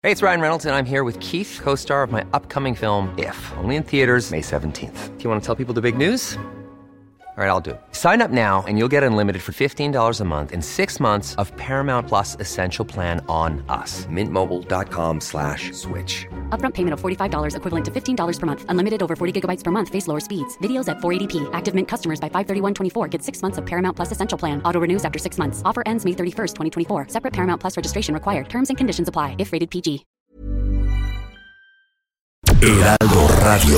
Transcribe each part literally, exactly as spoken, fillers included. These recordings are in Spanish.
Hey, it's Ryan Reynolds, and I'm here with Keith, co-star of my upcoming film, If, only in theaters May seventeenth. Do you want to tell people the big news? All right, I'll do it. Sign up now and you'll get unlimited for fifteen dollars a month and six months of Paramount Plus Essential Plan on us. Mint Mobile dot com slash switch. Upfront payment of forty-five dollars equivalent to fifteen dollars per month. Unlimited over forty gigabytes per month. Face lower speeds. Videos at four eighty p. Active Mint customers by five thirty-one twenty-four get six months of Paramount Plus Essential Plan. Auto renews after six months. Offer ends May thirty-first, twenty twenty-four. Separate Paramount Plus registration required. Terms and conditions apply if rated P G. Heraldo Radio.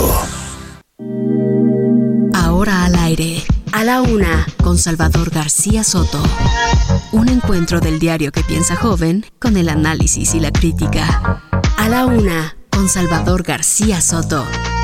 Ahora al aire, a la una, con Salvador García Soto. Un encuentro del diario que piensa joven con el análisis y la crítica. A la una, con Salvador García Soto.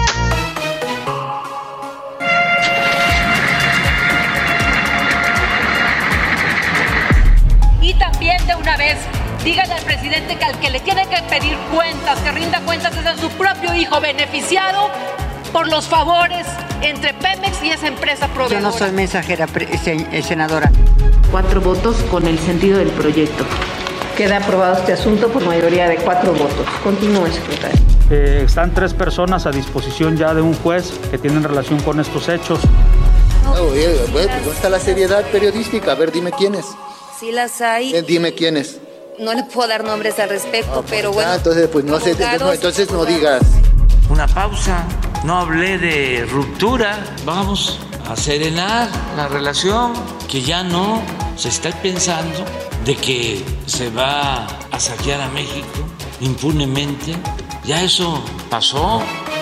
Y también de una vez, díganle al presidente que al que le tiene que pedir cuentas, que rinda cuentas es a su propio hijo beneficiado por los favores entre Pemex y esa empresa proveedora. Yo no soy mensajera, senadora. Cuatro votos con el sentido del proyecto. Queda aprobado este asunto por mayoría de cuatro votos. Continúe, secretario. Eh, están tres personas a disposición ya de un juez que tienen relación con estos hechos. No, oye, ¿dónde está la seriedad periodística? A ver, dime quiénes. Sí las hay. Eh, dime quiénes. No le puedo dar nombres al respecto, no, pero bueno. Ah, entonces, pues no sé, no, entonces no digas. Una pausa, no hablé de ruptura, vamos a serenar la relación, que ya no se está pensando de que se va a saquear a México impunemente, ya eso pasó.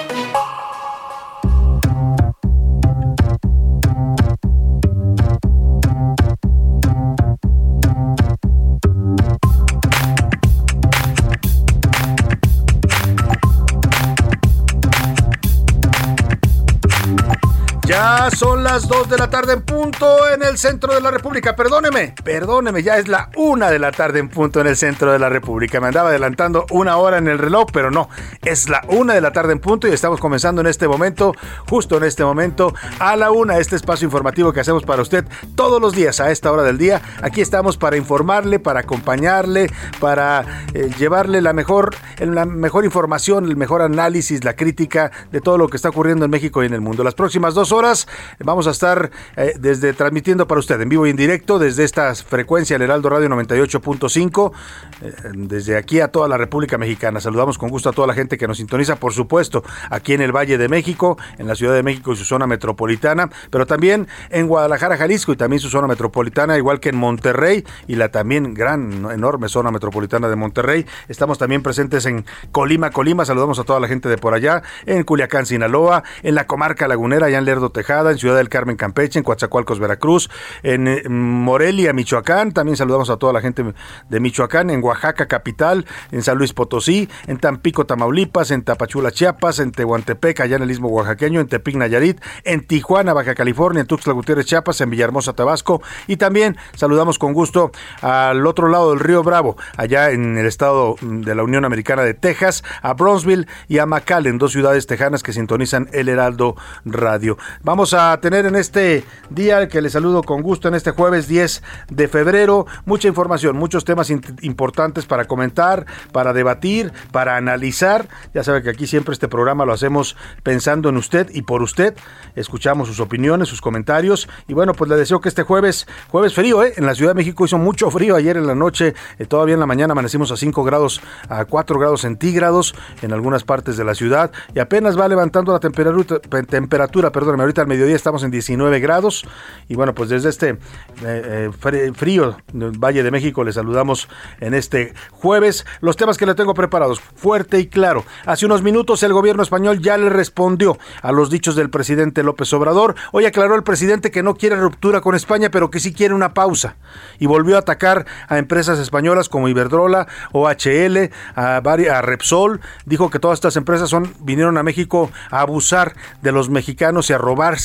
Ya son las dos de la tarde en punto en el centro de la República. Perdóneme, perdóneme, ya es la una de la tarde en punto en el centro de la República. Me andaba adelantando una hora en el reloj, pero no, es la una de la tarde en punto y estamos comenzando en este momento, justo en este momento, a la una, este espacio informativo que hacemos para usted todos los días a esta hora del día. Aquí estamos para informarle, para acompañarle, para eh, llevarle la mejor, la mejor información, el mejor análisis, la crítica de todo lo que está ocurriendo en México y en el mundo. Las próximas dos horas vamos a estar eh, desde transmitiendo para usted en vivo y en directo desde esta frecuencia, el Heraldo Radio noventa y ocho punto cinco, eh, desde aquí a toda la República Mexicana. Saludamos con gusto a toda la gente que nos sintoniza, por supuesto, aquí en el Valle de México, en la Ciudad de México y su zona metropolitana, pero también en Guadalajara, Jalisco y también su zona metropolitana, igual que en Monterrey y la también gran, enorme zona metropolitana de Monterrey. Estamos también presentes en Colima, Colima, saludamos a toda la gente de por allá, en Culiacán, Sinaloa, en la comarca lagunera, allá en Lerdo, Tejada, en Ciudad del Carmen, Campeche, en Coatzacoalcos, Veracruz, en Morelia, Michoacán, también saludamos a toda la gente de Michoacán, en Oaxaca, capital, en San Luis Potosí, en Tampico, Tamaulipas, en Tapachula, Chiapas, en Tehuantepec, allá en el Istmo Oaxaqueño, en Tepic, Nayarit, en Tijuana, Baja California, en Tuxtla Gutiérrez, Chiapas, en Villahermosa, Tabasco, y también saludamos con gusto al otro lado del Río Bravo, allá en el estado de la Unión Americana de Texas, a Brownsville y a McAllen, dos ciudades tejanas que sintonizan el Heraldo Radio. Vamos a tener en este día, que les saludo con gusto, en este jueves diez de febrero, mucha información, muchos temas importantes para comentar, para debatir, para analizar. Ya sabe que aquí siempre este programa lo hacemos pensando en usted y por usted. Escuchamos sus opiniones, sus comentarios y bueno, pues le deseo que este jueves, jueves frío, ¿eh? En la Ciudad de México hizo mucho frío ayer en la noche, eh, todavía en la mañana amanecimos a cinco grados, a cuatro grados centígrados en algunas partes de la ciudad y apenas va levantando la temperatura, temperatura, perdóneme, ahorita al mediodía estamos en diecinueve grados y bueno, pues desde este eh, frío del Valle de México les saludamos en este jueves. Los temas que le tengo preparados, fuerte y claro. Hace unos minutos el gobierno español ya le respondió a los dichos del presidente López Obrador. Hoy aclaró el presidente que no quiere ruptura con España, pero que sí quiere una pausa y volvió a atacar a empresas españolas como Iberdrola, O H L, a, a Repsol. Dijo que todas estas empresas son vinieron a México a abusar de los mexicanos y a robarse nuestros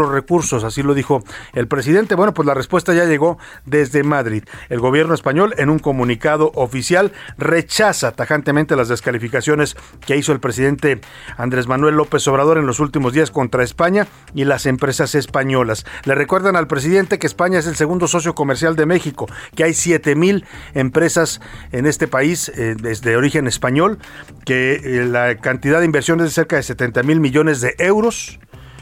otros recursos, así lo dijo el presidente. Bueno, pues la respuesta ya llegó desde Madrid. El gobierno español, en un comunicado oficial, rechaza tajantemente las descalificaciones que hizo el presidente Andrés Manuel López Obrador en los últimos días contra España y las empresas españolas. Le recuerdan al presidente que España es el segundo socio comercial de México, que hay siete mil empresas en este país eh, de origen español, que eh, la cantidad de inversión es de cerca de setenta mil millones de euros.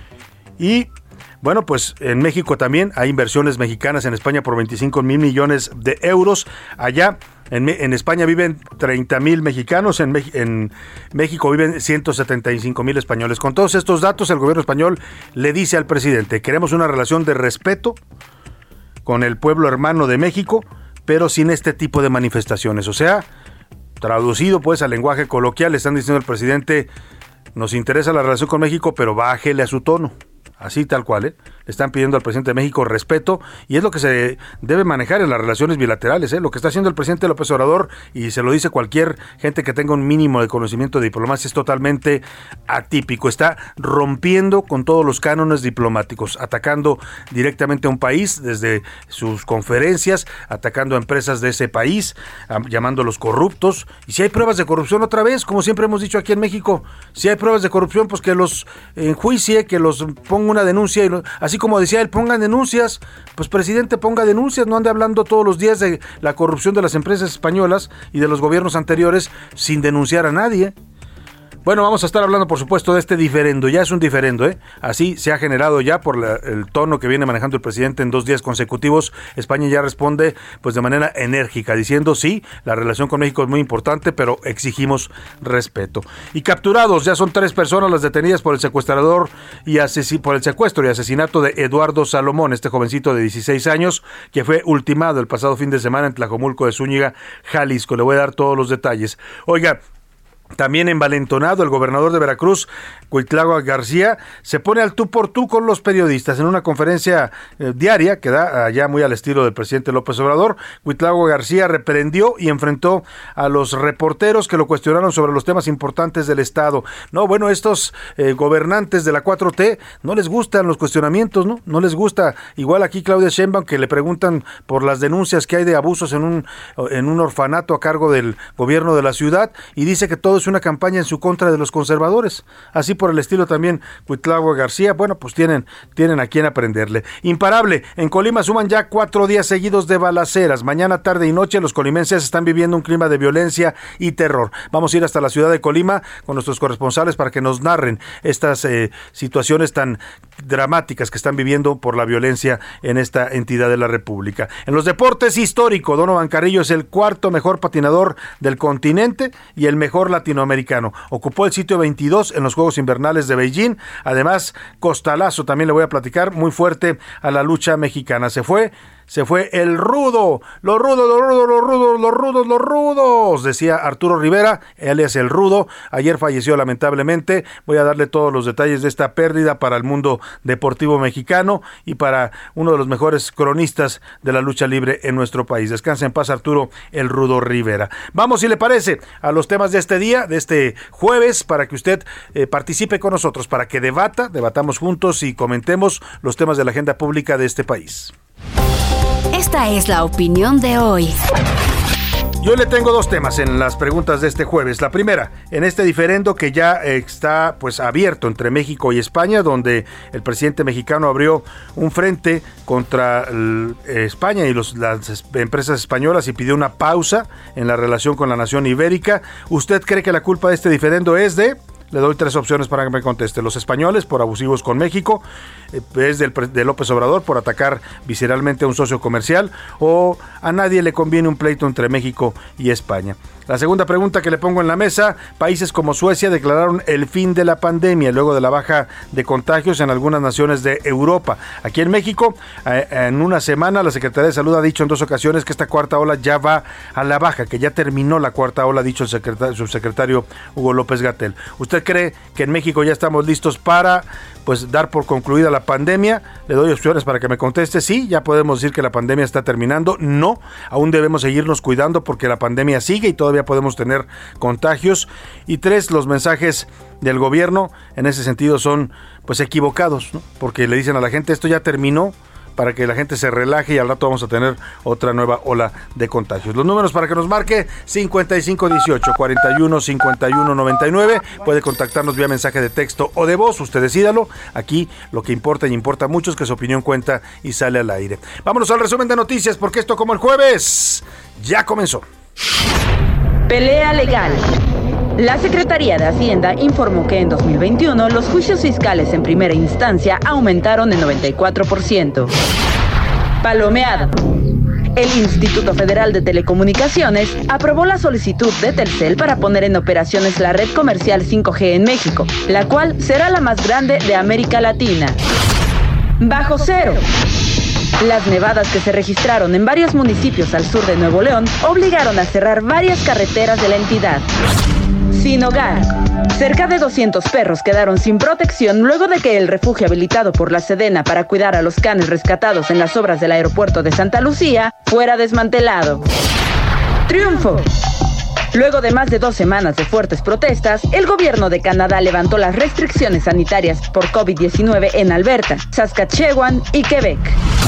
Y bueno, pues en México también hay inversiones mexicanas en España por veinticinco mil millones de euros. Allá en, en España viven treinta mil mexicanos, en, en México viven ciento setenta y cinco mil españoles. Con todos estos datos, el gobierno español le dice al presidente: queremos una relación de respeto con el pueblo hermano de México, pero sin este tipo de manifestaciones. O sea, traducido pues al lenguaje coloquial, le están diciendo al presidente: nos interesa la relación con México, pero bájele a su tono. Así tal cual, ¿eh? Le están pidiendo al presidente de México respeto, y es lo que se debe manejar en las relaciones bilaterales, ¿eh? Lo que está haciendo el presidente López Obrador, y se lo dice cualquier gente que tenga un mínimo de conocimiento de diplomacia, es totalmente atípico. Está rompiendo con todos los cánones diplomáticos, atacando directamente a un país desde sus conferencias, atacando a empresas de ese país, llamándolos corruptos. Y si hay pruebas de corrupción, otra vez, como siempre hemos dicho aquí en México, si hay pruebas de corrupción, pues que los enjuicie, que los ponga una denuncia, y lo, así como decía él, pongan denuncias. Pues presidente, ponga denuncias, no ande hablando todos los días de la corrupción de las empresas españolas y de los gobiernos anteriores sin denunciar a nadie. Bueno, vamos a estar hablando, por supuesto, de este diferendo. Ya es un diferendo, ¿eh? Así se ha generado ya por la, el tono que viene manejando el presidente en dos días consecutivos. España ya responde pues de manera enérgica, diciendo sí, la relación con México es muy importante, pero exigimos respeto. Y capturados, ya son tres personas las detenidas por el secuestrador y asesi- por el secuestro y asesinato de Eduardo Salomón, este jovencito de dieciséis años, que fue ultimado el pasado fin de semana en Tlajomulco de Zúñiga, Jalisco. Le voy a dar todos los detalles. Oiga, también envalentonado, el gobernador de Veracruz, Cuitlagua García, se pone al tú por tú con los periodistas en una conferencia eh, diaria que da allá muy al estilo del presidente López Obrador. Cuitlagua García reprendió y enfrentó a los reporteros que lo cuestionaron sobre los temas importantes del Estado. No, bueno, estos eh, gobernantes de la cuatro T no les gustan los cuestionamientos, ¿no? No les gusta. Igual aquí Claudia Sheinbaum, que le preguntan por las denuncias que hay de abusos en un, en un orfanato a cargo del gobierno de la ciudad, y dice que todo es una campaña en su contra de los conservadores. Así por el estilo también Cuitlagua García. Bueno, pues tienen, tienen a quien aprenderle. Imparable, en Colima suman ya cuatro días seguidos de balaceras. Mañana, tarde y noche los colimenses están viviendo un clima de violencia y terror. Vamos a ir hasta la ciudad de Colima con nuestros corresponsales para que nos narren estas eh, situaciones tan dramáticas que están viviendo por la violencia en esta entidad de la República. En los deportes, histórico, Donovan Carrillo es el cuarto mejor patinador del continente y el mejor latinoamericano. Ocupó el sitio veintidós en los Juegos Invernales de Beijing. Además, costalazo, también le voy a platicar, muy fuerte a la lucha mexicana. Se fue Se fue el rudo, los rudos, los rudos, los rudos, los rudos, los rudos, decía Arturo Rivera, él es el rudo. Ayer falleció lamentablemente. Voy a darle todos los detalles de esta pérdida para el mundo deportivo mexicano y para uno de los mejores cronistas de la lucha libre en nuestro país. Descansa en paz, Arturo el Rudo Rivera. Vamos, si le parece, a los temas de este día, de este jueves, para que usted eh, participe con nosotros, para que debata, debatamos juntos y comentemos los temas de la agenda pública de este país. Esta es la opinión de hoy. Yo le tengo dos temas en las preguntas de este jueves. La primera, en este diferendo que ya está pues abierto entre México y España, donde el presidente mexicano abrió un frente contra el, eh, España y los, las empresas españolas y pidió una pausa en la relación con la nación ibérica. ¿Usted cree que la culpa de este diferendo es de...? Le doy tres opciones para que me conteste. Los españoles por abusivos con México, eh, es del, de López Obrador por atacar visceralmente a un socio comercial, o a nadie le conviene un pleito entre México y España. La segunda pregunta que le pongo en la mesa, países como Suecia declararon el fin de la pandemia luego de la baja de contagios en algunas naciones de Europa. Aquí en México, eh, en una semana, la Secretaría de Salud ha dicho en dos ocasiones que esta cuarta ola ya va a la baja, que ya terminó la cuarta ola, ha dicho el secretario, subsecretario Hugo López-Gatell. ¿Usted usted cree que en México ya estamos listos para pues dar por concluida la pandemia? Le doy opciones para que me conteste. Sí, ya podemos decir que la pandemia está terminando. No, aún debemos seguirnos cuidando porque la pandemia sigue y todavía podemos tener contagios. Y tres, los mensajes del gobierno en ese sentido son pues equivocados, ¿no? Porque le dicen a la gente esto ya terminó, para que la gente se relaje y al rato vamos a tener otra nueva ola de contagios. Los números para que nos marque: cincuenta y cinco dieciocho, cuarenta y uno, cincuenta y uno noventa y nueve. Puede contactarnos vía mensaje de texto o de voz, usted decídalo. Aquí lo que importa y importa mucho es que su opinión cuenta y sale al aire. Vámonos al resumen de noticias, porque esto, como el jueves, ya comenzó. Pelea legal. La Secretaría de Hacienda informó que en dos mil veintiuno los juicios fiscales en primera instancia aumentaron en noventa y cuatro por ciento. Palomeado. El Instituto Federal de Telecomunicaciones aprobó la solicitud de Telcel para poner en operaciones la red comercial cinco G en México, la cual será la más grande de América Latina. Bajo cero. Las nevadas que se registraron en varios municipios al sur de Nuevo León obligaron a cerrar varias carreteras de la entidad. Sin hogar. Cerca de doscientos perros quedaron sin protección luego de que el refugio habilitado por la Sedena para cuidar a los canes rescatados en las obras del aeropuerto de Santa Lucía fuera desmantelado. Triunfo. Luego de más de dos semanas de fuertes protestas, el gobierno de Canadá levantó las restricciones sanitarias por COVID diecinueve en Alberta, Saskatchewan y Quebec.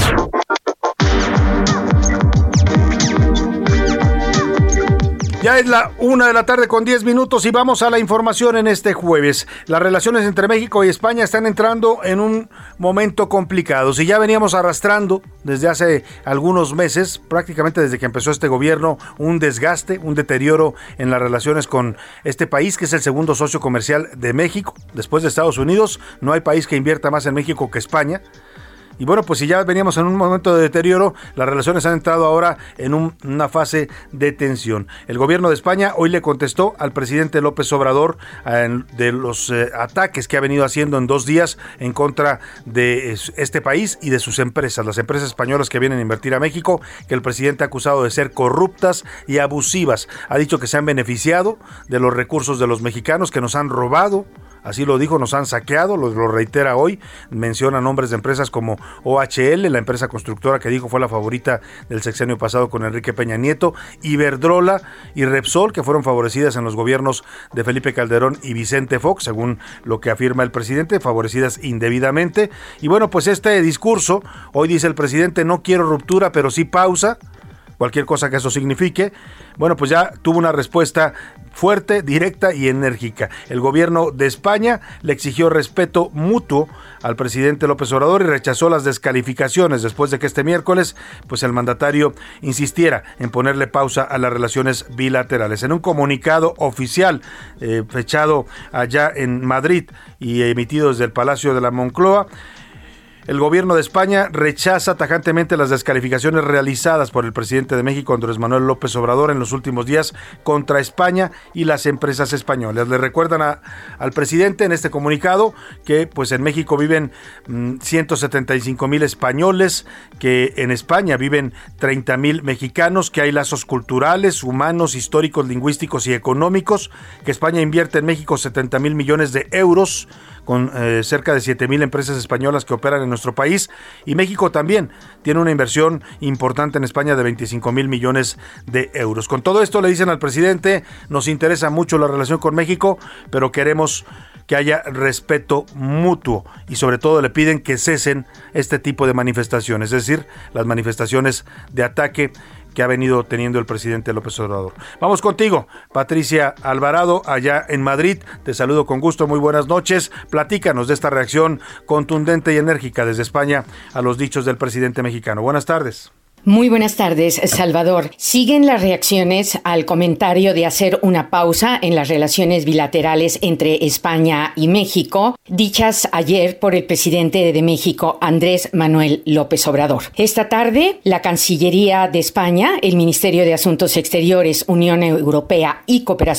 Ya es la una de la tarde con diez minutos y vamos a la información en este jueves. Las relaciones entre México y España están entrando en un momento complicado. Si ya veníamos arrastrando desde hace algunos meses, prácticamente desde que empezó este gobierno, un desgaste, un deterioro en las relaciones con este país, que es el segundo socio comercial de México. Después de Estados Unidos, no hay país que invierta más en México que España. Y bueno, pues si ya veníamos en un momento de deterioro, las relaciones han entrado ahora en un, una fase de tensión. El gobierno de España hoy le contestó al presidente López Obrador eh, de los eh, ataques que ha venido haciendo en dos días en contra de este país y de sus empresas, las empresas españolas que vienen a invertir a México, que el presidente ha acusado de ser corruptas y abusivas. Ha dicho que se han beneficiado de los recursos de los mexicanos, que nos han robado. Así lo dijo, nos han saqueado, lo, lo reitera hoy, menciona nombres de empresas como O H L, la empresa constructora que dijo fue la favorita del sexenio pasado con Enrique Peña Nieto, Iberdrola y Repsol, que fueron favorecidas en los gobiernos de Felipe Calderón y Vicente Fox, según lo que afirma el presidente, favorecidas indebidamente. Y bueno, pues este discurso, hoy dice el presidente, no quiero ruptura, pero sí pausa, cualquier cosa que eso signifique. Bueno, pues ya tuvo una respuesta fuerte, directa y enérgica. El gobierno de España le exigió respeto mutuo al presidente López Obrador y rechazó las descalificaciones después de que este miércoles pues el mandatario insistiera en ponerle pausa a las relaciones bilaterales. En un comunicado oficial eh, fechado allá en Madrid y emitido desde el Palacio de la Moncloa, el gobierno de España rechaza tajantemente las descalificaciones realizadas por el presidente de México, Andrés Manuel López Obrador, en los últimos días contra España y las empresas españolas. Le recuerdan a, al presidente en este comunicado que pues en México viven mmm, ciento setenta y cinco mil españoles, que en España viven treinta mil mexicanos, que hay lazos culturales, humanos, históricos, lingüísticos y económicos, que España invierte en México setenta mil millones de euros, con eh, cerca de siete mil empresas españolas que operan en nuestro país, y México también tiene una inversión importante en España de veinticinco mil millones de euros. Con todo esto le dicen al presidente, nos interesa mucho la relación con México, pero queremos que haya respeto mutuo y sobre todo le piden que cesen este tipo de manifestaciones, es decir, las manifestaciones de ataque que ha venido teniendo el presidente López Obrador. Vamos contigo, Patricia Alvarado, allá en Madrid. Te saludo con gusto, muy buenas noches. Platícanos de esta reacción contundente y enérgica desde España a los dichos del presidente mexicano. Buenas tardes. Muy buenas tardes, Salvador. Siguen las reacciones al comentario de hacer una pausa en las relaciones bilaterales entre España y México, dichas ayer por el presidente de México, Andrés Manuel López Obrador. Esta tarde, la Cancillería de España, el Ministerio de Asuntos Exteriores, Unión Europea y Cooperación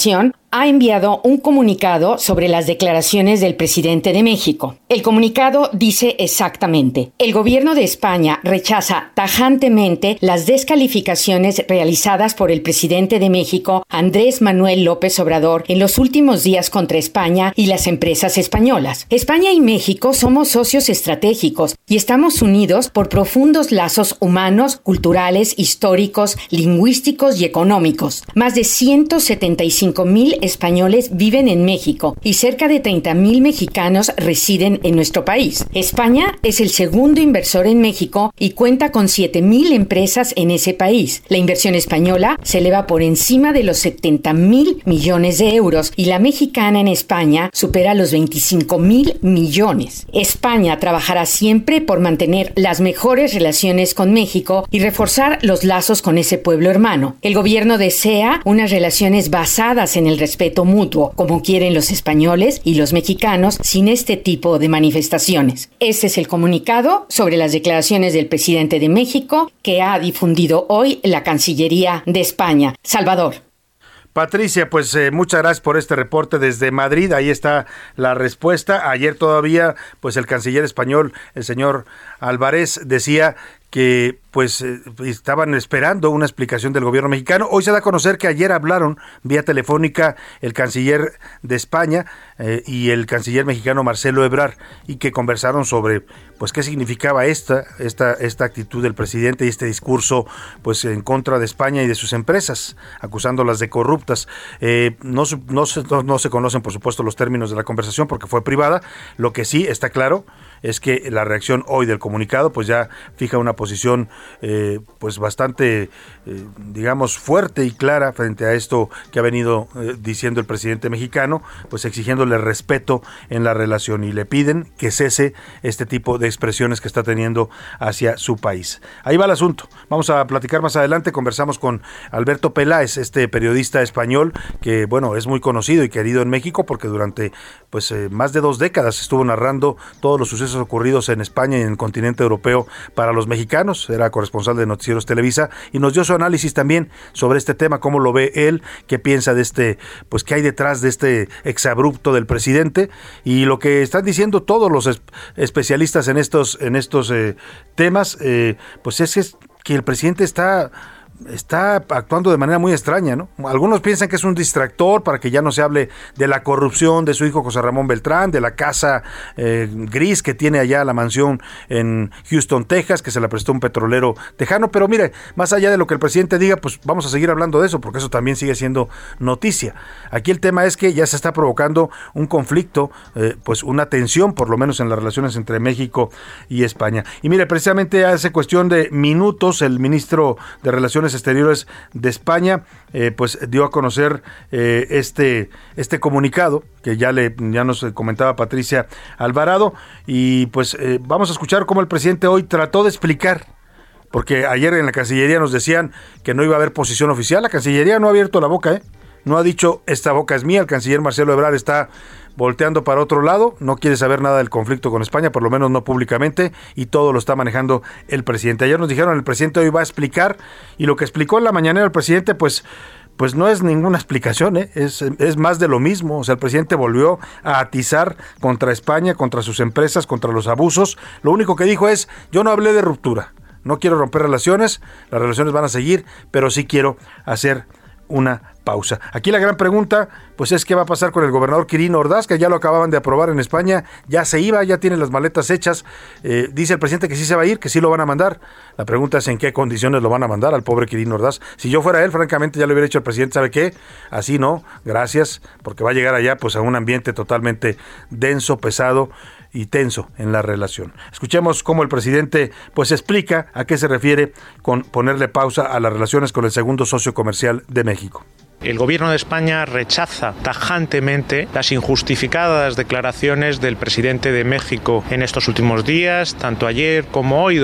ha enviado un comunicado sobre las declaraciones del presidente de México. El comunicado dice exactamente: el gobierno de España rechaza tajantemente las descalificaciones realizadas por el presidente de México, Andrés Manuel López Obrador, en los últimos días contra España y las empresas españolas. España y México somos socios estratégicos y estamos unidos por profundos lazos humanos, culturales, históricos, lingüísticos y económicos. Más de ciento setenta y cinco mil españoles viven en México y cerca de treinta mil mexicanos residen en nuestro país. España es el segundo inversor en México y cuenta con siete mil empresas en ese país. La inversión española se eleva por encima de los setenta mil millones de euros y la mexicana en España supera los veinticinco mil millones. España trabajará siempre por mantener las mejores relaciones con México y reforzar los lazos con ese pueblo hermano. El gobierno desea unas relaciones basadas en el respeto mutuo, como quieren los españoles y los mexicanos, sin este tipo de manifestaciones. Este es el comunicado sobre las declaraciones del presidente de México que ha difundido hoy la Cancillería de España. Salvador. Patricia, pues eh, muchas gracias por este reporte desde Madrid. Ahí está la respuesta. Ayer todavía, pues el canciller español, el señor Álvarez, decía que pues eh, estaban esperando una explicación del gobierno mexicano. Hoy se da a conocer que ayer hablaron vía telefónica el canciller de España eh, y el canciller mexicano Marcelo Ebrard, y que conversaron sobre pues qué significaba esta esta esta actitud del presidente y este discurso pues en contra de España y de sus empresas, acusándolas de corruptas. Eh, no, no, no, no se conocen, por supuesto, los términos de la conversación porque fue privada. Lo que sí está claro es que la reacción hoy del comunicado pues ya fija una posición eh, pues bastante eh, digamos fuerte y clara frente a esto que ha venido eh, diciendo el presidente mexicano, pues exigiéndole respeto en la relación, y le piden que cese este tipo de expresiones que está teniendo hacia su país. Ahí va el asunto. Vamos a platicar más adelante. Conversamos con Alberto Peláez, este periodista español que bueno es muy conocido y querido en México porque durante pues eh, más de dos décadas estuvo narrando todos los sucesos ocurridos en España y en el continente europeo para los mexicanos. Era corresponsal de Noticieros Televisa y nos dio su análisis también sobre este tema, cómo lo ve él, qué piensa de este, pues qué hay detrás de este exabrupto del presidente, y lo que están diciendo todos los es, especialistas en estos en estos eh, temas, eh, pues es, es que el presidente está está actuando de manera muy extraña, ¿no? Algunos piensan que es un distractor para que ya no se hable de la corrupción de su hijo José Ramón Beltrán, de la casa eh, gris que tiene allá la mansión en Houston, Texas, que se la prestó un petrolero tejano. Pero mire, más allá de lo que el presidente diga, pues vamos a seguir hablando de eso, porque eso también sigue siendo noticia. Aquí el tema es que ya se está provocando un conflicto, eh, pues una tensión, por lo menos en las relaciones entre México y España. Y mire, precisamente hace cuestión de minutos, el ministro de Relaciones Exteriores de España eh, pues dio a conocer eh, este este comunicado que ya le ya nos comentaba Patricia Alvarado, y pues eh, vamos a escuchar cómo el presidente hoy trató de explicar, porque ayer en la Cancillería nos decían que no iba a haber posición oficial. La Cancillería no ha abierto la boca, ¿eh? No ha dicho esta boca es mía. El canciller Marcelo Ebrard está volteando para otro lado, no quiere saber nada del conflicto con España, por lo menos no públicamente, y todo lo está manejando el presidente. Ayer nos dijeron el presidente hoy va a explicar, y lo que explicó en la mañanera el presidente pues pues no es ninguna explicación, ¿eh? es, es más de lo mismo. O sea, el presidente volvió a atizar contra España, contra sus empresas, contra los abusos. Lo único que dijo es: yo no hablé de ruptura, no quiero romper relaciones, las relaciones van a seguir, pero sí quiero hacer una pausa. Aquí la gran pregunta pues es qué va a pasar con el gobernador Quirino Ordaz, que ya lo acababan de aprobar en España, ya se iba, ya tiene las maletas hechas, eh, dice el presidente que sí se va a ir, que sí lo van a mandar. La pregunta es en qué condiciones lo van a mandar al pobre Quirino Ordaz. Si yo fuera él, francamente ya le hubiera dicho al presidente: ¿sabe qué? Así no, gracias, porque va a llegar allá pues a un ambiente totalmente denso, pesado y tenso en la relación. Escuchemos cómo el presidente pues explica a qué se refiere con ponerle pausa a las relaciones con el segundo socio comercial de México. El gobierno de España rechaza tajantemente las injustificadas declaraciones del presidente de México en estos últimos días, tanto ayer como hoy.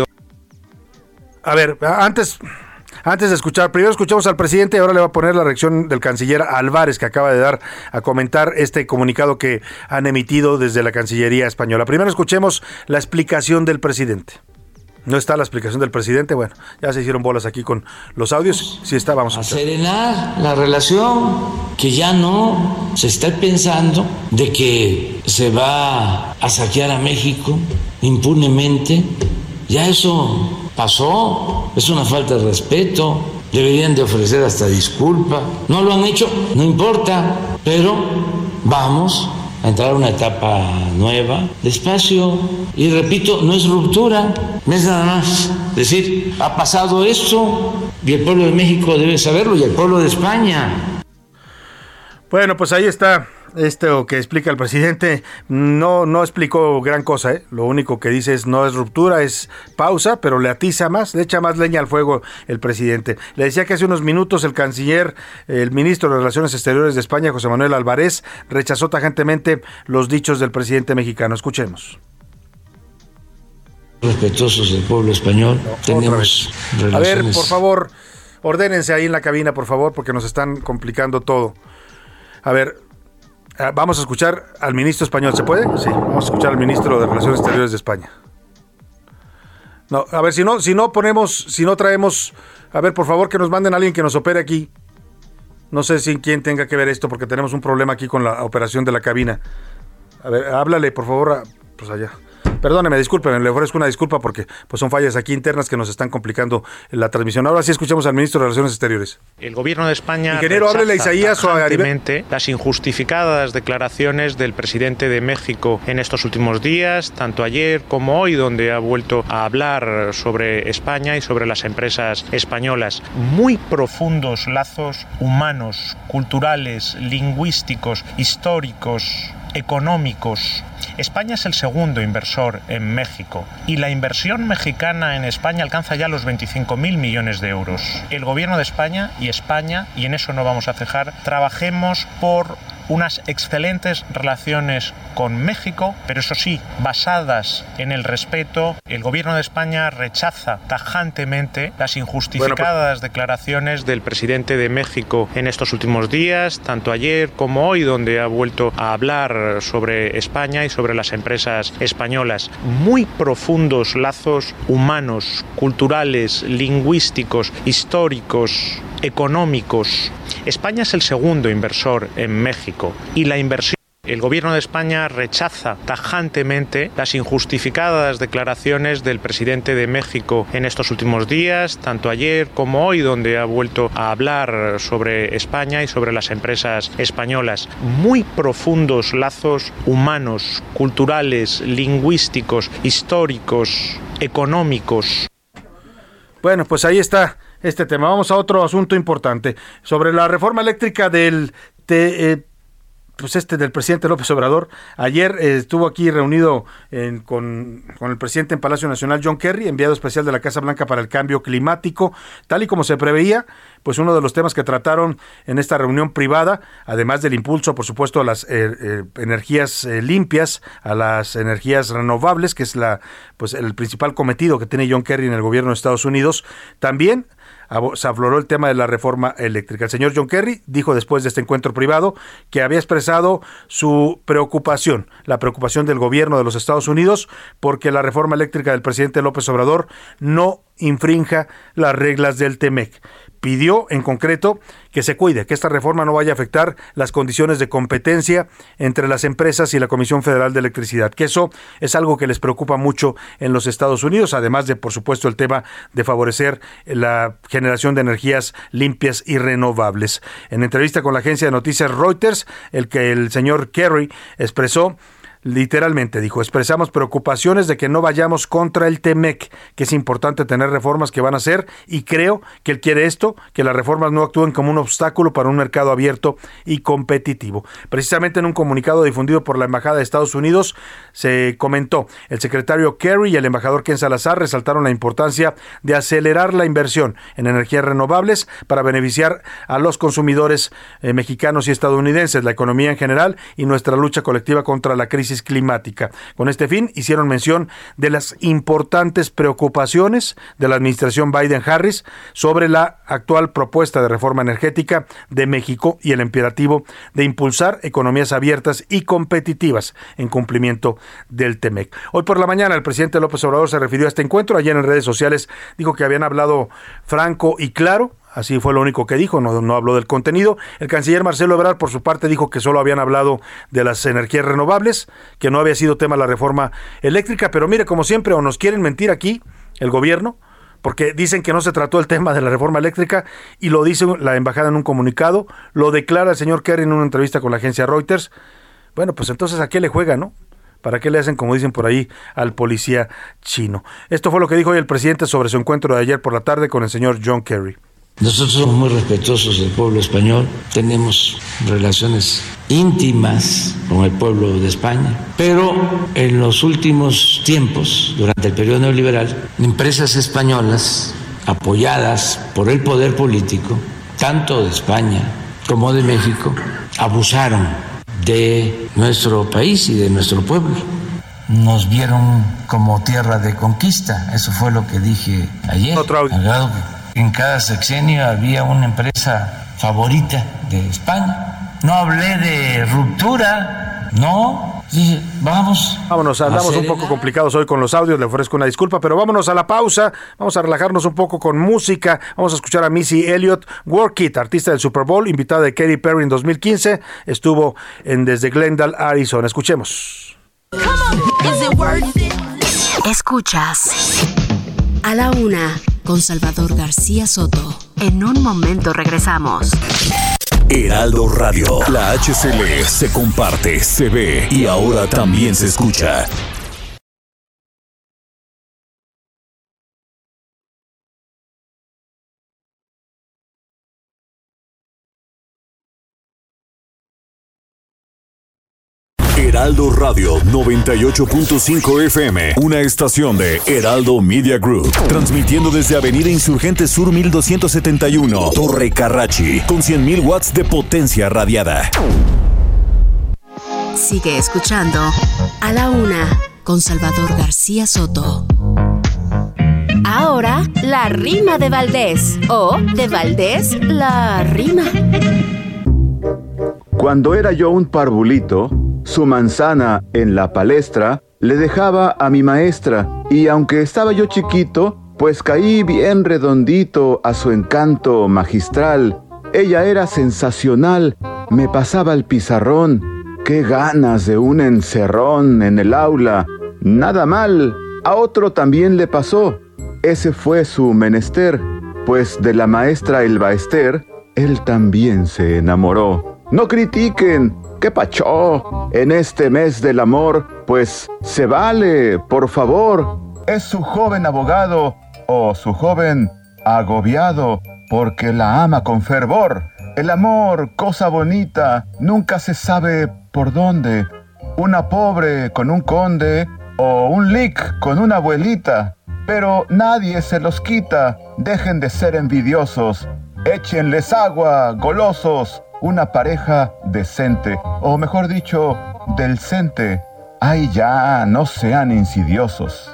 A ver, antes... Antes de escuchar, primero escuchamos al presidente y ahora le va a poner la reacción del canciller Álvarez, que acaba de dar a comentar este comunicado que han emitido desde la Cancillería española. Primero escuchemos la explicación del presidente. No está la explicación del presidente. Bueno, ya se hicieron bolas aquí con los audios. Sí está, vamos a escuchar. A serenar la relación, que ya no se está pensando de que se va a saquear a México impunemente. Ya eso pasó, es una falta de respeto. Deberían de ofrecer hasta disculpa. No lo han hecho, no importa, pero vamos a entrar a una etapa nueva, despacio, y repito, no es ruptura, no es nada más decir, ha pasado esto y el pueblo de México debe saberlo y el pueblo de España. Bueno, pues ahí está esto que explica el presidente. No, no explicó gran cosa, ¿eh? Lo único que dice es no es ruptura, es pausa, pero le atiza más, le echa más leña al fuego el presidente. Le decía que hace unos minutos el canciller, el ministro de Relaciones Exteriores de España, José Manuel Álvarez, rechazó tajantemente los dichos del presidente mexicano. Escuchemos. Respetuosos del pueblo español, no, tenemos relaciones. A ver, por favor, ordénense ahí en la cabina, por favor, porque nos están complicando todo. A ver, vamos a escuchar al ministro español. ¿Se puede? Sí, vamos a escuchar al ministro de Relaciones Exteriores de España. No, a ver, si no, si no ponemos, si no traemos, a ver, por favor, que nos manden a alguien que nos opere aquí. No sé si quién tenga que ver esto, porque tenemos un problema aquí con la operación de la cabina. A ver, háblale, por favor, a, pues allá. Perdóneme, discúlpeme, le ofrezco una disculpa porque pues son fallas aquí internas que nos están complicando la transmisión. Ahora sí escuchamos al ministro de Relaciones Exteriores. El gobierno de España Ingeniero, háblele a Isaías o a Aribe. Las injustificadas declaraciones del presidente de México en estos últimos días, tanto ayer como hoy, donde ha vuelto a hablar sobre España y sobre las empresas españolas. Muy profundos lazos humanos, culturales, lingüísticos, históricos, económicos. España es el segundo inversor en México y la inversión mexicana en España alcanza ya los veinticinco mil millones de euros. El gobierno de España y España, y en eso no vamos a cejar, trabajemos por unas excelentes relaciones con México, pero eso sí, basadas en el respeto. El gobierno de España rechaza tajantemente las injustificadas bueno, pues... declaraciones del presidente de México en estos últimos días, tanto ayer como hoy, donde ha vuelto a hablar sobre España y sobre las empresas españolas. Muy profundos lazos humanos, culturales, lingüísticos, históricos, económicos. España es el segundo inversor en México y la inversión. El gobierno de España rechaza tajantemente las injustificadas declaraciones del presidente de México en estos últimos días, tanto ayer como hoy, donde ha vuelto a hablar sobre España y sobre las empresas españolas. Muy profundos lazos humanos, culturales, lingüísticos, históricos, económicos. Bueno, pues ahí está este tema. Vamos a otro asunto importante. Sobre la reforma eléctrica del... De, eh, pues este del presidente López Obrador. Ayer eh, estuvo aquí reunido en, con, con el presidente en Palacio Nacional, John Kerry, enviado especial de la Casa Blanca para el cambio climático. Tal y como se preveía, pues uno de los temas que trataron en esta reunión privada, además del impulso, por supuesto, a las eh, eh, energías eh, limpias, a las energías renovables, que es la pues el principal cometido que tiene John Kerry en el gobierno de Estados Unidos, también se afloró el tema de la reforma eléctrica. El señor John Kerry dijo después de este encuentro privado que había expresado su preocupación, la preocupación del gobierno de los Estados Unidos porque la reforma eléctrica del presidente López Obrador no infrinja las reglas del T M E C. Pidió en concreto que se cuide, que esta reforma no vaya a afectar las condiciones de competencia entre las empresas y la Comisión Federal de Electricidad, que eso es algo que les preocupa mucho en los Estados Unidos, además de, por supuesto, el tema de favorecer la generación de energías limpias y renovables. En entrevista con la agencia de noticias Reuters, el que el señor Kerry expresó literalmente, dijo, expresamos preocupaciones de que no vayamos contra el T M E C, que es importante tener reformas que van a hacer, y creo que él quiere esto, que las reformas no actúen como un obstáculo para un mercado abierto y competitivo. Precisamente en un comunicado difundido por la Embajada de Estados Unidos se comentó, el secretario Kerry y el embajador Ken Salazar resaltaron la importancia de acelerar la inversión en energías renovables para beneficiar a los consumidores eh, mexicanos y estadounidenses, la economía en general y nuestra lucha colectiva contra la crisis crisis climática. Con este fin, hicieron mención de las importantes preocupaciones de la administración Biden-Harris sobre la actual propuesta de reforma energética de México y el imperativo de impulsar economías abiertas y competitivas en cumplimiento del T M E C. Hoy por la mañana el presidente López Obrador se refirió a este encuentro. Ayer en redes sociales dijo que habían hablado franco y claro. Así fue lo único que dijo, no, no habló del contenido. El canciller Marcelo Ebrard, por su parte, dijo que solo habían hablado de las energías renovables, que no había sido tema la reforma eléctrica. Pero mire, como siempre, o nos quieren mentir aquí, el gobierno, porque dicen que no se trató el tema de la reforma eléctrica y lo dice la embajada en un comunicado, lo declara el señor Kerry en una entrevista con la agencia Reuters. Bueno, pues entonces, ¿a qué le juega, no? ¿Para qué le hacen, como dicen por ahí, al policía chino? Esto fue lo que dijo hoy el presidente sobre su encuentro de ayer por la tarde con el señor John Kerry. Nosotros somos muy respetuosos del pueblo español, tenemos relaciones íntimas con el pueblo de España, pero en los últimos tiempos, durante el periodo neoliberal, empresas españolas apoyadas por el poder político, tanto de España como de México, abusaron de nuestro país y de nuestro pueblo. Nos vieron como tierra de conquista, eso fue lo que dije ayer. Otro audio. Al grado que en cada sexenio había una empresa favorita de España. No hablé de ruptura, no. Dije, vamos. Vámonos, andamos un poco complicados hoy con los audios, le ofrezco una disculpa, pero vámonos a la pausa, vamos a relajarnos un poco con música, vamos a escuchar a Missy Elliott, Work It, artista del Super Bowl, invitada de Katy Perry en dos mil quince, estuvo en desde Glendale, Arizona. Escuchemos. Escuchas A la Una con Salvador García Soto. En un momento regresamos. Heraldo Radio, la H C L se comparte, se ve y ahora también se escucha. Heraldo Radio noventa y ocho punto cinco F M, una estación de Heraldo Media Group, transmitiendo desde Avenida Insurgente Sur mil doscientos setenta y uno, Torre Carrachi, con cien mil watts de potencia radiada. Sigue escuchando A la Una con Salvador García Soto. Ahora, la rima de Valdés, o de Valdés, la rima. Cuando era yo un parvulito, su manzana en la palestra le dejaba a mi maestra, y aunque estaba yo chiquito, pues caí bien redondito a su encanto magistral. Ella era sensacional, me pasaba el pizarrón, qué ganas de un encerrón en el aula. Nada mal, a otro también le pasó, ese fue su menester, pues de la maestra el Baester, él también se enamoró. No critiquen, ¡qué pachó! En este mes del amor, pues se vale, por favor. Es su joven abogado o su joven agobiado porque la ama con fervor. El amor, cosa bonita, nunca se sabe por dónde. Una pobre con un conde o un lic con una abuelita. Pero nadie se los quita, dejen de ser envidiosos. Échenles agua, golosos. Una pareja decente, o mejor dicho, delcente. Ay, ya, no sean insidiosos.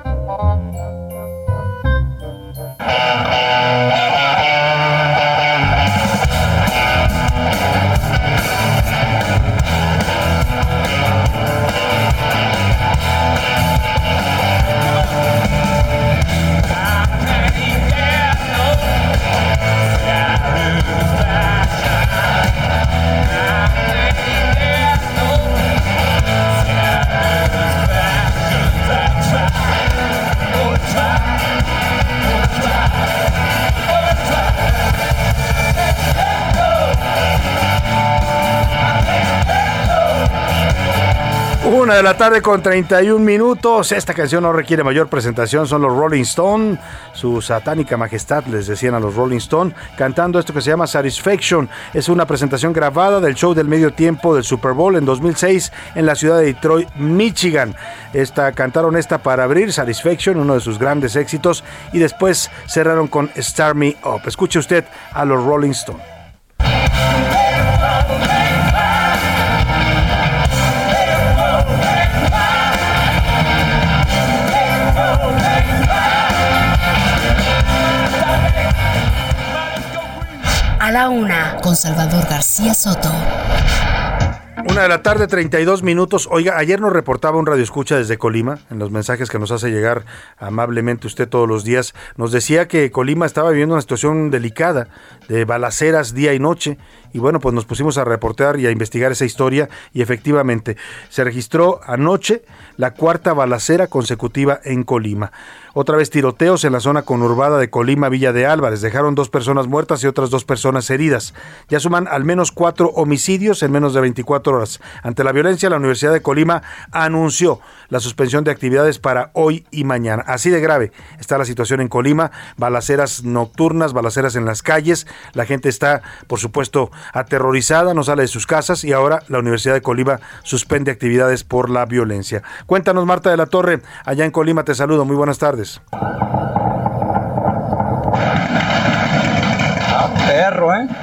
Una de la tarde con treinta y un minutos. Esta canción no requiere mayor presentación. Son los Rolling Stone, su satánica majestad, les decían a los Rolling Stone, cantando esto que se llama Satisfaction. Es una presentación grabada del show del medio tiempo del Super Bowl en dos mil seis en la ciudad de Detroit, Michigan. Esta, cantaron esta para abrir, Satisfaction, uno de sus grandes éxitos, y después cerraron con Start Me Up. Escuche usted a los Rolling Stone. Hey! la una, con Salvador García Soto. Una de la tarde, treinta y dos minutos. Oiga, ayer nos reportaba un radioescucha desde Colima, en los mensajes que nos hace llegar amablemente usted todos los días, nos decía que Colima estaba viviendo una situación delicada, de balaceras día y noche, y bueno, pues nos pusimos a reportear y a investigar esa historia, y efectivamente, se registró anoche la cuarta balacera consecutiva en Colima. Otra vez tiroteos en la zona conurbada de Colima, Villa de Álvarez. Dejaron dos personas muertas y otras dos personas heridas. Ya suman al menos cuatro homicidios en menos de veinticuatro horas. Ante la violencia, la Universidad de Colima anunció la suspensión de actividades para hoy y mañana. Así de grave está la situación en Colima. Balaceras nocturnas, balaceras en las calles. La gente está, por supuesto, aterrorizada, no sale de sus casas, y ahora la Universidad de Colima suspende actividades por la violencia. Cuéntanos, Marta de la Torre, allá en Colima, te saludo. Muy buenas tardes. Perro, ¿eh?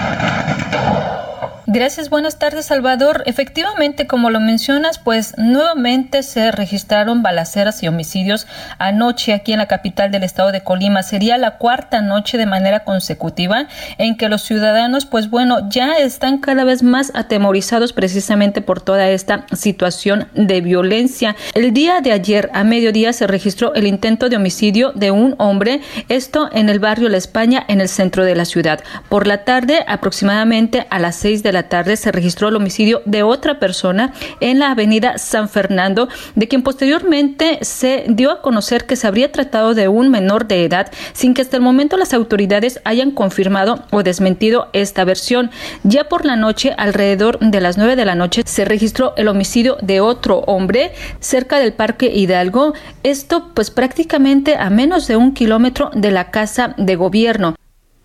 Gracias, buenas tardes, Salvador. Efectivamente, como lo mencionas, pues nuevamente se registraron balaceras y homicidios anoche aquí en la capital del estado de Colima. Sería la cuarta noche de manera consecutiva en que los ciudadanos, pues bueno, ya están cada vez más atemorizados precisamente por toda esta situación de violencia. El día de ayer a mediodía se registró el intento de homicidio de un hombre, esto en el barrio La España, en el centro de la ciudad. Por la tarde, aproximadamente a las seis de la tarde, se registró el homicidio de otra persona en la avenida San Fernando, de quien posteriormente se dio a conocer que se habría tratado de un menor de edad, sin que hasta el momento las autoridades hayan confirmado o desmentido esta versión. Ya por la noche, alrededor de las nueve de la noche, se registró el homicidio de otro hombre cerca del Parque Hidalgo, esto pues prácticamente a menos de un kilómetro de la Casa de Gobierno.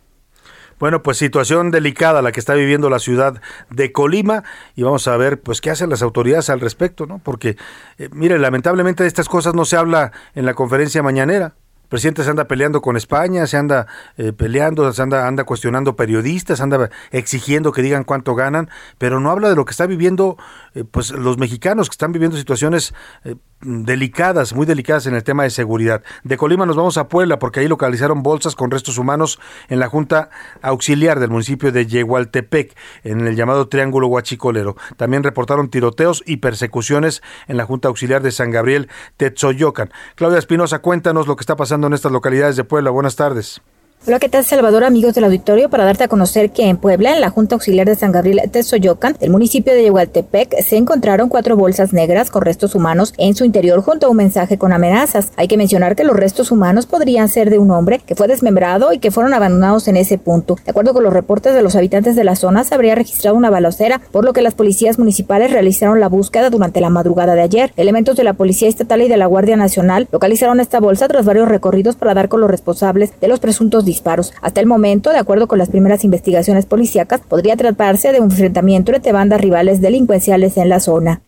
Bueno, pues situación delicada la que está viviendo la ciudad de Colima, y vamos a ver pues qué hacen las autoridades al respecto, ¿no? Porque, eh, mire, lamentablemente de estas cosas no se habla en la conferencia mañanera. El presidente se anda peleando con España, se anda eh, peleando, se anda, anda cuestionando periodistas, anda exigiendo que digan cuánto ganan, pero no habla de lo que está viviendo eh, pues los mexicanos, que están viviendo situaciones eh, delicadas, muy delicadas en el tema de seguridad. De Colima nos vamos a Puebla, porque ahí localizaron bolsas con restos humanos en la Junta Auxiliar del municipio de Yehualtepec, en el llamado Triángulo Huachicolero. También reportaron tiroteos y persecuciones en la Junta Auxiliar de San Gabriel Tetzoyocan. Claudia Espinosa, cuéntanos lo que está pasando en estas localidades de Puebla. Buenas tardes. Hola, ¿qué tal, Salvador? Amigos del auditorio, para darte a conocer que en Puebla, en la Junta Auxiliar de San Gabriel Tetzoyocan, del municipio de Yehualtepec, se encontraron cuatro bolsas negras con restos humanos en su interior junto a un mensaje con amenazas. Hay que mencionar que los restos humanos podrían ser de un hombre que fue desmembrado y que fueron abandonados en ese punto. De acuerdo con los reportes de los habitantes de la zona, se habría registrado una balacera, por lo que las policías municipales realizaron la búsqueda durante la madrugada de ayer. Elementos de la Policía Estatal y de la Guardia Nacional localizaron esta bolsa tras varios recorridos para dar con los responsables de los presuntos disparos. Hasta el momento, de acuerdo con las primeras investigaciones policíacas, podría tratarse de un enfrentamiento entre bandas rivales delincuenciales en la zona.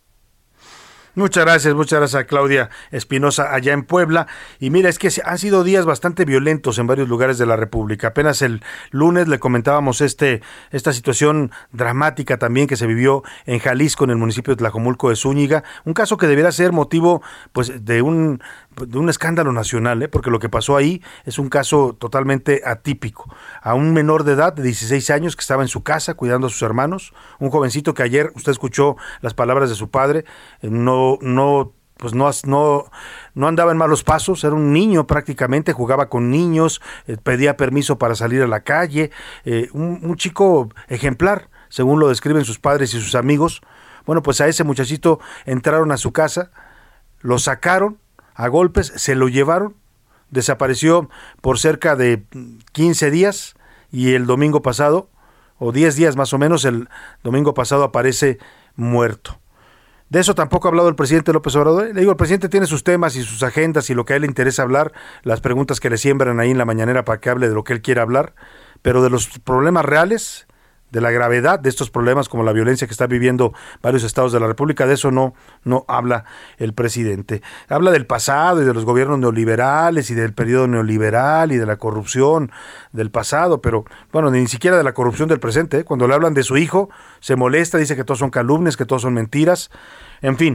Muchas gracias, muchas gracias a Claudia Espinosa allá en Puebla. Y mira, es que han sido días bastante violentos en varios lugares de la República. Apenas el lunes le comentábamos este esta situación dramática también que se vivió en Jalisco, en el municipio de Tlajomulco de Zúñiga, un caso que debiera ser motivo pues de un de un escándalo nacional, ¿eh? Porque lo que pasó ahí es un caso totalmente atípico. A un menor de edad de dieciséis años que estaba en su casa cuidando a sus hermanos, un jovencito que ayer usted escuchó las palabras de su padre, no no pues no, no, no andaba en malos pasos, era un niño prácticamente, jugaba con niños, eh, pedía permiso para salir a la calle, eh, un, un chico ejemplar, según lo describen sus padres y sus amigos. Bueno, pues a ese muchachito entraron a su casa, lo sacaron a golpes, se lo llevaron, desapareció por cerca de quince días, y el domingo pasado, o diez días más o menos, el domingo pasado aparece muerto. De eso tampoco ha hablado el presidente López Obrador. Le digo, el presidente tiene sus temas y sus agendas y lo que a él le interesa hablar, las preguntas que le siembran ahí en la mañanera para que hable de lo que él quiera hablar, pero de los problemas reales, de la gravedad de estos problemas como la violencia que están viviendo varios estados de la República, de eso no, no habla el presidente. Habla del pasado y de los gobiernos neoliberales y del periodo neoliberal y de la corrupción del pasado, pero bueno, ni siquiera de la corrupción del presente, ¿eh? Cuando le hablan de su hijo, se molesta, dice que todos son calumnias, que todos son mentiras. En fin,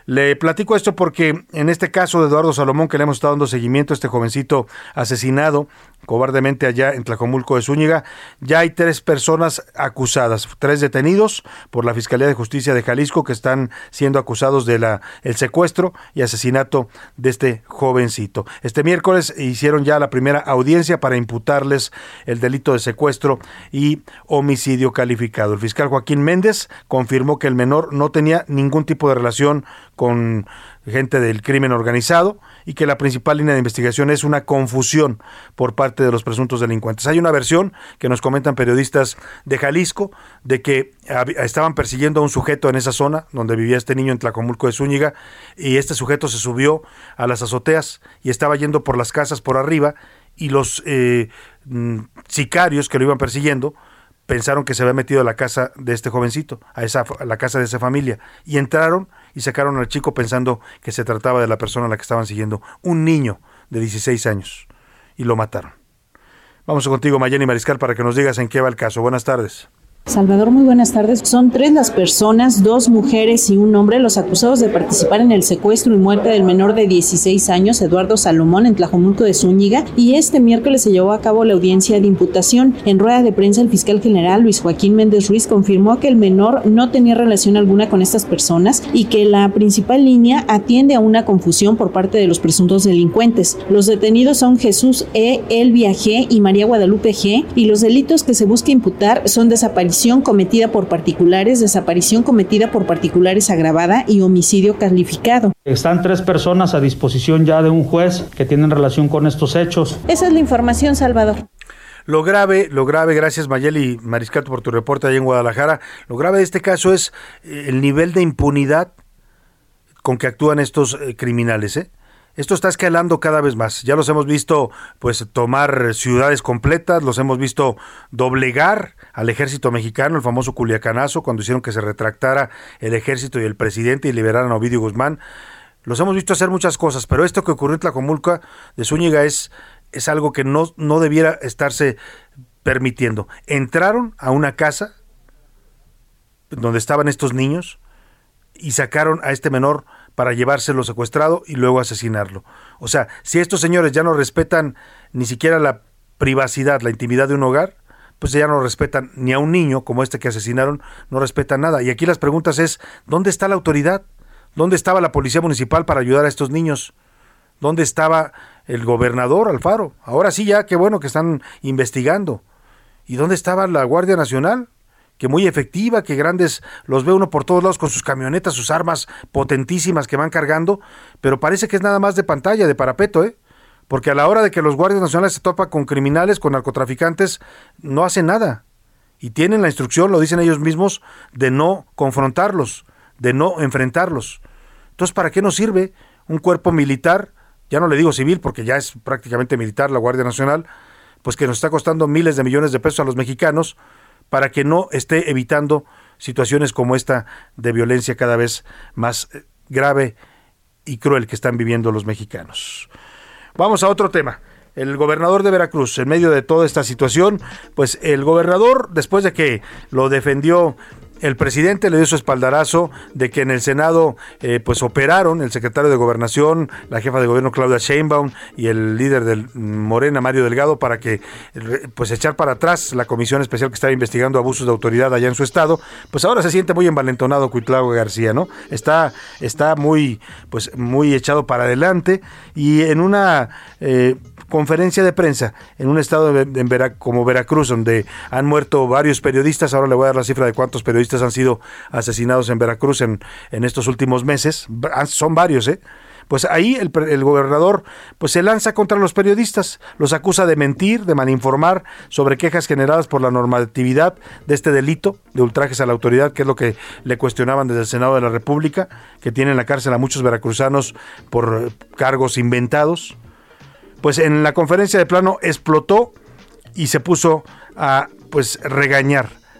Le platico esto porque en este caso de Eduardo Salomón, que le hemos estado dando seguimiento, este jovencito asesinado cobardemente allá en Tlajomulco de Zúñiga, ya hay tres personas acusadas, tres detenidos por la Fiscalía de Justicia de Jalisco que están siendo acusados de la el secuestro y asesinato de este jovencito. Este miércoles hicieron ya la primera audiencia para imputarles el delito de secuestro y homicidio calificado. El fiscal Joaquín Méndez confirmó que el menor no tenía ningún tipo de relación con gente del crimen organizado y que la principal línea de investigación es una confusión por parte de los presuntos delincuentes. Hay una versión que nos comentan periodistas de Jalisco de que estaban persiguiendo a un sujeto en esa zona donde vivía este niño en Tlajomulco de Zúñiga y este sujeto se subió a las azoteas y estaba yendo por las casas por arriba y los eh, sicarios que lo iban persiguiendo pensaron que se había metido a la casa de este jovencito, a, esa, a la casa de esa familia, y entraron y sacaron al chico pensando que se trataba de la persona a la que estaban siguiendo, un niño de dieciséis años, y lo mataron. Vamos contigo, Mayeni Mariscal, para que nos digas en qué va el caso. Buenas tardes. Salvador, muy buenas tardes. Son tres las personas, dos mujeres y un hombre, los acusados de participar en el secuestro y muerte del menor de dieciséis años, Eduardo Salomón, en Tlajomulco de Zúñiga, y este miércoles se llevó a cabo la audiencia de imputación. En rueda de prensa, el fiscal general Luis Joaquín Méndez Ruiz confirmó que el menor no tenía relación alguna con estas personas y que la principal línea atiende a una confusión por parte de los presuntos delincuentes. Los detenidos son Jesús E., Elvia G. y María Guadalupe G., y los delitos que se busca imputar son desaparición cometida por particulares, desaparición cometida por particulares agravada y homicidio calificado. Están tres personas a disposición ya de un juez que tienen relación con estos hechos. Esa es la información, Salvador. Lo grave, lo grave, gracias Mayeli Mariscal por tu reporte allá en Guadalajara, lo grave de este caso es el nivel de impunidad con que actúan estos eh, criminales, ¿eh? Esto está escalando cada vez más. Ya los hemos visto pues tomar ciudades completas, los hemos visto doblegar al ejército mexicano, el famoso Culiacanazo, cuando hicieron que se retractara el ejército y el presidente y liberaran a Ovidio Guzmán. Los hemos visto hacer muchas cosas, pero esto que ocurrió en Tlajomulco de Zúñiga es, es algo que no, no debiera estarse permitiendo. Entraron a una casa donde estaban estos niños y sacaron a este menor para llevárselo secuestrado y luego asesinarlo. O sea, si estos señores ya no respetan ni siquiera la privacidad, la intimidad de un hogar, pues ya no respetan ni a un niño como este que asesinaron, no respetan nada. Y aquí las preguntas es, ¿dónde está la autoridad? ¿Dónde estaba la policía municipal para ayudar a estos niños? ¿Dónde estaba el gobernador Alfaro? Ahora sí, ya qué bueno que están investigando. ¿Y dónde estaba la Guardia Nacional? Que muy efectiva, que grandes, los ve uno por todos lados con sus camionetas, sus armas potentísimas que van cargando, pero parece que es nada más de pantalla, de parapeto, ¿eh? Porque a la hora de que los guardias nacionales se topan con criminales, con narcotraficantes, no hacen nada. Y tienen la instrucción, lo dicen ellos mismos, de no confrontarlos, de no enfrentarlos. Entonces, ¿para qué nos sirve un cuerpo militar? Ya no le digo civil, porque ya es prácticamente militar la Guardia Nacional, pues que nos está costando miles de millones de pesos a los mexicanos, para que no esté evitando situaciones como esta de violencia cada vez más grave y cruel que están viviendo los mexicanos. Vamos a otro tema. El gobernador de Veracruz, en medio de toda esta situación, pues el gobernador, después de que lo defendió el presidente, le dio su espaldarazo de que en el Senado eh, pues operaron el secretario de Gobernación, la jefa de gobierno Claudia Sheinbaum y el líder del Morena, Mario Delgado, para que pues echar para atrás la comisión especial que estaba investigando abusos de autoridad allá en su estado. Pues ahora se siente muy envalentonado Cuitlahua García, ¿no? Está, está muy, pues muy echado para adelante y en una eh, conferencia de prensa en un estado de, en Vera, como Veracruz, donde han muerto varios periodistas, ahora le voy a dar la cifra de cuántos periodistas han sido asesinados en Veracruz en, en estos últimos meses, son varios, ¿eh? Pues ahí el, el gobernador pues se lanza contra los periodistas, los acusa de mentir, de malinformar sobre quejas generadas por la normatividad de este delito de ultrajes a la autoridad, que es lo que le cuestionaban desde el Senado de la República, que tiene en la cárcel a muchos veracruzanos por cargos inventados. Pues en la conferencia de plano explotó y se puso a pues regañar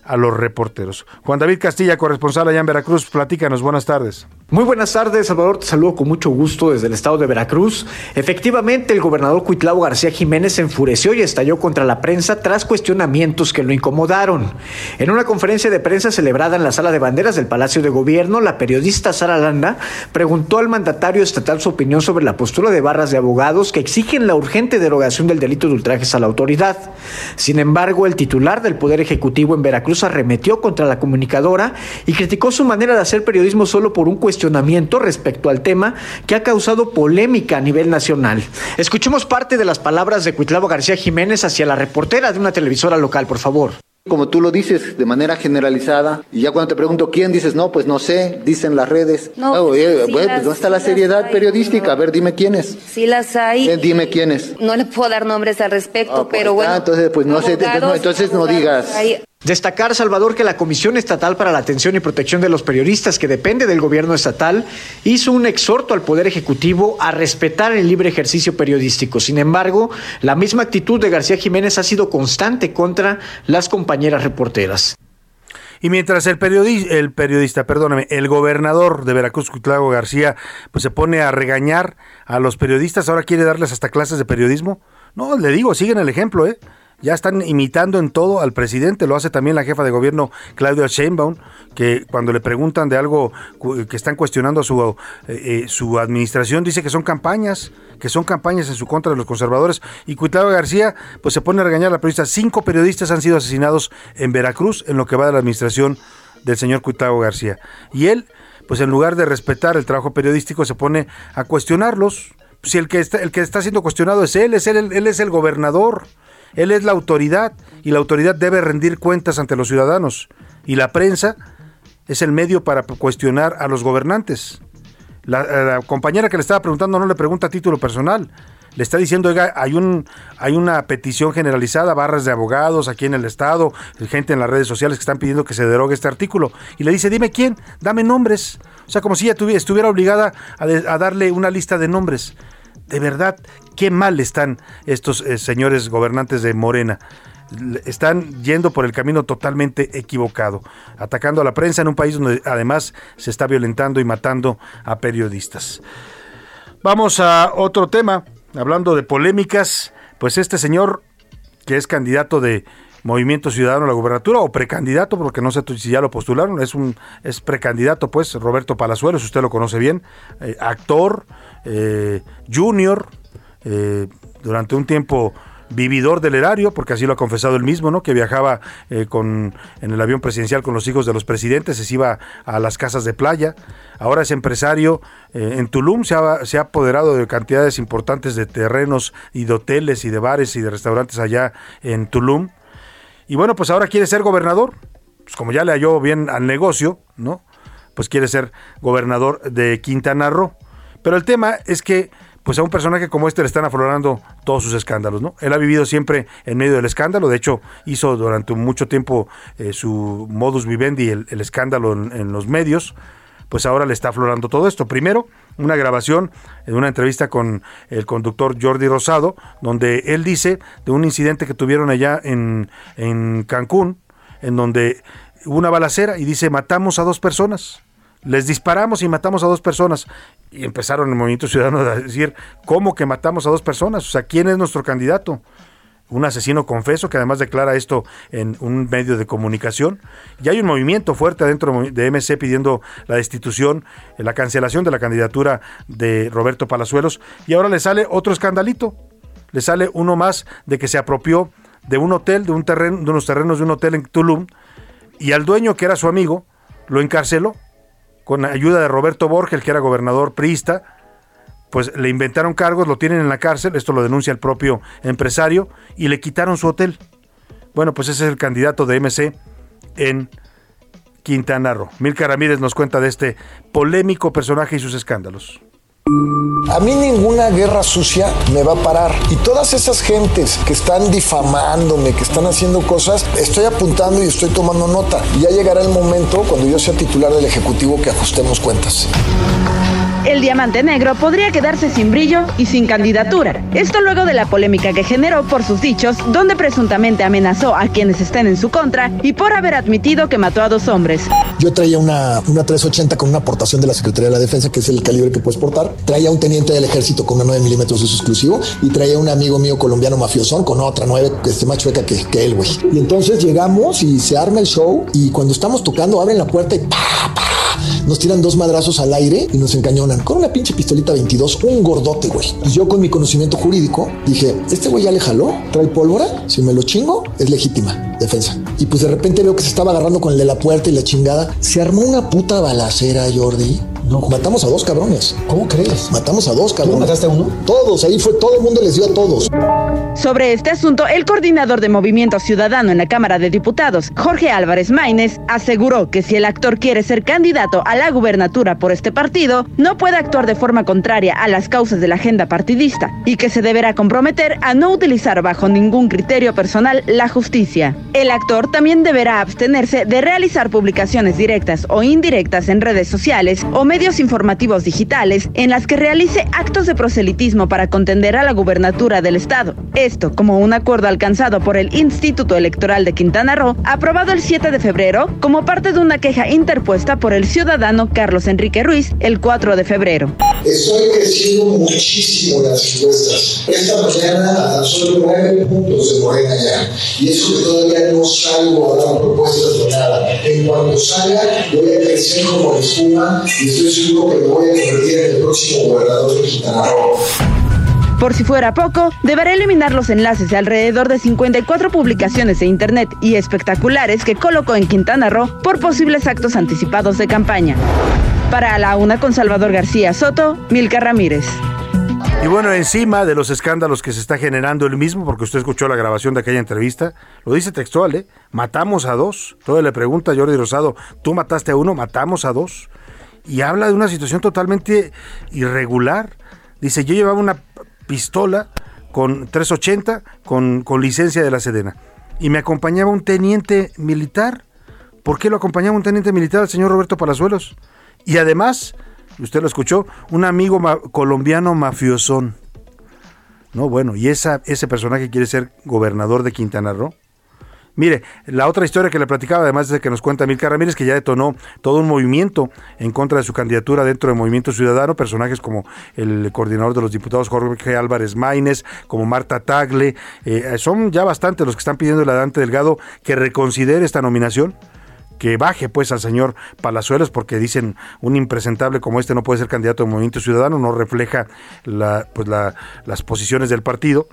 a los reporteros. Juan David Castilla, corresponsal allá en Veracruz, platícanos, buenas tardes. Muy buenas tardes, Salvador, te saludo con mucho gusto desde el estado de Veracruz. Efectivamente, el gobernador Cuitlavo García Jiménez se enfureció y estalló contra la prensa tras cuestionamientos que lo incomodaron. En una conferencia de prensa celebrada en la Sala de Banderas del Palacio de Gobierno, la periodista Sara Landa preguntó al mandatario estatal su opinión sobre la postura de barras de abogados que exigen la urgente derogación del delito de ultrajes a la autoridad. Sin embargo, el titular del Poder Ejecutivo en Veracruz arremetió contra la comunicadora y criticó su manera de hacer periodismo solo por un cuestionamiento respecto al tema que ha causado polémica a nivel nacional. Escuchemos parte de las palabras de Cuitlavo García Jiménez hacia la reportera de una televisora local, por favor. Como tú lo dices, de manera generalizada, y ya cuando te pregunto quién, dices, no, pues no sé, dicen las redes. No, oh, eh, sí bueno, pues ¿dónde está la seriedad periodística? A ver, dime quiénes. Sí las hay. Eh, dime quiénes. No le puedo dar nombres al respecto, oh, pero pues, bueno. Ah, entonces, pues no sé, entonces no, entonces no digas. Hay. Destacar, Salvador, que la Comisión Estatal para la Atención y Protección de los Periodistas, que depende del gobierno estatal, hizo un exhorto al Poder Ejecutivo a respetar el libre ejercicio periodístico. Sin embargo, la misma actitud de García Jiménez ha sido constante contra las compañeras reporteras. Y mientras el periodista, el periodista, perdóname, el gobernador de Veracruz, Cuitlavo García, pues se pone a regañar a los periodistas, ahora quiere darles hasta clases de periodismo. No, le digo, siguen el ejemplo, ¿eh? Ya están imitando en todo al presidente, lo hace también la jefa de gobierno Claudia Sheinbaum, que cuando le preguntan de algo que están cuestionando a su, eh, su administración, dice que son campañas, que son campañas en su contra de los conservadores, y Cuitlavo García pues se pone a regañar a la periodista. Cinco periodistas han sido asesinados en Veracruz en lo que va de la administración del señor Cuitlavo García, y él, pues en lugar de respetar el trabajo periodístico, se pone a cuestionarlos. Si el que está, el que está siendo cuestionado es él, es él, él es el gobernador. Él es la autoridad y la autoridad debe rendir cuentas ante los ciudadanos. Y la prensa es el medio para cuestionar a los gobernantes. La, la compañera que le estaba preguntando no le pregunta a título personal. Le está diciendo, oiga, hay, un, hay una petición generalizada, barras de abogados aquí en el estado, gente en las redes sociales que están pidiendo que se derogue este artículo. Y le dice, dime quién, dame nombres. O sea, como si ella tuviera, estuviera obligada a, de, a darle una lista de nombres. De verdad, qué mal están estos eh, señores gobernantes de Morena. Están yendo por el camino totalmente equivocado, atacando a la prensa en un país donde además se está violentando y matando a periodistas. Vamos a otro tema, hablando de polémicas, pues este señor que es candidato de Movimiento Ciudadano a la gubernatura, o precandidato, porque no sé si ya lo postularon, es un es precandidato, pues, Roberto Palazuelos, usted lo conoce bien, eh, actor, eh, junior, eh, durante un tiempo vividor del erario, porque así lo ha confesado él mismo, ¿no? Que viajaba eh, con en el avión presidencial con los hijos de los presidentes, se iba a las casas de playa. Ahora es empresario eh, en Tulum, se ha, se ha apoderado de cantidades importantes de terrenos y de hoteles y de bares y de restaurantes allá en Tulum. Y bueno, pues ahora quiere ser gobernador, pues como ya le halló bien al negocio, ¿no? Pues quiere ser gobernador de Quintana Roo. Pero el tema es que, pues a un personaje como este le están aflorando todos sus escándalos, ¿no? Él ha vivido siempre en medio del escándalo, de hecho hizo durante mucho tiempo eh, su modus vivendi, el, el escándalo en, en los medios. Pues ahora le está aflorando todo esto. Primero, una grabación en una entrevista con el conductor Jordi Rosado, donde él dice de un incidente que tuvieron allá en, en Cancún, en donde hubo una balacera y dice, matamos a dos personas, les disparamos y matamos a dos personas. Y empezaron el Movimiento Ciudadano a decir, ¿cómo que matamos a dos personas? O sea, ¿quién es nuestro candidato? Un asesino confeso, que además declara esto en un medio de comunicación. Y hay un movimiento fuerte adentro de M C pidiendo la destitución, la cancelación de la candidatura de Roberto Palazuelos. Y ahora le sale otro escandalito. Le sale uno más de que se apropió de un hotel, de un terreno, de unos terrenos de un hotel en Tulum, y al dueño, que era su amigo, lo encarceló con ayuda de Roberto Borges, que era gobernador priista. Pues le inventaron cargos, lo tienen en la cárcel, esto lo denuncia el propio empresario, y le quitaron su hotel. Bueno, pues ese es el candidato de M C en Quintana Roo. Milka Ramírez nos cuenta de este polémico personaje y sus escándalos. A mí ninguna guerra sucia me va a parar. Y todas esas gentes que están difamándome, que están haciendo cosas, estoy apuntando y estoy tomando nota. Y ya llegará el momento, cuando yo sea titular del Ejecutivo, que ajustemos cuentas. el Diamante Negro podría quedarse sin brillo y sin candidatura. Esto luego de la polémica que generó por sus dichos, donde presuntamente amenazó a quienes estén en su contra y por haber admitido que mató a dos hombres. Yo traía una, una trescientos ochenta con una aportación de la Secretaría de la Defensa, que es el calibre que puedes portar. Traía un teniente del ejército con una nueve milímetros de uso exclusivo y traía un amigo mío colombiano mafiosón con otra nueve que esté más chueca que, que él, güey. Y entonces llegamos y se arma el show y cuando estamos tocando abren la puerta y ¡pa, pa! Nos tiran dos madrazos al aire y nos encañonan con una pinche pistolita veintidós, un gordote, güey. Y yo con mi conocimiento jurídico dije, este güey ya le jaló, trae pólvora, si me lo chingo es legítima defensa. Y pues de repente veo que se estaba agarrando con el de la puerta y la chingada. Se armó una puta balacera, Jordi. No, matamos a dos cabrones. ¿Cómo crees? Matamos a dos cabrones. ¿Tú mataste a uno? Todos, ahí fue, todo el mundo les dio a todos. Sobre este asunto, el coordinador de Movimiento Ciudadano en la Cámara de Diputados, Jorge Álvarez Maínez, aseguró que si el actor quiere ser candidato a la gubernatura por este partido, no puede actuar de forma contraria a las causas de la agenda partidista y que se deberá comprometer a no utilizar bajo ningún criterio personal la justicia. El actor también deberá abstenerse de realizar publicaciones directas o indirectas en redes sociales o medios informativos digitales en las que realice actos de proselitismo para contender a la gubernatura del estado. Esto como un acuerdo alcanzado por el Instituto Electoral de Quintana Roo, aprobado el siete de febrero como parte de una queja interpuesta por el ciudadano Carlos Enrique Ruiz el cuatro de febrero. Estoy creciendo muchísimo en las encuestas. Esta mañana a tan solo nueve puntos de Morena ya. Y eso que todavía no salgo a dar propuestas de nada. En cuanto salga, voy a crecer como la espuma y estoy seguro que me voy a convertir en el próximo gobernador de Quintana Roo. Por si fuera poco, deberá eliminar los enlaces de alrededor de cincuenta y cuatro publicaciones de internet y espectaculares que colocó en Quintana Roo por posibles actos anticipados de campaña. Para la una con Salvador García Soto, Milka Ramírez. Y bueno, encima de los escándalos que se está generando él mismo, porque usted escuchó la grabación de aquella entrevista, lo dice textual, ¿eh? Matamos a dos. Todo le pregunta a Jordi Rosado, ¿tú mataste a uno? Matamos a dos. Y habla de una situación totalmente irregular. Dice, yo llevaba una pistola con trescientos ochenta con, con licencia de la Sedena y me acompañaba un teniente militar. ¿Por qué lo acompañaba un teniente militar, el señor Roberto Palazuelos? Y además, usted lo escuchó, un amigo ma- colombiano mafiosón. No, bueno, y esa, ese personaje quiere ser gobernador de Quintana Roo. Mire, la otra historia que le platicaba, además de que nos cuenta Milka Ramírez, que ya detonó todo un movimiento en contra de su candidatura dentro del Movimiento Ciudadano, personajes como el coordinador de los diputados Jorge Álvarez Maínez, como Marta Tagle, eh, son ya bastantes los que están pidiendo a Dante Delgado que reconsidere esta nominación, que baje pues al señor Palazuelos, porque dicen un impresentable como este no puede ser candidato del Movimiento Ciudadano, no refleja la, pues la, las posiciones del partido.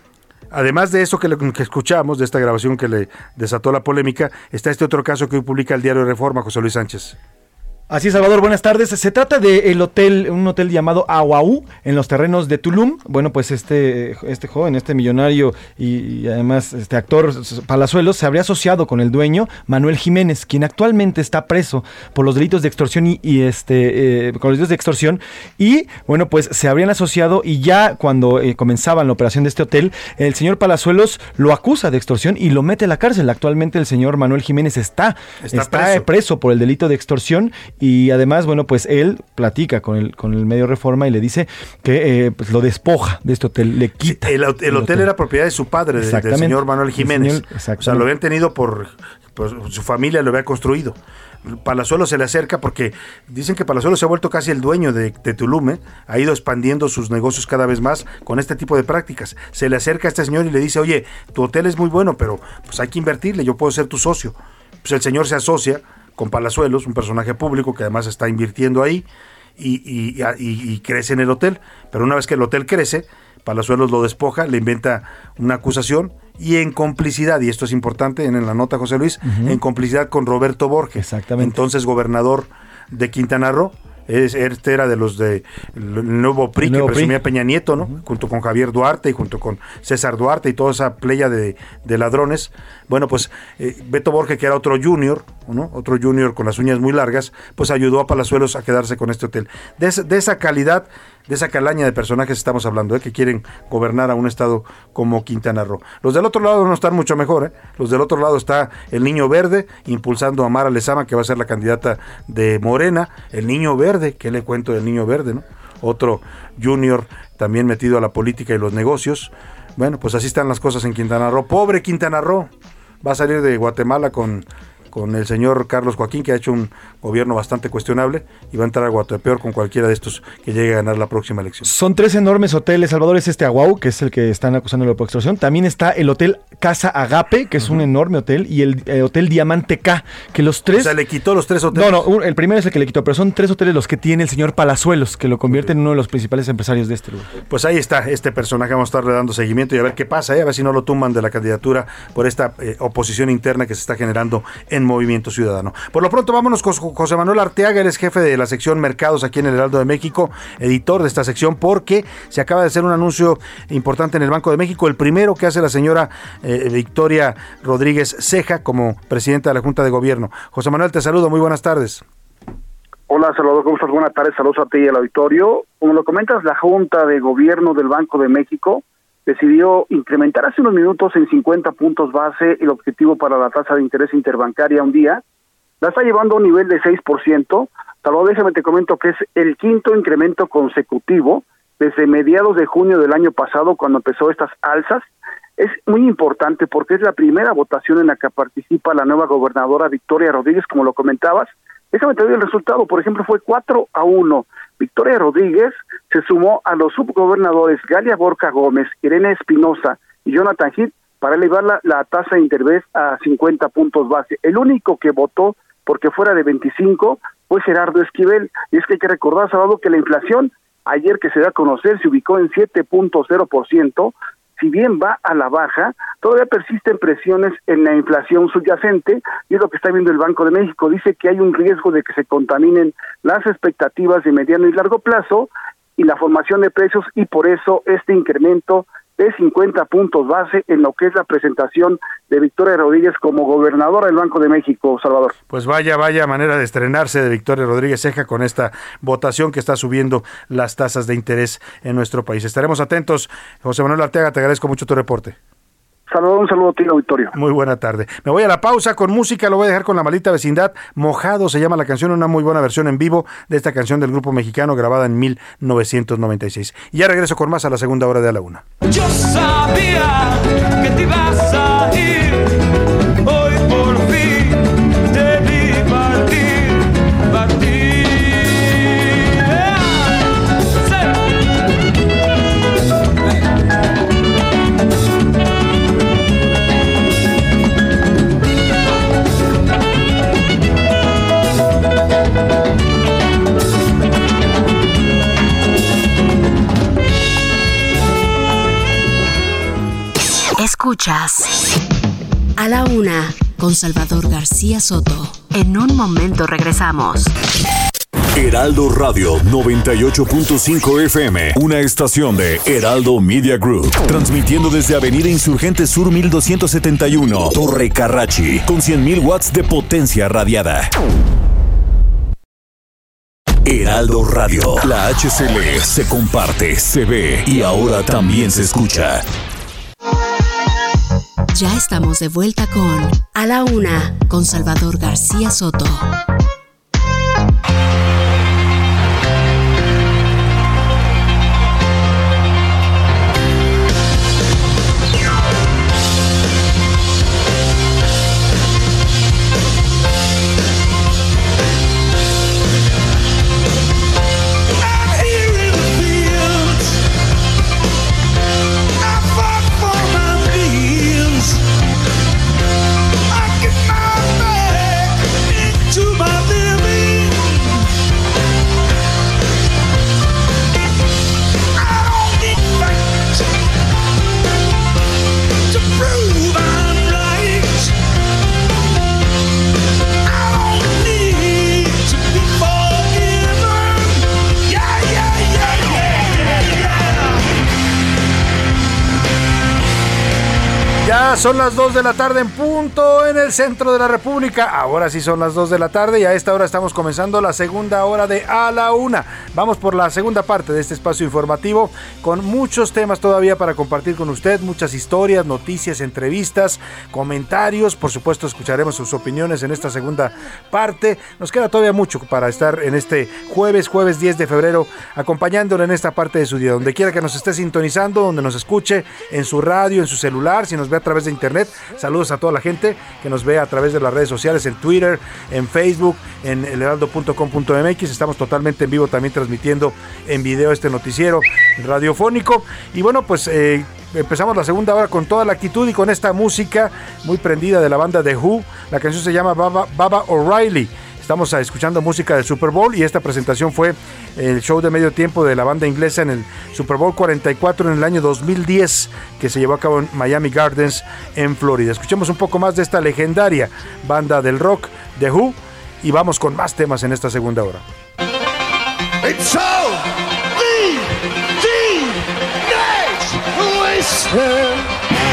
Además de eso que, le, que escuchamos, de esta grabación que le desató la polémica, está este otro caso que hoy publica el diario Reforma, José Luis Sánchez. Así es, Salvador, buenas tardes. Se trata de el hotel, un hotel llamado Ahuahú, en los terrenos de Tulum. Bueno, pues este, este joven, este millonario y, y además este actor Palazuelos se habría asociado con el dueño, Manuel Jiménez, quien actualmente está preso por los delitos de extorsión y, y este, eh, con los delitos de extorsión. Y bueno, pues se habrían asociado y ya cuando eh, comenzaban la operación de este hotel, el señor Palazuelos lo acusa de extorsión y lo mete a la cárcel. Actualmente el señor Manuel Jiménez está, está, está preso. preso por el delito de extorsión. Y además, bueno, pues él platica con el, con el medio Reforma y le dice que eh, pues lo despoja de este hotel, le quita. Sí, el, el, el hotel, hotel era propiedad de su padre, de, del señor Manuel Jiménez. Señor, o sea, lo habían tenido por, por su familia, lo había construido. Palazuelos se le acerca porque dicen que Palazuelos se ha vuelto casi el dueño de, de Tulum, ¿eh? Ha ido expandiendo sus negocios cada vez más con este tipo de prácticas. Se le acerca a este señor y le dice, oye, tu hotel es muy bueno, pero pues hay que invertirle, yo puedo ser tu socio. Pues el señor se asocia con Palazuelos, un personaje público que además está invirtiendo ahí y, y, y, y crece en el hotel, pero una vez que el hotel crece, Palazuelos lo despoja, le inventa una acusación y en complicidad, y esto es importante en la nota, José Luis, uh-huh. en complicidad con Roberto Borges, exactamente, entonces gobernador de Quintana Roo. Este era de los de el nuevo P R I, el nuevo que presumía P R I. Peña Nieto, ¿no? Uh-huh. Junto con Javier Duarte y junto con César Duarte y toda esa playa de, de ladrones. Bueno, pues eh, Beto Borges, que era otro junior, ¿no? Otro junior con las uñas muy largas, pues ayudó a Palazuelos a quedarse con este hotel. De, de esa calidad de esa calaña de personajes estamos hablando, ¿eh? Que quieren gobernar a un estado como Quintana Roo. Los del otro lado no están mucho mejor, ¿eh? Los del otro lado está el Niño Verde, impulsando a Mara Lezama, que va a ser la candidata de Morena. El Niño Verde, ¿qué le cuento del Niño Verde, no? Otro junior también metido a la política y los negocios. Bueno, pues así están las cosas en Quintana Roo. Pobre Quintana Roo, va a salir de Guatemala con... con el señor Carlos Joaquín, que ha hecho un gobierno bastante cuestionable, y va a entrar a Guatepeor con cualquiera de estos que llegue a ganar la próxima elección. Son tres enormes hoteles, Salvador. Es este Aguau, que es el que están acusando por extorsión. También está el hotel Casa Agape, que es uh-huh. un enorme hotel, y el eh, hotel Diamante K, que los tres... O sea, le quitó los tres hoteles. No, no, el primero es el que le quitó, pero son tres hoteles los que tiene el señor Palazuelos, que lo convierte okay. en uno de los principales empresarios de este lugar. Pues ahí está este personaje, vamos a estarle dando seguimiento y a ver qué pasa, ¿eh? A ver si no lo tumban de la candidatura por esta eh, oposición interna que se está generando en Movimiento Ciudadano. Por lo pronto vámonos con José Manuel Arteaga, él es jefe de la sección Mercados aquí en el Heraldo de México, editor de esta sección, porque se acaba de hacer un anuncio importante en el Banco de México, el primero que hace la señora eh, Victoria Rodríguez Ceja como presidenta de la Junta de Gobierno. José Manuel, te saludo, muy buenas tardes. Hola, Salvador, ¿cómo estás? Buenas tardes, saludos a ti y al auditorio. Como lo comentas, la Junta de Gobierno del Banco de México decidió incrementar hace unos minutos en cincuenta puntos base el objetivo para la tasa de interés interbancaria un día. La está llevando a un nivel de seis por ciento. Salvador, déjame te comento que es el quinto incremento consecutivo desde mediados de junio del año pasado, cuando empezó estas alzas. Es muy importante porque es la primera votación en la que participa la nueva gobernadora Victoria Rodríguez, como lo comentabas. Déjame te doy el resultado, por ejemplo, fue cuatro a uno. Victoria Rodríguez se sumó a los subgobernadores Galia Borja Gómez, Irene Espinosa y Jonathan Heath para elevar la, la tasa de interés a cincuenta puntos base. El único que votó porque fuera de veinticinco fue Gerardo Esquivel. Y es que hay que recordar, Salvador, que la inflación ayer que se da a conocer se ubicó en siete punto cero por ciento. Si bien va a la baja, todavía persisten presiones en la inflación subyacente, y es lo que está viendo el Banco de México. Dice que hay un riesgo de que se contaminen las expectativas de mediano y largo plazo y la formación de precios, y por eso este incremento de cincuenta puntos base en lo que es la presentación de Victoria Rodríguez como gobernadora del Banco de México, Salvador. Pues vaya, vaya manera de estrenarse de Victoria Rodríguez Ceja con esta votación que está subiendo las tasas de interés en nuestro país. Estaremos atentos. José Manuel Arteaga, te agradezco mucho tu reporte. Saludos, un saludo a ti, auditorio. Muy buena tarde. Me voy a la pausa con música, lo voy a dejar con La Maldita Vecindad. Mojado se llama la canción, una muy buena versión en vivo de esta canción del grupo mexicano grabada en mil novecientos noventa y seis. Y ya regreso con más a la segunda hora de A la Una. Yo sabía que te ibas a ir, hoy por fin te vi partir, partir. Escuchas A la Una con Salvador García Soto. En un momento regresamos. Heraldo Radio noventa y ocho punto cinco F M, una estación de Heraldo Media Group, transmitiendo desde Avenida Insurgente Sur mil doscientos setenta y uno, Torre Carrachi, con cien mil watts de potencia radiada. Heraldo Radio, la H C L se comparte, se ve y ahora también se escucha. Ya estamos de vuelta con A la Una con Salvador García Soto. To my Ya son las dos de la tarde en punto en el centro de la República. Ahora sí son las dos de la tarde y a esta hora estamos comenzando la segunda hora de A la Una. Vamos por la segunda parte de este espacio informativo con muchos temas todavía para compartir con usted, muchas historias, noticias, entrevistas, comentarios. Por supuesto, escucharemos sus opiniones en esta segunda parte. Nos queda todavía mucho para estar en este jueves, jueves diez de febrero, acompañándole en esta parte de su día. Donde quiera que nos esté sintonizando, donde nos escuche, en su radio, en su celular, si nos ve a través de internet. Saludos a toda la gente que nos ve a través de las redes sociales, en Twitter, en Facebook, en el heraldo punto com punto m x. Estamos totalmente en vivo también transmitiendo en video este noticiero radiofónico. Y bueno, pues eh, empezamos la segunda hora con toda la actitud y con esta música muy prendida de la banda The Who. La canción se llama Baba, Baba O'Reilly. Estamos escuchando música del Super Bowl y esta presentación fue el show de medio tiempo de la banda inglesa en el Super Bowl cuarenta y cuatro en el año dos mil diez, que se llevó a cabo en Miami Gardens, en Florida. Escuchemos un poco más de esta legendaria banda del rock, The Who, y vamos con más temas en esta segunda hora. It's all the teenage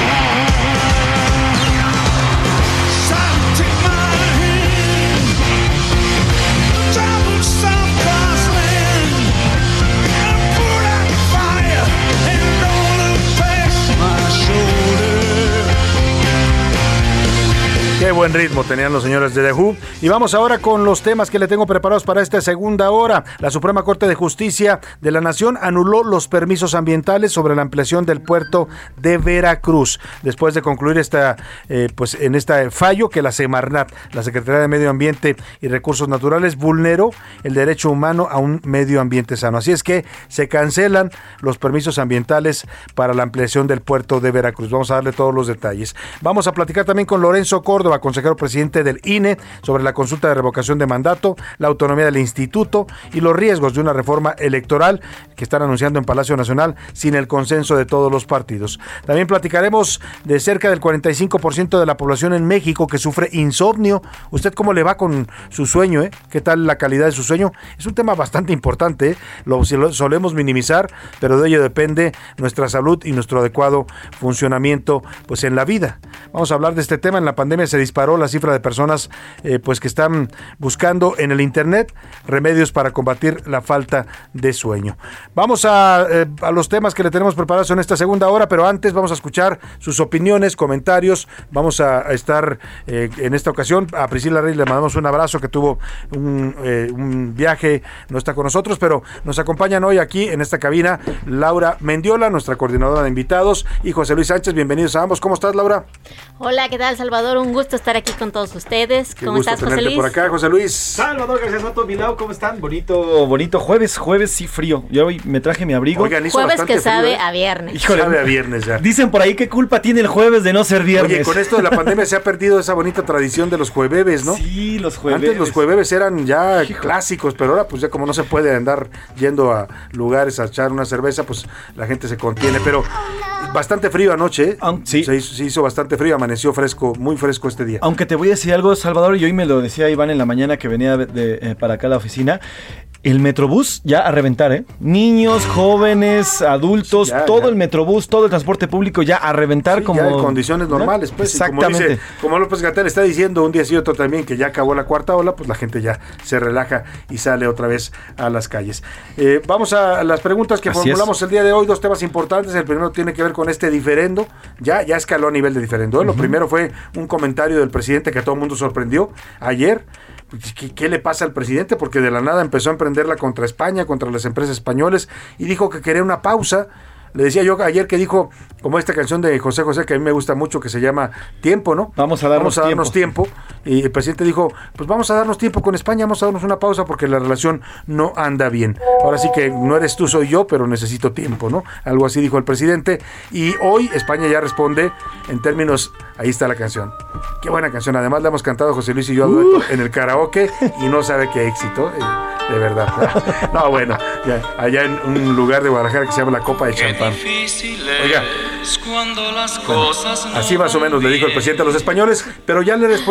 Qué buen ritmo tenían los señores de The Who. Y vamos ahora con los temas que le tengo preparados para esta segunda hora. La Suprema Corte de Justicia de la Nación anuló los permisos ambientales sobre la ampliación del puerto de Veracruz. Después de concluir esta, eh, pues en este fallo que la Semarnat, la Secretaría de Medio Ambiente y Recursos Naturales, vulneró el derecho humano a un medio ambiente sano. Así es que se cancelan los permisos ambientales para la ampliación del puerto de Veracruz. Vamos a darle todos los detalles. Vamos a platicar también con Lorenzo Córdoba, consejero presidente del I N E, sobre la consulta de revocación de mandato, la autonomía del instituto y los riesgos de una reforma electoral que están anunciando en Palacio Nacional sin el consenso de todos los partidos. También platicaremos de cerca del cuarenta y cinco por ciento de la población en México que sufre insomnio. ¿Usted cómo le va con su sueño? Eh? ¿Qué tal la calidad de su sueño? Es un tema bastante importante, ¿eh? lo, lo solemos minimizar, pero de ello depende nuestra salud y nuestro adecuado funcionamiento pues en la vida. Vamos a hablar de este tema. En la pandemia se disparó la cifra de personas eh, pues que están buscando en el internet remedios para combatir la falta de sueño. Vamos a, eh, a los temas que le tenemos preparados en esta segunda hora, pero antes vamos a escuchar sus opiniones, comentarios. Vamos a, a estar eh, en esta ocasión a Priscila Reyes le mandamos un abrazo, que tuvo un, eh, un viaje, no está con nosotros, pero nos acompañan hoy aquí en esta cabina Laura Mendiola, nuestra coordinadora de invitados, y José Luis Sánchez. Bienvenidos a ambos. ¿Cómo estás, Laura? Hola, ¿qué tal, Salvador? Un gusto estar aquí con todos ustedes. Qué ¿Cómo gusto estás, José Luis? por acá, José Luis. Salvador García Soto, Milau, ¿cómo están? Bonito, bonito jueves, jueves sí frío. Yo hoy me traje mi abrigo. Oigan, hizo jueves que sabe frío, ¿eh? a viernes. Híjole, sabe a viernes ya. Dicen por ahí qué culpa tiene el jueves de no ser viernes. Oye, con esto de la pandemia se ha perdido esa bonita tradición de los jueves, ¿no? Sí, los jueves. Antes los jueves eran ya Hijo. clásicos, pero ahora pues ya como no se puede andar yendo a lugares a echar una cerveza, pues la gente se contiene, pero bastante frío anoche, ¿eh? Um, sí. Se hizo, se hizo bastante frío, amaneció fresco, muy fresco este día. Aunque te voy a decir algo, Salvador, y hoy me lo decía Iván en la mañana que venía de, de, eh, para acá a la oficina. El Metrobús ya a reventar, ¿eh? Niños, jóvenes, adultos, sí, ya, todo ya. el Metrobús, todo el transporte público ya a reventar, sí, como... ya en condiciones normales, pues. Exactamente. Como, dice, como López Gatell está diciendo un día sí y otro también que ya acabó la cuarta ola, pues la gente ya se relaja y sale otra vez a las calles. Eh, vamos a las preguntas que Así formulamos es. el día de hoy, dos temas importantes. El primero tiene que ver con este diferendo, ya, ya escaló a nivel de diferendo, ¿eh? Uh-huh. Lo primero fue un comentario del presidente que a todo el mundo sorprendió ayer. ¿Qué, ¿Qué le pasa al presidente? Porque de la nada empezó a emprenderla contra España, contra las empresas españoles, y dijo que quería una pausa. Le decía yo ayer que dijo, como esta canción de José José, que a mí me gusta mucho, que se llama Tiempo, ¿no? Vamos a darnos, vamos a darnos tiempo. tiempo. Y el presidente dijo, pues vamos a darnos tiempo con España, vamos a darnos una pausa porque la relación no anda bien. Ahora sí que no eres tú, soy yo, pero necesito tiempo, ¿no? Algo así dijo el presidente. Y hoy España ya responde en términos, ahí está la canción. Qué buena canción. Además la hemos cantado José Luis y yo uh. en el karaoke y no sabe qué éxito. Eh, de verdad. No, bueno, ya, allá en un lugar de Guadalajara que se llama La Copa de Champán. Oiga, bueno, así más o menos le dijo el presidente a los españoles, pero ya le respondieron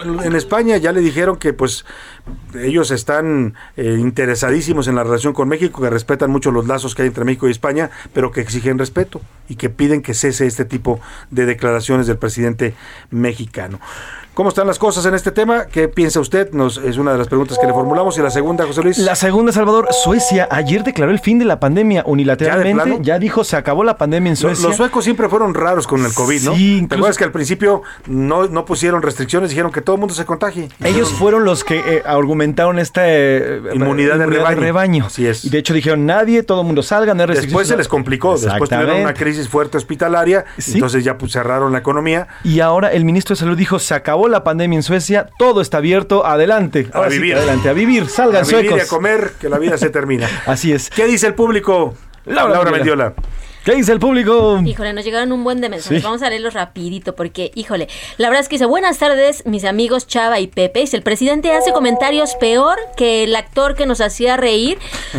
en España ya le dijeron que pues ellos están eh, interesadísimos en la relación con México, que respetan mucho los lazos que hay entre México y España, pero que exigen respeto y que piden que cese este tipo de declaraciones del presidente mexicano. ¿Cómo están las cosas en este tema? ¿Qué piensa usted? Nos, es una de las preguntas que le formulamos. Y la segunda, José Luis. La segunda, Salvador. Suecia ayer declaró el fin de la pandemia unilateralmente. ¿Ya, ya dijo, se acabó la pandemia en Suecia? Los, los suecos siempre fueron raros con el COVID, ¿no? Sí, incluso... ¿Te acuerdas que al principio no, no pusieron restricciones? Dijeron que todo el mundo se contagie. Ellos fueron los que eh, argumentaron esta eh, inmunidad, inmunidad de, rebaño. de rebaño. Así es. Y de hecho dijeron, nadie, todo el mundo salga, no hay restricciones. Después se les complicó. Después tuvieron una crisis fuerte hospitalaria. ¿Sí? Entonces ya pues, cerraron la economía. Y ahora el ministro de Salud dijo, se acabó la pandemia en Suecia. Todo está abierto, adelante. A vivir. Sí, adelante, a vivir, salgan a suecos. A vivir y a comer, que la vida se termina. Así es. ¿Qué dice el público? Laura, Laura Mendiola. ¿Qué dice el público? Híjole, nos llegaron un buen de mensajes. Sí. Vamos a leerlos rapidito porque, híjole, la verdad es que dice, buenas tardes, mis amigos Chava y Pepe. Dice, el presidente hace comentarios peor que el actor que nos hacía reír.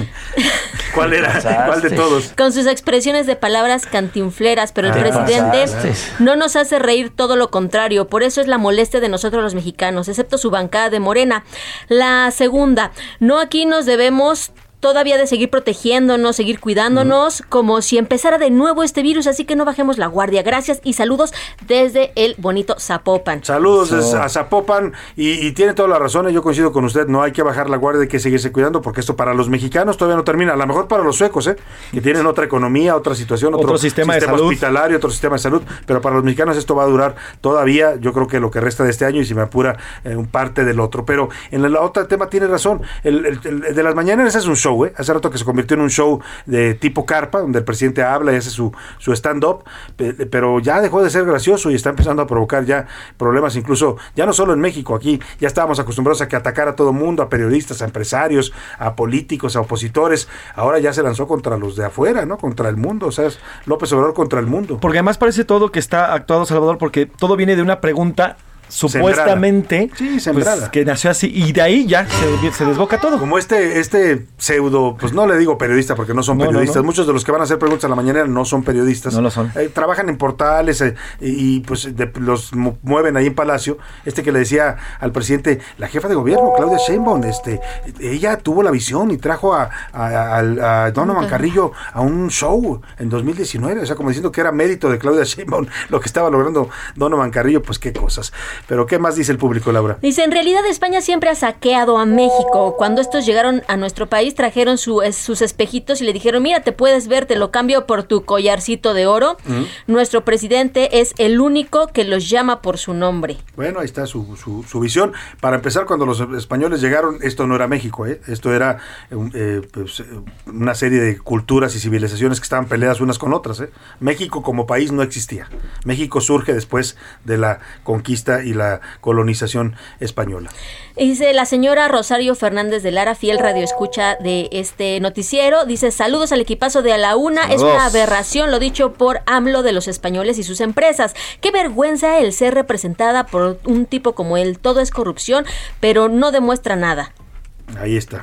¿Cuál era? ¿Cuál de todos? Con sus expresiones de palabras cantinfleras, pero el ah, presidente pasaste. no nos hace reír, todo lo contrario. Por eso es la molestia de nosotros los mexicanos, excepto su bancada de Morena. La segunda, no aquí nos debemos... todavía de seguir protegiéndonos, seguir cuidándonos, mm. como si empezara de nuevo este virus, así que no bajemos la guardia. Gracias y saludos desde el bonito Zapopan. Saludos so. a Zapopan y, y tiene toda la razón, yo coincido con usted, no hay que bajar la guardia, hay que seguirse cuidando, porque esto para los mexicanos todavía no termina, a lo mejor para los suecos, ¿eh? que tienen otra economía, otra situación, otro, otro sistema, sistema de salud. hospitalario, otro sistema de salud, pero para los mexicanos esto va a durar todavía, yo creo que lo que resta de este año y si me apura eh, un parte del otro, pero en el otro tema tiene razón, el, el, el de las mañaneras es un show, ¿eh? hace rato que se convirtió en un show de tipo carpa, donde el presidente habla y hace su, su stand-up, pero ya dejó de ser gracioso y está empezando a provocar ya problemas, incluso, ya no solo en México, aquí ya estábamos acostumbrados a que atacara a todo mundo, a periodistas, a empresarios, a políticos, a opositores, ahora ya se lanzó contra los de afuera, ¿no? Contra el mundo, o sea, es López Obrador contra el mundo. Porque además parece todo que está actuado, Salvador, porque todo viene de una pregunta supuestamente sí, pues, que nació así y de ahí ya se, se desboca todo. Como este este pseudo, pues no le digo periodista porque no son no, periodistas, no, no. muchos de los que van a hacer preguntas a la mañanera no son periodistas, no lo son. Eh, trabajan en portales eh, y pues de, los mueven ahí en Palacio. Este que le decía al presidente, la jefa de gobierno, Claudia Sheinbaum, este, ella tuvo la visión y trajo a, a, a, a Donovan Carrillo a un show en dos mil diecinueve, o sea, como diciendo que era mérito de Claudia Sheinbaum lo que estaba logrando Donovan Carrillo, pues qué cosas. Pero ¿qué más dice el público, Laura? Dice, en realidad España siempre ha saqueado a México. Cuando estos llegaron a nuestro país, trajeron su, sus espejitos y le dijeron, mira, te puedes ver, te lo cambio por tu collarcito de oro. Uh-huh. Nuestro presidente es el único que los llama por su nombre. Bueno, ahí está su, su, su visión. Para empezar, cuando los españoles llegaron, esto no era México, ¿eh? Esto era eh, pues, una serie de culturas y civilizaciones que estaban peleadas unas con otras, ¿eh? México como país no existía. México surge después de la conquista y la colonización española. Dice la señora Rosario Fernández de Lara, fiel radioescucha de este noticiero, dice, saludos al equipazo de A la Una, saludos. Es una aberración lo dicho por AMLO de los españoles y sus empresas. Qué vergüenza el ser representada por un tipo como él, todo es corrupción, pero no demuestra nada. Ahí está.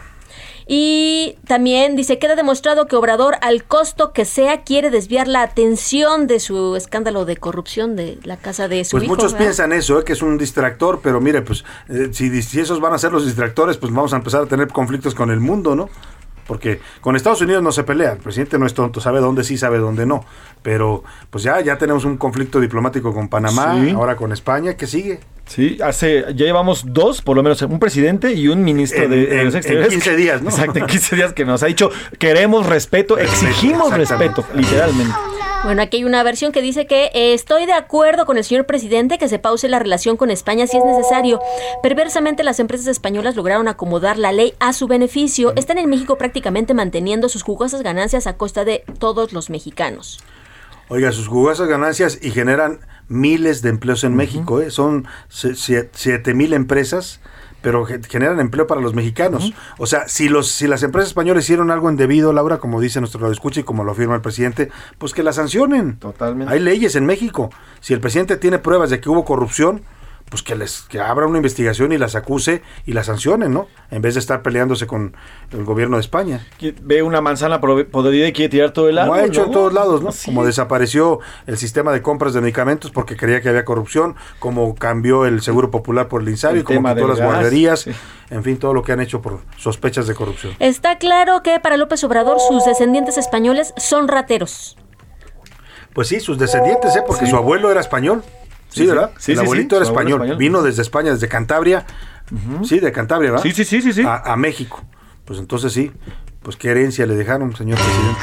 Y también dice, queda demostrado que Obrador, al costo que sea, quiere desviar la atención de su escándalo de corrupción de la casa de su pues hijo. Pues muchos ¿verdad? piensan eso, ¿eh? que es un distractor, pero mire, pues eh, si, si esos van a ser los distractores, pues vamos a empezar a tener conflictos con el mundo, ¿no? Porque con Estados Unidos no se pelea, el presidente no es tonto, sabe dónde sí, sabe dónde no, pero pues ya, ya tenemos un conflicto diplomático con Panamá, sí. ahora con España, ¿qué sigue? Sí, hace, ya llevamos dos, por lo menos, un presidente y un ministro en, de, de en, los exteriores. En quince días, ¿no? Exacto, en quince días que nos ha dicho, queremos respeto, exigimos respeto, literalmente. Bueno, aquí hay una versión que dice que eh, estoy de acuerdo con el señor presidente que se pause la relación con España si es necesario. Perversamente, las empresas españolas lograron acomodar la ley a su beneficio. Están en México prácticamente manteniendo sus jugosas ganancias a costa de todos los mexicanos. Oiga, sus jugosas ganancias y generan miles de empleos en uh-huh. México, ¿eh? Son siete mil empresas, pero generan empleo para los mexicanos. Uh-huh. O sea, si los si las empresas españolas hicieron algo indebido, Laura, como dice nuestro radioescucha y como lo afirma el presidente, pues que la sancionen. Totalmente. Hay leyes en México. Si el presidente tiene pruebas de que hubo corrupción, pues que les que abra una investigación y las acuse y las sancionen, ¿no? En vez de estar peleándose con el gobierno de España. Ve una manzana podrida y quiere tirar todo el árbol. Como ha hecho ¿no? en todos lados, ¿no? Sí. Como desapareció el sistema de compras de medicamentos porque creía que había corrupción, como cambió el Seguro Popular por el INSABI, El como tema quitó del las gas, guarderías, sí. En fin, todo lo que han hecho por sospechas de corrupción. Está claro que para López Obrador sus descendientes españoles son rateros. Pues sí, sus descendientes, ¿eh? Porque Sí. su abuelo era español. Sí, Sí, ¿verdad? sí, el sí, abuelito sí, era su abuelo español. español. Vino desde España, desde Cantabria. Uh-huh. Sí, de Cantabria, ¿verdad? Sí, sí, sí, sí, sí. A, a México. Pues entonces sí, pues qué herencia le dejaron, señor presidente.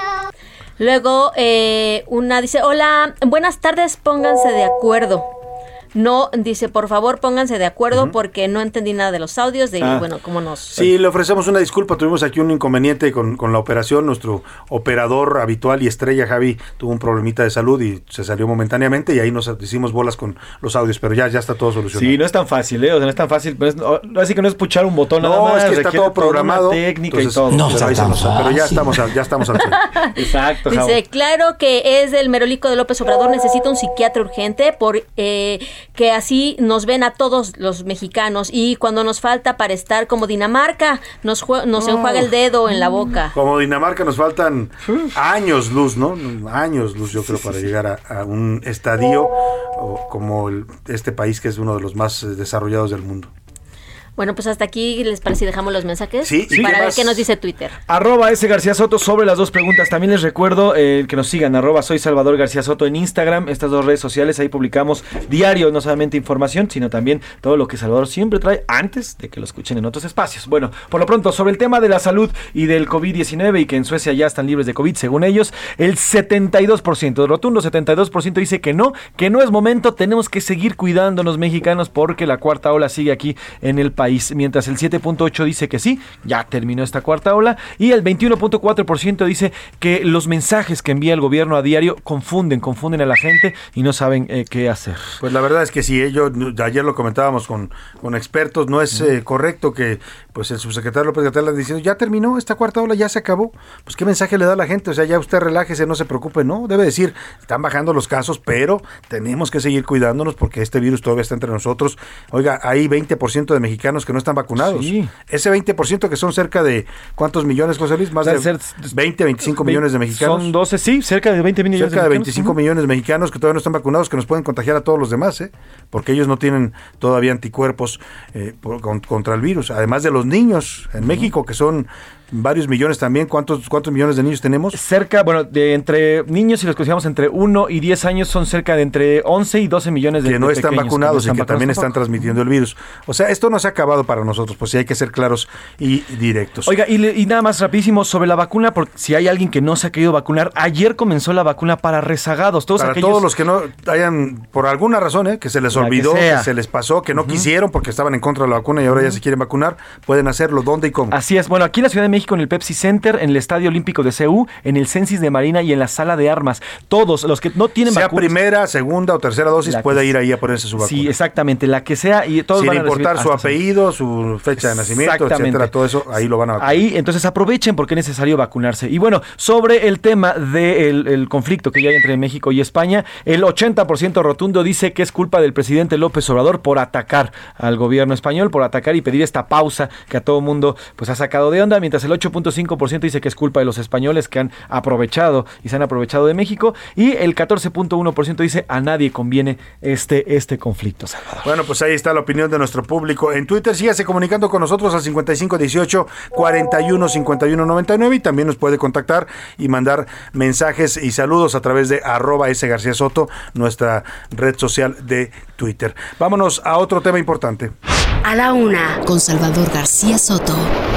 Luego, eh, una dice, hola, buenas tardes, pónganse de acuerdo. No, dice, por favor, pónganse de acuerdo uh-huh. porque no entendí nada de los audios, de, ah. bueno, cómo nos... Sí, le ofrecemos una disculpa, tuvimos aquí un inconveniente con, con la operación, nuestro operador habitual y estrella, Javi, tuvo un problemita de salud y se salió momentáneamente y ahí nos hicimos bolas con los audios, pero ya, ya está todo solucionado. Sí, no es tan fácil, ¿eh? O sea, no es tan fácil, pero es, así que no es puchar un botón no, nada más. No, es que está todo programado. Técnica entonces, y todo. No pero, está tan fácil. Pero ya estamos, a, ya estamos al fin. Exacto, dice, Javo. claro que es del merolico de López Obrador, necesita un psiquiatra urgente por eh, que así nos ven a todos los mexicanos y cuando nos falta para estar como Dinamarca, nos, jue- nos no. enjuaga el dedo en la boca. Como Dinamarca nos faltan años luz, ¿no? Años luz, yo creo, para llegar a, a un estadio o como el, este país que es uno de los más desarrollados del mundo. Bueno, pues hasta aquí, ¿les parece si dejamos los mensajes? Sí, sí. Para ¿Qué ver más? qué nos dice Twitter. Arroba S. García Soto sobre las dos preguntas. También les recuerdo eh, que nos sigan, arroba soy Salvador García Soto en Instagram, estas dos redes sociales, ahí publicamos diario, no solamente información, sino también todo lo que Salvador siempre trae antes de que lo escuchen en otros espacios. Bueno, por lo pronto, sobre el tema de la salud y del covid diecinueve y que en Suecia ya están libres de COVID, según ellos, el setenta y dos por ciento, rotundo setenta y dos por ciento dice que no, que no es momento, tenemos que seguir cuidándonos mexicanos porque la cuarta ola sigue aquí en el país, mientras el siete punto ocho por ciento dice que sí, ya terminó esta cuarta ola, y el veintiuno punto cuatro por ciento dice que los mensajes que envía el gobierno a diario confunden, confunden a la gente y no saben eh, qué hacer. Pues la verdad es que sí, ellos, ayer lo comentábamos con, con expertos, no es eh, correcto que pues el subsecretario López Gatell diciendo, ya terminó esta cuarta ola, ya se acabó, pues qué mensaje le da a la gente, o sea, ya usted relájese, no se preocupe, no, debe decir, están bajando los casos, pero tenemos que seguir cuidándonos porque este virus todavía está entre nosotros. Oiga, hay veinte por ciento de mexicanos que no están vacunados. Sí. Ese veinte por ciento que son cerca de, ¿cuántos millones, José Luis? Más de ser veinte, veinticinco millones de mexicanos. Son doce, sí, cerca de veinte millones cerca de, de veinticinco uh-huh. millones de mexicanos que todavía no están vacunados, que nos pueden contagiar a todos los demás, ¿eh? Porque ellos no tienen todavía anticuerpos eh, por, con, contra el virus. Además de los niños en uh-huh. México, que son varios millones también. ¿Cuántos, cuántos millones de niños tenemos? Cerca, bueno, de entre niños, y los que consideramos entre uno y diez años, son cerca de entre once y doce millones de que no de están vacunados no están y que también tampoco. están transmitiendo el virus. O sea, esto no se ha acabado para nosotros, pues sí hay que ser claros y directos. Oiga, y, y nada más rapidísimo sobre la vacuna, porque si hay alguien que no se ha querido vacunar, ayer comenzó la vacuna para rezagados. Todos para aquellos... todos los que no hayan, por alguna razón, ¿eh? que se les olvidó, que, que se les pasó, que no uh-huh. quisieron porque estaban en contra de la vacuna y ahora uh-huh. ya se quieren vacunar, pueden hacerlo. ¿Dónde y cómo? Así es. Bueno, aquí en la Ciudad de México, en el Pepsi Center, en el Estadio Olímpico de C U, en el Censis de Marina y en la Sala de Armas. Todos los que no tienen sea vacunas, primera, segunda o tercera dosis, puede que, ir ahí a ponerse su vacuna. Sí, exactamente, la que sea. Y todos sin van a importar su apellido, su fecha de nacimiento, etcétera, todo eso, ahí lo van a vacunar. Ahí, entonces aprovechen porque es necesario vacunarse. Y bueno, sobre el tema del el conflicto que ya hay entre México y España, el ochenta por ciento rotundo dice que es culpa del presidente López Obrador por atacar al gobierno español, por atacar y pedir esta pausa que a todo mundo pues ha sacado de onda, mientras el ocho punto cinco por ciento dice que es culpa de los españoles que han aprovechado y se han aprovechado de México, y el catorce punto uno por ciento dice a nadie conviene este, este conflicto, Salvador. Bueno, pues ahí está la opinión de nuestro público. En Twitter sígase comunicando con nosotros al cincuenta y cinco dieciocho cuarenta y uno cincuenta y uno noventa y nueve y también nos puede contactar y mandar mensajes y saludos a través de arroba S García Soto, nuestra red social de Twitter. Vámonos a otro tema importante. A la una, con Salvador García Soto.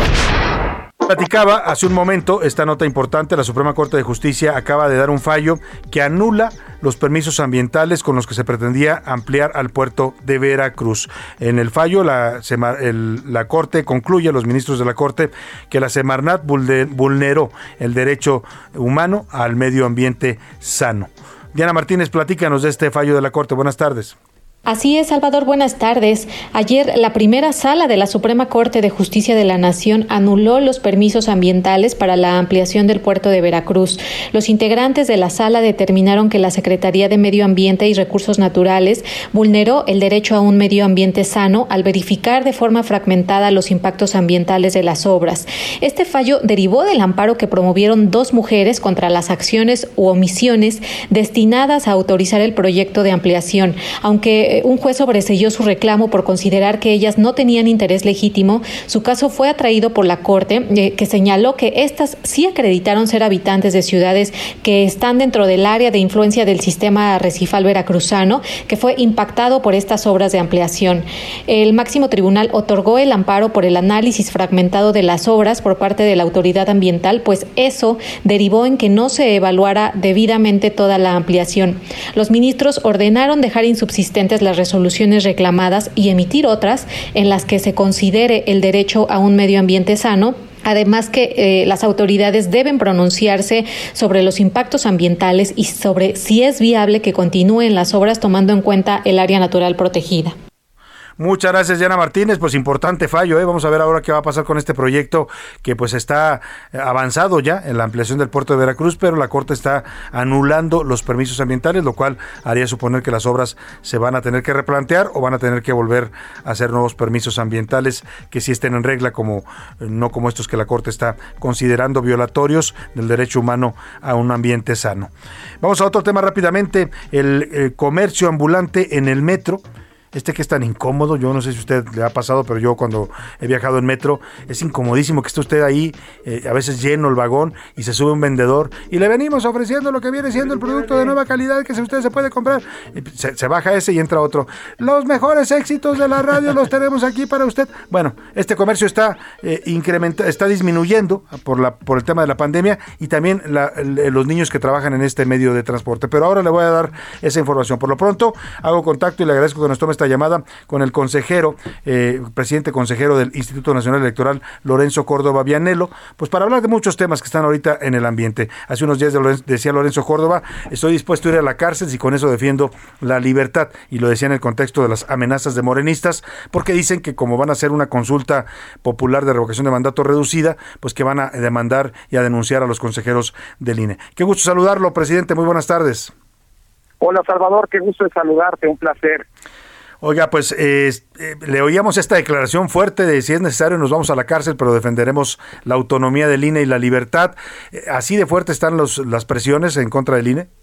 Platicaba hace un momento esta nota importante. La Suprema Corte de Justicia acaba de dar un fallo que anula los permisos ambientales con los que se pretendía ampliar al puerto de Veracruz. En el fallo, la, el, la Corte concluye, los ministros de la Corte, que la Semarnat vulneró el derecho humano al medio ambiente sano. Diana Martínez, platícanos de este fallo de la Corte. Buenas tardes. Así es, Salvador, buenas tardes. Ayer la primera sala de la Suprema Corte de Justicia de la Nación anuló los permisos ambientales para la ampliación del puerto de Veracruz. Los integrantes de la sala determinaron que la Secretaría de Medio Ambiente y Recursos Naturales vulneró el derecho a un medio ambiente sano al verificar de forma fragmentada los impactos ambientales de las obras. Este fallo derivó del amparo que promovieron dos mujeres contra las acciones u omisiones destinadas a autorizar el proyecto de ampliación, aunque un juez sobreseyó su reclamo por considerar que ellas no tenían interés legítimo. Su caso fue atraído por la Corte, eh, que señaló que estas sí acreditaron ser habitantes de ciudades que están dentro del área de influencia del sistema arrecifal veracruzano, que fue impactado por estas obras de ampliación. El máximo tribunal otorgó el amparo por el análisis fragmentado de las obras por parte de la autoridad ambiental, pues eso derivó en que no se evaluara debidamente toda la ampliación. Los ministros ordenaron dejar insubsistentes las resoluciones reclamadas y emitir otras en las que se considere el derecho a un medio ambiente sano. Además que eh, las autoridades deben pronunciarse sobre los impactos ambientales y sobre si es viable que continúen las obras tomando en cuenta el área natural protegida. Muchas gracias, Diana Martínez. Pues importante fallo, ¿eh? Vamos a ver ahora qué va a pasar con este proyecto que pues está avanzado ya en la ampliación del puerto de Veracruz, pero la Corte está anulando los permisos ambientales, lo cual haría suponer que las obras se van a tener que replantear o van a tener que volver a hacer nuevos permisos ambientales que sí estén en regla, como no como estos que la Corte está considerando violatorios del derecho humano a un ambiente sano. Vamos a otro tema rápidamente, el, el comercio ambulante en el metro. Este que es tan incómodo, yo no sé si a usted le ha pasado, pero yo cuando he viajado en metro, es incomodísimo que esté usted ahí, eh, a veces lleno el vagón, y se sube un vendedor, y le venimos ofreciendo lo que viene siendo el producto de nueva calidad que usted se puede comprar. Se, se baja ese y entra otro. Los mejores éxitos de la radio los tenemos aquí para usted. Bueno, este comercio está eh, incrementa, está disminuyendo por, la, por el tema de la pandemia, y también la, los niños que trabajan en este medio de transporte. Pero ahora le voy a dar esa información. Por lo pronto, hago contacto y le agradezco que nos tome esta llamada con el consejero, eh, presidente consejero del Instituto Nacional Electoral, Lorenzo Córdoba Vianello, pues para hablar de muchos temas que están ahorita en el ambiente. Hace unos días de Lorenzo, decía Lorenzo Córdoba, estoy dispuesto a ir a la cárcel si con eso defiendo la libertad, y lo decía en el contexto de las amenazas de morenistas, porque dicen que como van a hacer una consulta popular de revocación de mandato reducida, pues que van a demandar y a denunciar a los consejeros del I N E. Qué gusto saludarlo, presidente, muy buenas tardes. Hola, Salvador, qué gusto de saludarte, un placer. Oiga, pues eh, eh, le oíamos esta declaración fuerte de si es necesario nos vamos a la cárcel, pero defenderemos la autonomía del I N E y la libertad. Eh, ¿Así de fuerte están los, las presiones en contra del I N E?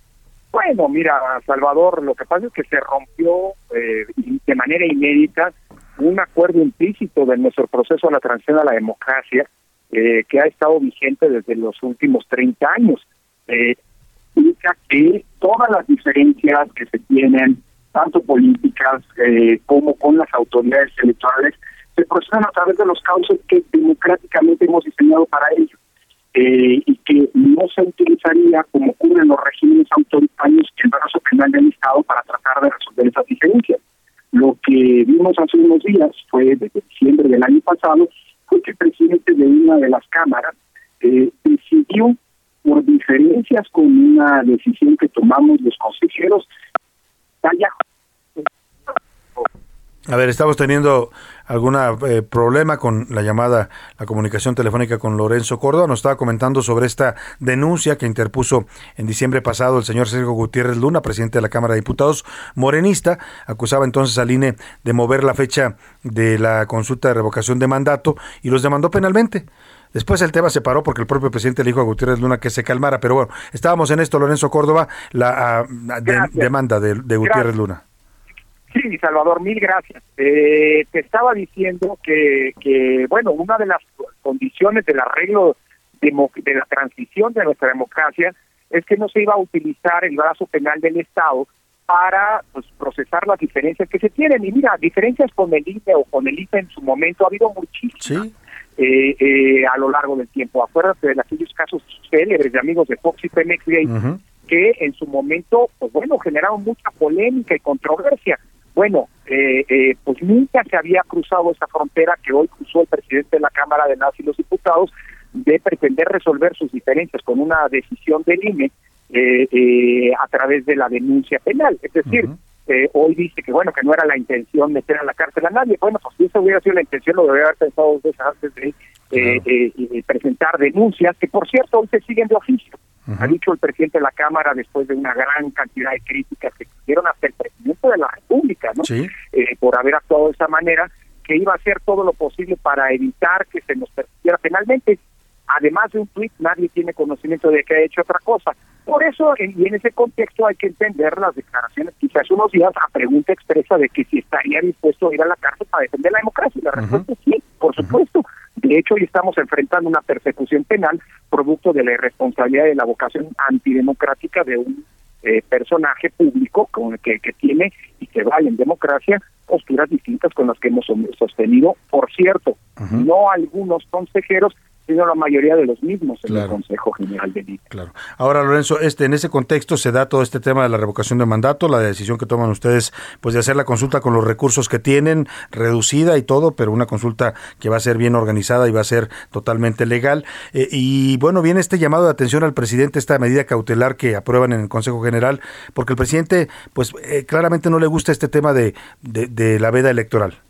Bueno, mira, Salvador, lo que pasa es que se rompió eh, de manera inédita un acuerdo implícito de nuestro proceso a la transición a la democracia, eh, que ha estado vigente desde los últimos treinta años. Eh, indica que todas las diferencias que se tienen, tanto políticas eh, como con las autoridades electorales, se procesan a través de los cauces que democráticamente hemos diseñado para ello, eh, y que no se utilizaría, como ocurre en los regímenes autoritarios, el brazo penal del Estado para tratar de resolver esas diferencias. Lo que vimos hace unos días, fue desde diciembre del año pasado, fue que el presidente de una de las cámaras eh, decidió, por diferencias con una decisión que tomamos los consejeros, A ver, estamos teniendo algún eh, problema con la llamada, la comunicación telefónica con Lorenzo Córdoba. Nos estaba comentando sobre esta denuncia que interpuso en diciembre pasado el señor Sergio Gutiérrez Luna, presidente de la Cámara de Diputados, morenista. Acusaba entonces al I N E de mover la fecha de la consulta de revocación de mandato y los demandó penalmente. Después el tema se paró porque el propio presidente le dijo a Gutiérrez Luna que se calmara, pero bueno, estábamos en esto, Lorenzo Córdoba, la uh, de, demanda de, de Gutiérrez Gracias. Luna. Sí, Salvador, mil gracias. Eh, te estaba diciendo que, que, bueno, una de las condiciones del arreglo demo, de la transición de nuestra democracia es que no se iba a utilizar el brazo penal del Estado para pues, procesar las diferencias que se tienen. Y mira, diferencias con el I N E o con el I F E en su momento ha habido muchísimas. ¿Sí? Eh, eh, a lo largo del tiempo. Acuérdate de aquellos casos célebres de amigos de Fox y Pemex Gate, uh-huh. que en su momento, pues bueno, generaron mucha polémica y controversia. Bueno, eh, eh, pues nunca se había cruzado esa frontera que hoy cruzó el presidente de la Cámara de Naz y los Diputados, de pretender resolver sus diferencias con una decisión del I N E eh, eh, a través de la denuncia penal. Es decir, uh-huh. eh, hoy dice que bueno, que no era la intención meter a la cárcel a nadie. Bueno, pues si eso hubiera sido la intención, lo debería haber pensado dos veces antes de eh, eh, eh, presentar denuncias, que por cierto hoy se siguen de oficio. Uh-huh. Ha dicho el presidente de la Cámara, después de una gran cantidad de críticas que hicieron hasta el presidente de la República, ¿no? Sí. Eh, por haber actuado de esa manera, que iba a hacer todo lo posible para evitar que se nos persiguiera penalmente. Además de un tuit, nadie tiene conocimiento de que ha hecho otra cosa. Por eso, y en ese contexto, hay que entender las declaraciones quizás hace unos días a pregunta expresa de que si estaría dispuesto a ir a la cárcel para defender la democracia. Y la respuesta es sí, por supuesto. De hecho, hoy estamos enfrentando una persecución penal producto de la irresponsabilidad de la vocación antidemocrática de un eh, personaje público con que, que tiene y que vale en democracia posturas distintas con las que hemos sostenido. Por cierto, uh-huh. no algunos consejeros, sino la mayoría de los mismos en claro. el Consejo General del I N E. Claro. Ahora, Lorenzo, este en ese contexto se da todo este tema de la revocación de mandato, la decisión que toman ustedes, pues de hacer la consulta con los recursos que tienen, reducida y todo, pero una consulta que va a ser bien organizada y va a ser totalmente legal. Eh, y bueno, viene este llamado de atención al presidente, esta medida cautelar que aprueban en el Consejo General, porque el presidente, pues eh, claramente no le gusta este tema de, de, de la veda electoral.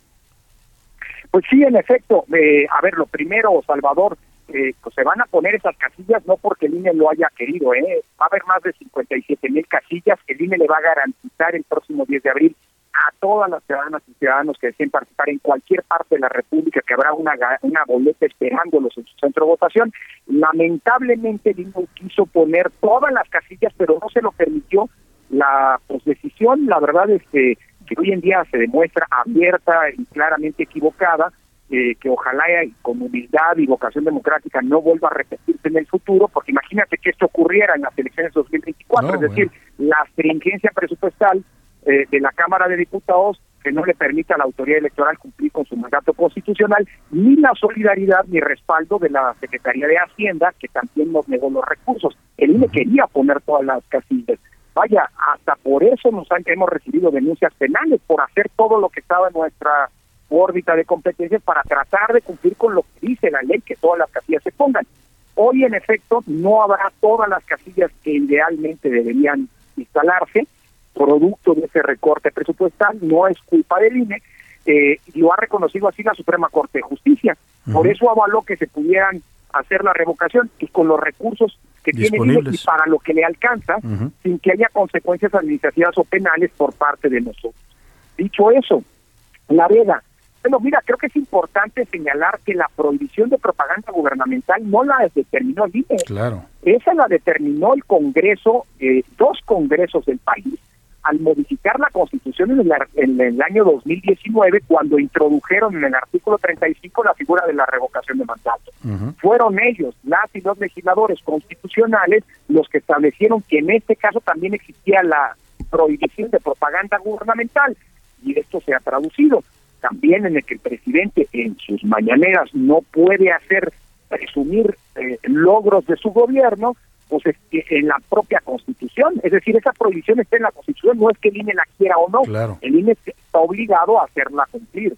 Pues sí, en efecto. Eh, a ver, lo primero, Salvador, eh, pues se van a poner esas casillas no porque el I N E lo haya querido, ¿eh? Va a haber más de cincuenta y siete mil casillas que el I N E le va a garantizar el próximo diez de abril a todas las ciudadanas y ciudadanos que deseen participar en cualquier parte de la República, que habrá una una boleta esperándolos en su centro de votación. Lamentablemente el I N E quiso poner todas las casillas, pero no se lo permitió. La pues, decisión, la verdad, es que, que hoy en día se demuestra abierta y claramente equivocada, eh, que ojalá con humildad y vocación democrática no vuelva a repetirse en el futuro, porque imagínate que esto ocurriera en las elecciones dos mil veinticuatro, no, es decir, bueno. la stringencia presupuestal eh, de la Cámara de Diputados que no le permita a la autoridad electoral cumplir con su mandato constitucional, ni la solidaridad ni respaldo de la Secretaría de Hacienda, que también nos negó los recursos. El I N E quería poner todas las casillas. Vaya, hasta por eso nos han, hemos recibido denuncias penales, por hacer todo lo que estaba en nuestra órbita de competencias para tratar de cumplir con lo que dice la ley, que todas las casillas se pongan. Hoy, en efecto, no habrá todas las casillas que idealmente deberían instalarse, producto de ese recorte presupuestal, no es culpa del I N E, eh, y lo ha reconocido así la Suprema Corte de Justicia. Uh-huh. Por eso avaló que se pudieran hacer la revocación y con los recursos que tiene el I N E y para lo que le alcanza, uh-huh. sin que haya consecuencias administrativas o penales por parte de nosotros. Dicho eso, la veda. Bueno, mira, creo que es importante señalar que la prohibición de propaganda gubernamental no la determinó el I N E. Claro. Esa la determinó el Congreso, eh, dos congresos del país, al modificar la Constitución en el, en el año dos mil diecinueve, cuando introdujeron en el artículo treinta y cinco la figura de la revocación de mandato. Uh-huh. Fueron ellos, las y los legisladores constitucionales, los que establecieron que en este caso también existía la prohibición de propaganda gubernamental, y esto se ha traducido también en el que el presidente en sus mañaneras no puede hacer presumir eh, logros de su gobierno, pues es que en la propia Constitución, es decir, esa prohibición está en la Constitución, no es que el I N E la quiera o no, claro. el I N E está obligado a hacerla cumplir.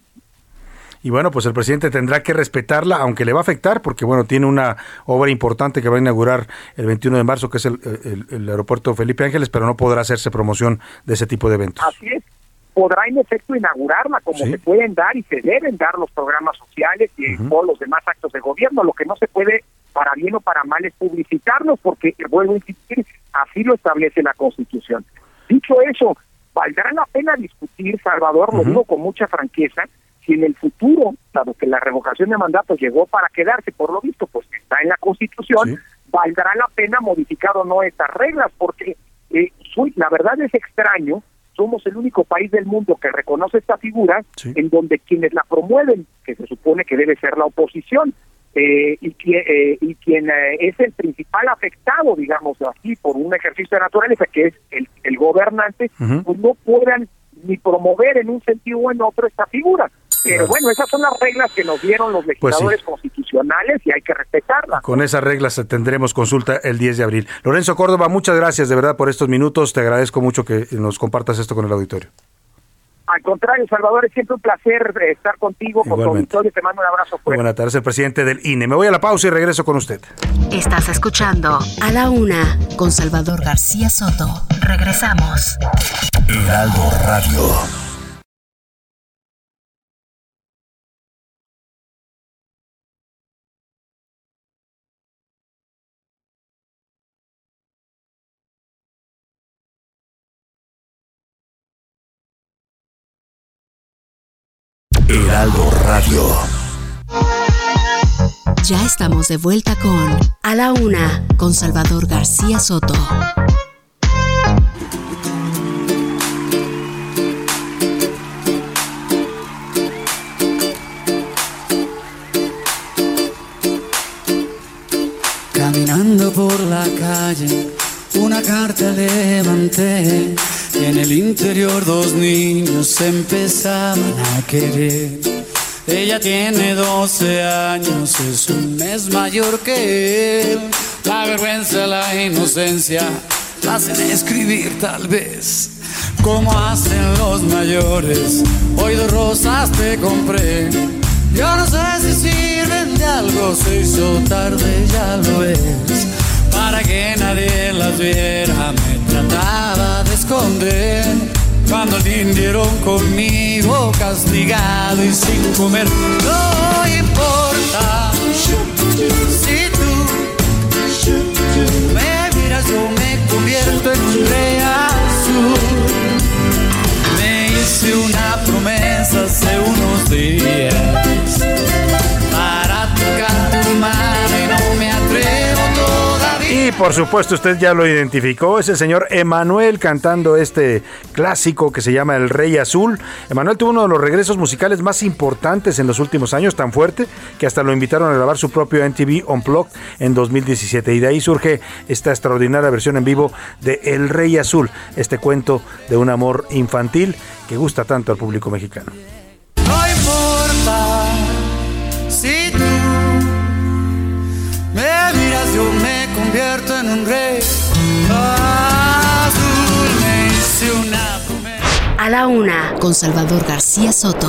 Y bueno, pues el presidente tendrá que respetarla, aunque le va a afectar, porque bueno, tiene una obra importante que va a inaugurar el veintiuno de marzo, que es el, el, el aeropuerto Felipe Ángeles, pero no podrá hacerse promoción de ese tipo de eventos. Así es. Podrá en efecto inaugurarla, como ¿Sí? se pueden dar y se deben dar los programas sociales y uh-huh. todos los demás actos de gobierno. Lo que no se puede, para bien o para mal, es publicitarlos, porque, vuelvo a insistir, así lo establece la Constitución. Dicho eso, valdrá la pena discutir, Salvador, uh-huh. lo digo con mucha franqueza, si en el futuro, dado que la revocación de mandato llegó para quedarse, por lo visto, pues está en la Constitución, ¿Sí? valdrá la pena modificar o no estas reglas, porque eh, soy, la verdad es extraño. Somos el único país del mundo que reconoce esta figura, sí. en donde quienes la promueven, que se supone que debe ser la oposición, eh, y, que, eh, y quien eh, es el principal afectado, digamos así, por un ejercicio de naturaleza, que es el, el gobernante, uh-huh. pues no podrán ni promover en un sentido o en otro esta figura. Pero bueno, esas son las reglas que nos dieron los legisladores pues sí. constitucionales y hay que respetarlas. Con esas reglas tendremos consulta el diez de abril. Lorenzo Córdoba, muchas gracias de verdad por estos minutos. Te agradezco mucho que nos compartas esto con el auditorio. Al contrario, Salvador, es siempre un placer estar contigo, con tu auditorio. Te mando un abrazo fuerte. Buenas tardes, el presidente del I N E. Me voy a la pausa y regreso con usted. Estás escuchando A la Una con Salvador García Soto. Regresamos. Heraldo Radio. Heraldo Radio. Ya estamos de vuelta con A la Una con Salvador García Soto. Caminando por la calle, una carta levanté. En el interior dos niños se empezaban a querer. Ella tiene doce años, es un mes mayor que él. La vergüenza, la inocencia, la hacen escribir tal vez. Como hacen los mayores, hoy dos rosas te compré. Yo no sé si sirven de algo, se hizo tarde, ya lo es. Para que nadie las viera, me trataba de esconder. Cuando vinieron conmigo, castigado y sin comer. No importa si tú me miras, yo me convierto en un rey azul. Me hice una promesa hace unos días para tocar tu mano y no me atrevo todavía. Y por supuesto usted ya lo identificó, es el señor Emmanuel cantando este clásico que se llama El Rey Azul. Emmanuel tuvo uno de los regresos musicales más importantes en los últimos años, tan fuerte que hasta lo invitaron a grabar su propio M T V Unplugged en dos mil diecisiete, y de ahí surge esta extraordinaria versión en vivo de El Rey Azul, este cuento de un amor infantil que gusta tanto al público mexicano. No importa si tú me miras, yo me convierto en un rey azul. Me hice una promesa. A la Una con Salvador García Soto.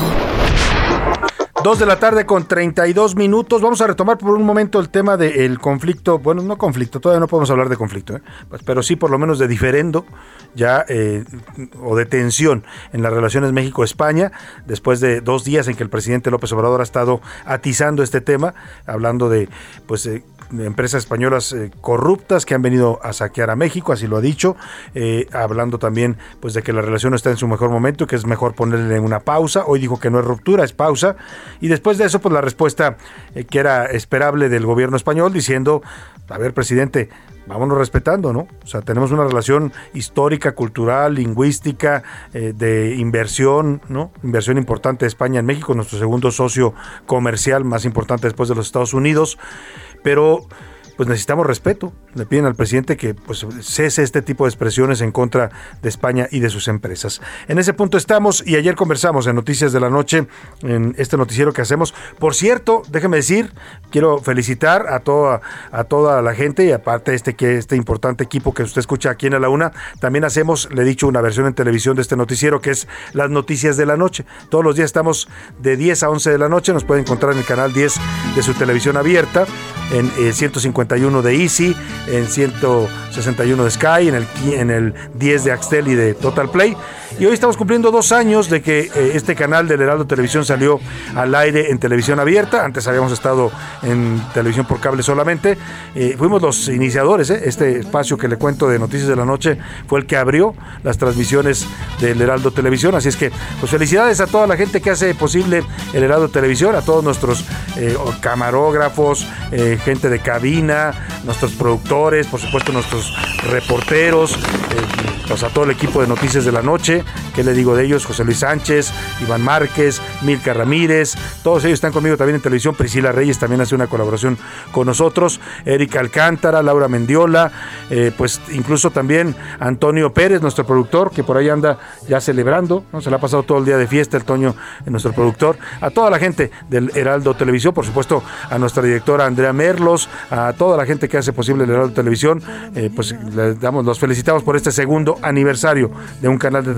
Dos de la tarde con treinta y dos minutos. Vamos a retomar por un momento el tema del conflicto. Bueno, no conflicto, todavía no podemos hablar de conflicto, ¿eh? Pues, pero sí por lo menos de diferendo ya eh, o de tensión en las relaciones México-España, después de dos días en que el presidente López Obrador ha estado atizando este tema, hablando de pues eh, de empresas españolas eh, corruptas que han venido a saquear a México, así lo ha dicho, eh, hablando también pues de que la relación no está en su mejor momento y que es mejor ponerle una pausa. Hoy dijo que no es ruptura, es pausa. Y después de eso, pues la respuesta eh, que era esperable del gobierno español, diciendo, a ver, presidente, vámonos respetando, ¿no? O sea, tenemos una relación histórica, cultural, lingüística, eh, de inversión, ¿no? Inversión importante de España en México, nuestro segundo socio comercial más importante después de los Estados Unidos, pero pues necesitamos respeto. Le piden al presidente que pues cese este tipo de expresiones en contra de España y de sus empresas. En ese punto estamos, y ayer conversamos en Noticias de la Noche, en este noticiero que hacemos. Por cierto, déjeme decir, quiero felicitar a toda, a toda la gente, y aparte este, que este importante equipo que usted escucha aquí en A la Una, también hacemos, le he dicho, una versión en televisión de este noticiero que es Las Noticias de la Noche. Todos los días estamos de diez a once de la noche, nos pueden encontrar en el canal diez de su televisión abierta, en eh, ciento cincuenta y uno de Easy, en ciento sesenta y uno de Sky, en el, en el diez de Axtel y de Total Play. Y hoy estamos cumpliendo dos años de que eh, este canal del Heraldo Televisión salió al aire en televisión abierta. Antes habíamos estado en televisión por cable solamente. Eh, fuimos los iniciadores, ¿eh? Este espacio que le cuento de Noticias de la Noche fue el que abrió las transmisiones del Heraldo Televisión. Así es que, pues felicidades a toda la gente que hace posible el Heraldo Televisión, a todos nuestros eh, camarógrafos, eh, gente de cabina, nuestros productores, por supuesto nuestros reporteros, eh, pues a todo el equipo de Noticias de la Noche. ¿Qué le digo de ellos? José Luis Sánchez, Iván Márquez, Milka Ramírez, todos ellos están conmigo también en televisión. Priscila Reyes también hace una colaboración con nosotros, Erika Alcántara, Laura Mendiola, eh, pues incluso también Antonio Pérez, nuestro productor, que por ahí anda ya celebrando, ¿no? Se le ha pasado todo el día de fiesta el Toño, nuestro productor. A toda la gente del Heraldo Televisión, por supuesto a nuestra directora Andrea Merlos, a toda la gente que hace posible el Heraldo Televisión, eh, pues les damos, los felicitamos por este segundo aniversario de un canal de televisión que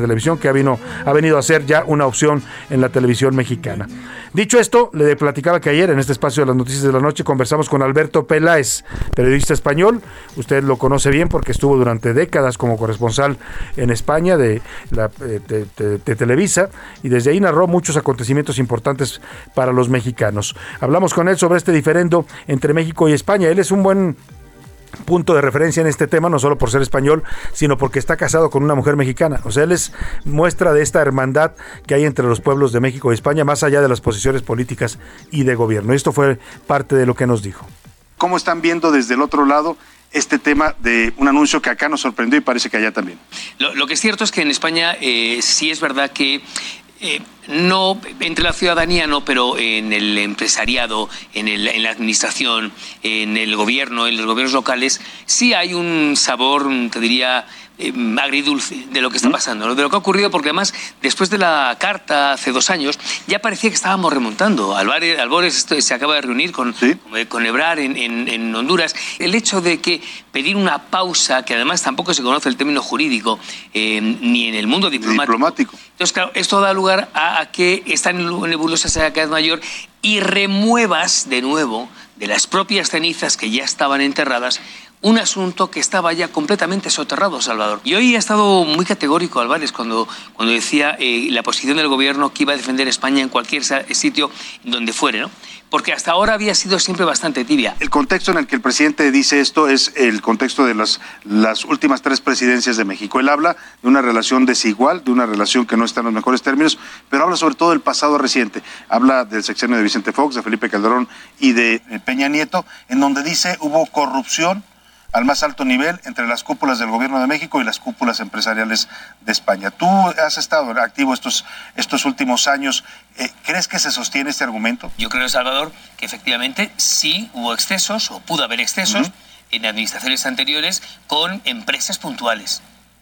que ha, vino, ha venido a ser ya una opción en la televisión mexicana. Dicho esto, le platicaba que ayer en este espacio de las noticias de la noche conversamos con Alberto Peláez, periodista español. Usted lo conoce bien porque estuvo durante décadas como corresponsal en España de, la, de, de, de Televisa, y desde ahí narró muchos acontecimientos importantes para los mexicanos. Hablamos con él sobre este diferendo entre México y España. Él es un buen punto de referencia en este tema, no solo por ser español, sino porque está casado con una mujer mexicana. O sea, él es muestra de esta hermandad que hay entre los pueblos de México y España, más allá de las posiciones políticas y de gobierno. Esto fue parte de lo que nos dijo. ¿Cómo están viendo desde el otro lado este tema de un anuncio que acá nos sorprendió y parece que allá también? Lo, lo que es cierto es que en España eh, sí es verdad que Eh, no entre la ciudadanía, no, pero en el empresariado, en, el, en la administración, en el gobierno, en los gobiernos locales, sí hay un sabor, te diría, eh, agridulce de lo que está pasando, de lo que ha ocurrido, porque además, después de la carta hace dos años, ya parecía que estábamos remontando. Álvarez, Álvarez esto, se acaba de reunir con, ¿Sí? con Ebrard en, en, en Honduras. El hecho de que pedir una pausa, que además tampoco se conoce el término jurídico, eh, ni en el mundo diplomático. diplomático. Entonces, claro, esto da lugar a, a que esta nebulosa sea cada vez mayor y remuevas de nuevo de las propias cenizas que ya estaban enterradas un asunto que estaba ya completamente soterrado, Salvador. Y hoy ha estado muy categórico Álvarez cuando, cuando decía eh, la posición del gobierno que iba a defender España en cualquier sitio donde fuere, ¿no? Porque hasta ahora había sido siempre bastante tibia. El contexto en el que el presidente dice esto es el contexto de las, las últimas tres presidencias de México. Él habla de una relación desigual, de una relación que no está en los mejores términos, pero habla sobre todo del pasado reciente. Habla del sexenio de Vicente Fox, de Felipe Calderón y de Peña Nieto, en donde dice hubo corrupción al más alto nivel entre las cúpulas del gobierno de México y las cúpulas empresariales de España. Tú has estado activo estos, estos últimos años. Eh, ¿Crees que se sostiene este argumento? Yo creo, Salvador, que efectivamente sí hubo excesos, o pudo haber excesos, uh-huh. en administraciones anteriores con empresas puntuales.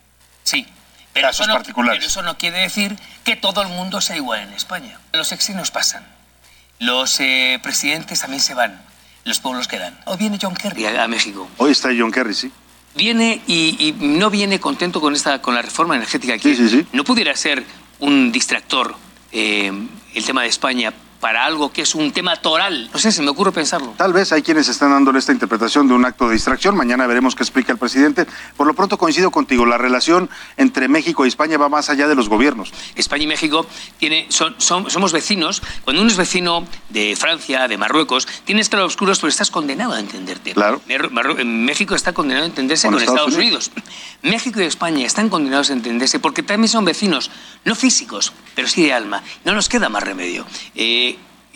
Sí. Pero Casos eso, no, particulares. pero eso no quiere decir que todo el mundo sea igual en España. Los sexenios pasan. Los eh, presidentes también se van. Los pueblos quedan. Hoy viene John Kerry a, a México. Hoy está John Kerry, sí. Viene y, y no viene contento con esta con la reforma energética que sí, sí, sí. no pudiera ser un distractor eh, el tema de España para algo que es un tema toral. No sé, se me ocurre pensarlo. Tal vez hay quienes están dándole esta interpretación de un acto de distracción. Mañana veremos qué explica el presidente. Por lo pronto coincido contigo, la relación entre México y España va más allá de los gobiernos. España y México tiene, son, son, somos vecinos. Cuando uno es vecino de Francia, de Marruecos, tienes claroscuros, pero estás condenado a entenderte. Claro. Marru- México está condenado a entenderse con, con Estados, Estados Unidos. Unidos. México y España están condenados a entenderse porque también son vecinos, no físicos, pero sí de alma. No nos queda más remedio. Eh,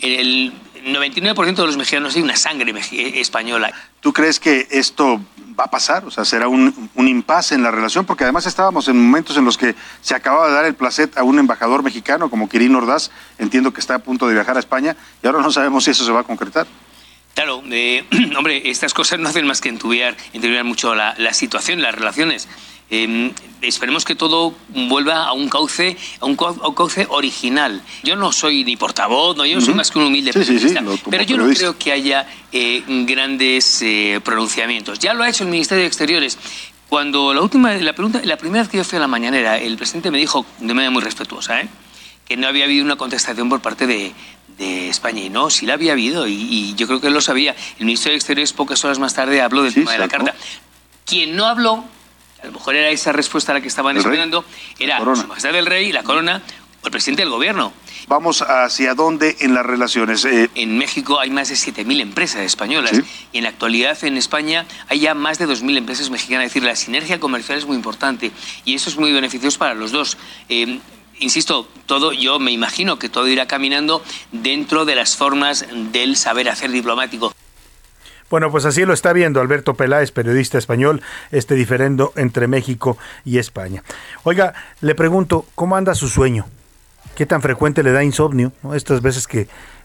El noventa y nueve por ciento de los mexicanos hay una sangre española. ¿Tú crees que esto va a pasar? O sea, ¿será un, un impasse en la relación? Porque además estábamos en momentos en los que se acababa de dar el placet a un embajador mexicano como Quirino Ordaz. Entiendo que está a punto de viajar a España y ahora no sabemos si eso se va a concretar. Claro, eh, hombre, estas cosas no hacen más que enturbiar, enturbiar mucho la, la situación, las relaciones. Eh, esperemos que todo vuelva a un cauce a un, cauce, a un cauce original. Yo no soy ni portavoz, no, yo no soy uh-huh. más que un humilde sí, periodista, sí, sí, pero yo no creo que haya eh, grandes eh, pronunciamientos. Ya lo ha hecho el Ministerio de Exteriores. Cuando la última, la pregunta, la primera vez que yo fui a la mañanera, el presidente me dijo de manera muy respetuosa, ¿eh? que no había habido una contestación por parte de, de España. Y no, sí la había habido, y, y yo creo que él lo sabía. El Ministerio de Exteriores pocas horas más tarde habló del sí, tema de la carta. Quien no habló, a lo mejor era esa respuesta a la que estaban esperando, era Su Majestad el Rey, la Corona o el presidente del gobierno. Vamos hacia dónde en las relaciones. Eh... En México hay más de siete mil empresas españolas ¿Sí? y en la actualidad en España hay ya más de dos mil empresas mexicanas. Es decir, la sinergia comercial es muy importante y eso es muy beneficioso para los dos. Eh, Insisto, todo, yo me imagino que todo irá caminando dentro de las formas del saber hacer diplomático. Bueno, pues así lo está viendo Alberto Peláez, periodista español, este diferendo entre México y España. Oiga, le pregunto, ¿cómo anda su sueño? ¿Qué tan frecuente le da insomnio? ¿No? Estas veces que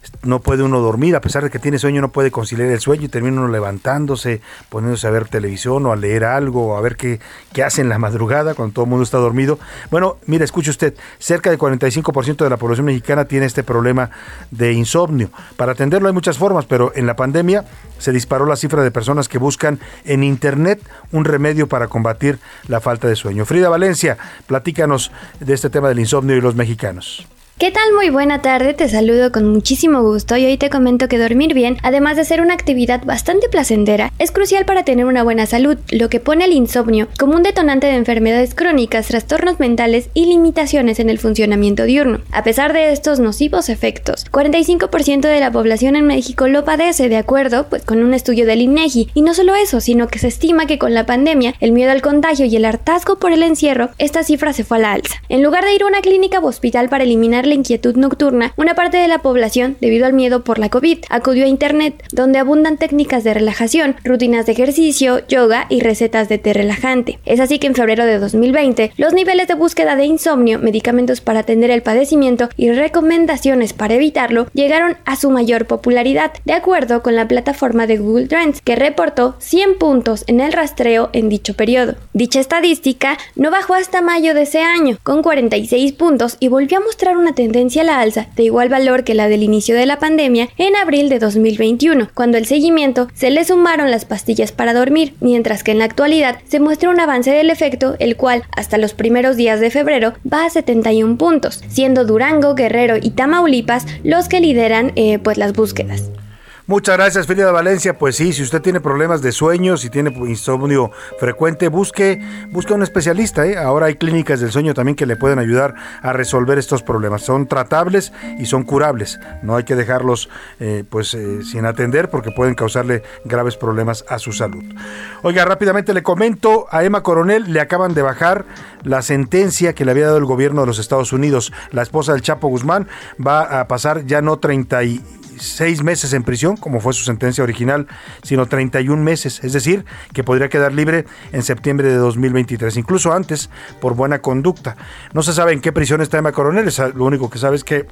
no puede uno dormir, a pesar de que tiene sueño, no puede conciliar el sueño y termina uno levantándose, poniéndose a ver televisión o a leer algo, o a ver qué, qué hace en la madrugada cuando todo el mundo está dormido. Bueno, mira, escuche usted, cerca del cuarenta y cinco por ciento de la población mexicana tiene este problema de insomnio. Para atenderlo hay muchas formas, pero en la pandemia se disparó la cifra de personas que buscan en internet un remedio para combatir la falta de sueño. Frida Valencia, platícanos de este tema del insomnio y los mexicanos. ¿Qué tal? Muy buena tarde, te saludo con muchísimo gusto y hoy te comento que dormir bien, además de ser una actividad bastante placentera, es crucial para tener una buena salud, lo que pone el insomnio como un detonante de enfermedades crónicas, trastornos mentales y limitaciones en el funcionamiento diurno. A pesar de estos nocivos efectos, cuarenta y cinco por ciento de la población en México lo padece, de acuerdo pues con un estudio del INEGI, y no solo eso, sino que se estima que con la pandemia, el miedo al contagio y el hartazgo por el encierro, esta cifra se fue a la alza. En lugar de ir a una clínica o hospital para eliminar la inquietud nocturna, una parte de la población, debido al miedo por la COVID, acudió a internet, donde abundan técnicas de relajación, rutinas de ejercicio, yoga y recetas de té relajante. Es así que en febrero de dos mil veinte, los niveles de búsqueda de insomnio, medicamentos para atender el padecimiento y recomendaciones para evitarlo llegaron a su mayor popularidad, de acuerdo con la plataforma de Google Trends, que reportó cien puntos en el rastreo en dicho periodo. Dicha estadística no bajó hasta mayo de ese año, con cuarenta y seis puntos, y volvió a mostrar una tendencia a la alza de igual valor que la del inicio de la pandemia en abril de dos mil veintiuno, cuando al seguimiento se le sumaron las pastillas para dormir, mientras que en la actualidad se muestra un avance del efecto, el cual hasta los primeros días de febrero va a setenta y un puntos, siendo Durango, Guerrero y Tamaulipas los que lideran eh, pues las búsquedas. Muchas gracias, Frida Valencia. Pues sí, si usted tiene problemas de sueño, si tiene insomnio frecuente, busque, busque a un especialista, ¿eh? Ahora hay clínicas del sueño también que le pueden ayudar a resolver estos problemas. Son tratables y son curables. No hay que dejarlos eh, pues eh, sin atender porque pueden causarle graves problemas a su salud. Oiga, rápidamente le comento, a Emma Coronel le acaban de bajar la sentencia que le había dado el gobierno de los Estados Unidos. La esposa del Chapo Guzmán va a pasar ya no treinta y seis meses en prisión, como fue su sentencia original, sino treinta y un meses, es decir, que podría quedar libre en septiembre de dos mil veintitrés, incluso antes, por buena conducta. No se sabe en qué prisión está Emma Coronel, lo único que sabe es que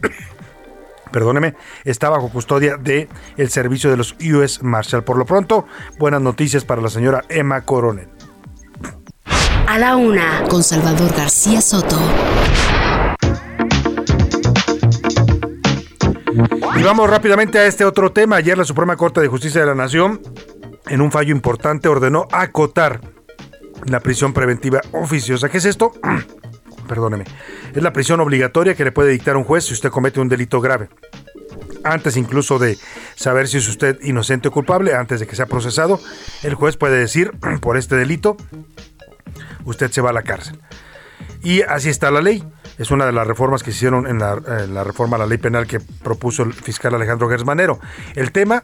perdóneme, está bajo custodia de el servicio de los U S Marshal. Por lo pronto, buenas noticias para la señora Emma Coronel. A la una, con Salvador García Soto. Y vamos rápidamente a este otro tema. Ayer la Suprema Corte de Justicia de la Nación, en un fallo importante, ordenó acotar la prisión preventiva oficiosa. ¿Qué es esto? Perdóneme. Es la prisión obligatoria que le puede dictar un juez si usted comete un delito grave. Antes incluso de saber si es usted inocente o culpable, antes de que sea procesado, el juez puede decir, por este delito, usted se va a la cárcel. Y así está la ley. Es una de las reformas que se hicieron en la, en la reforma a la ley penal que propuso el fiscal Alejandro Gertz Manero. El tema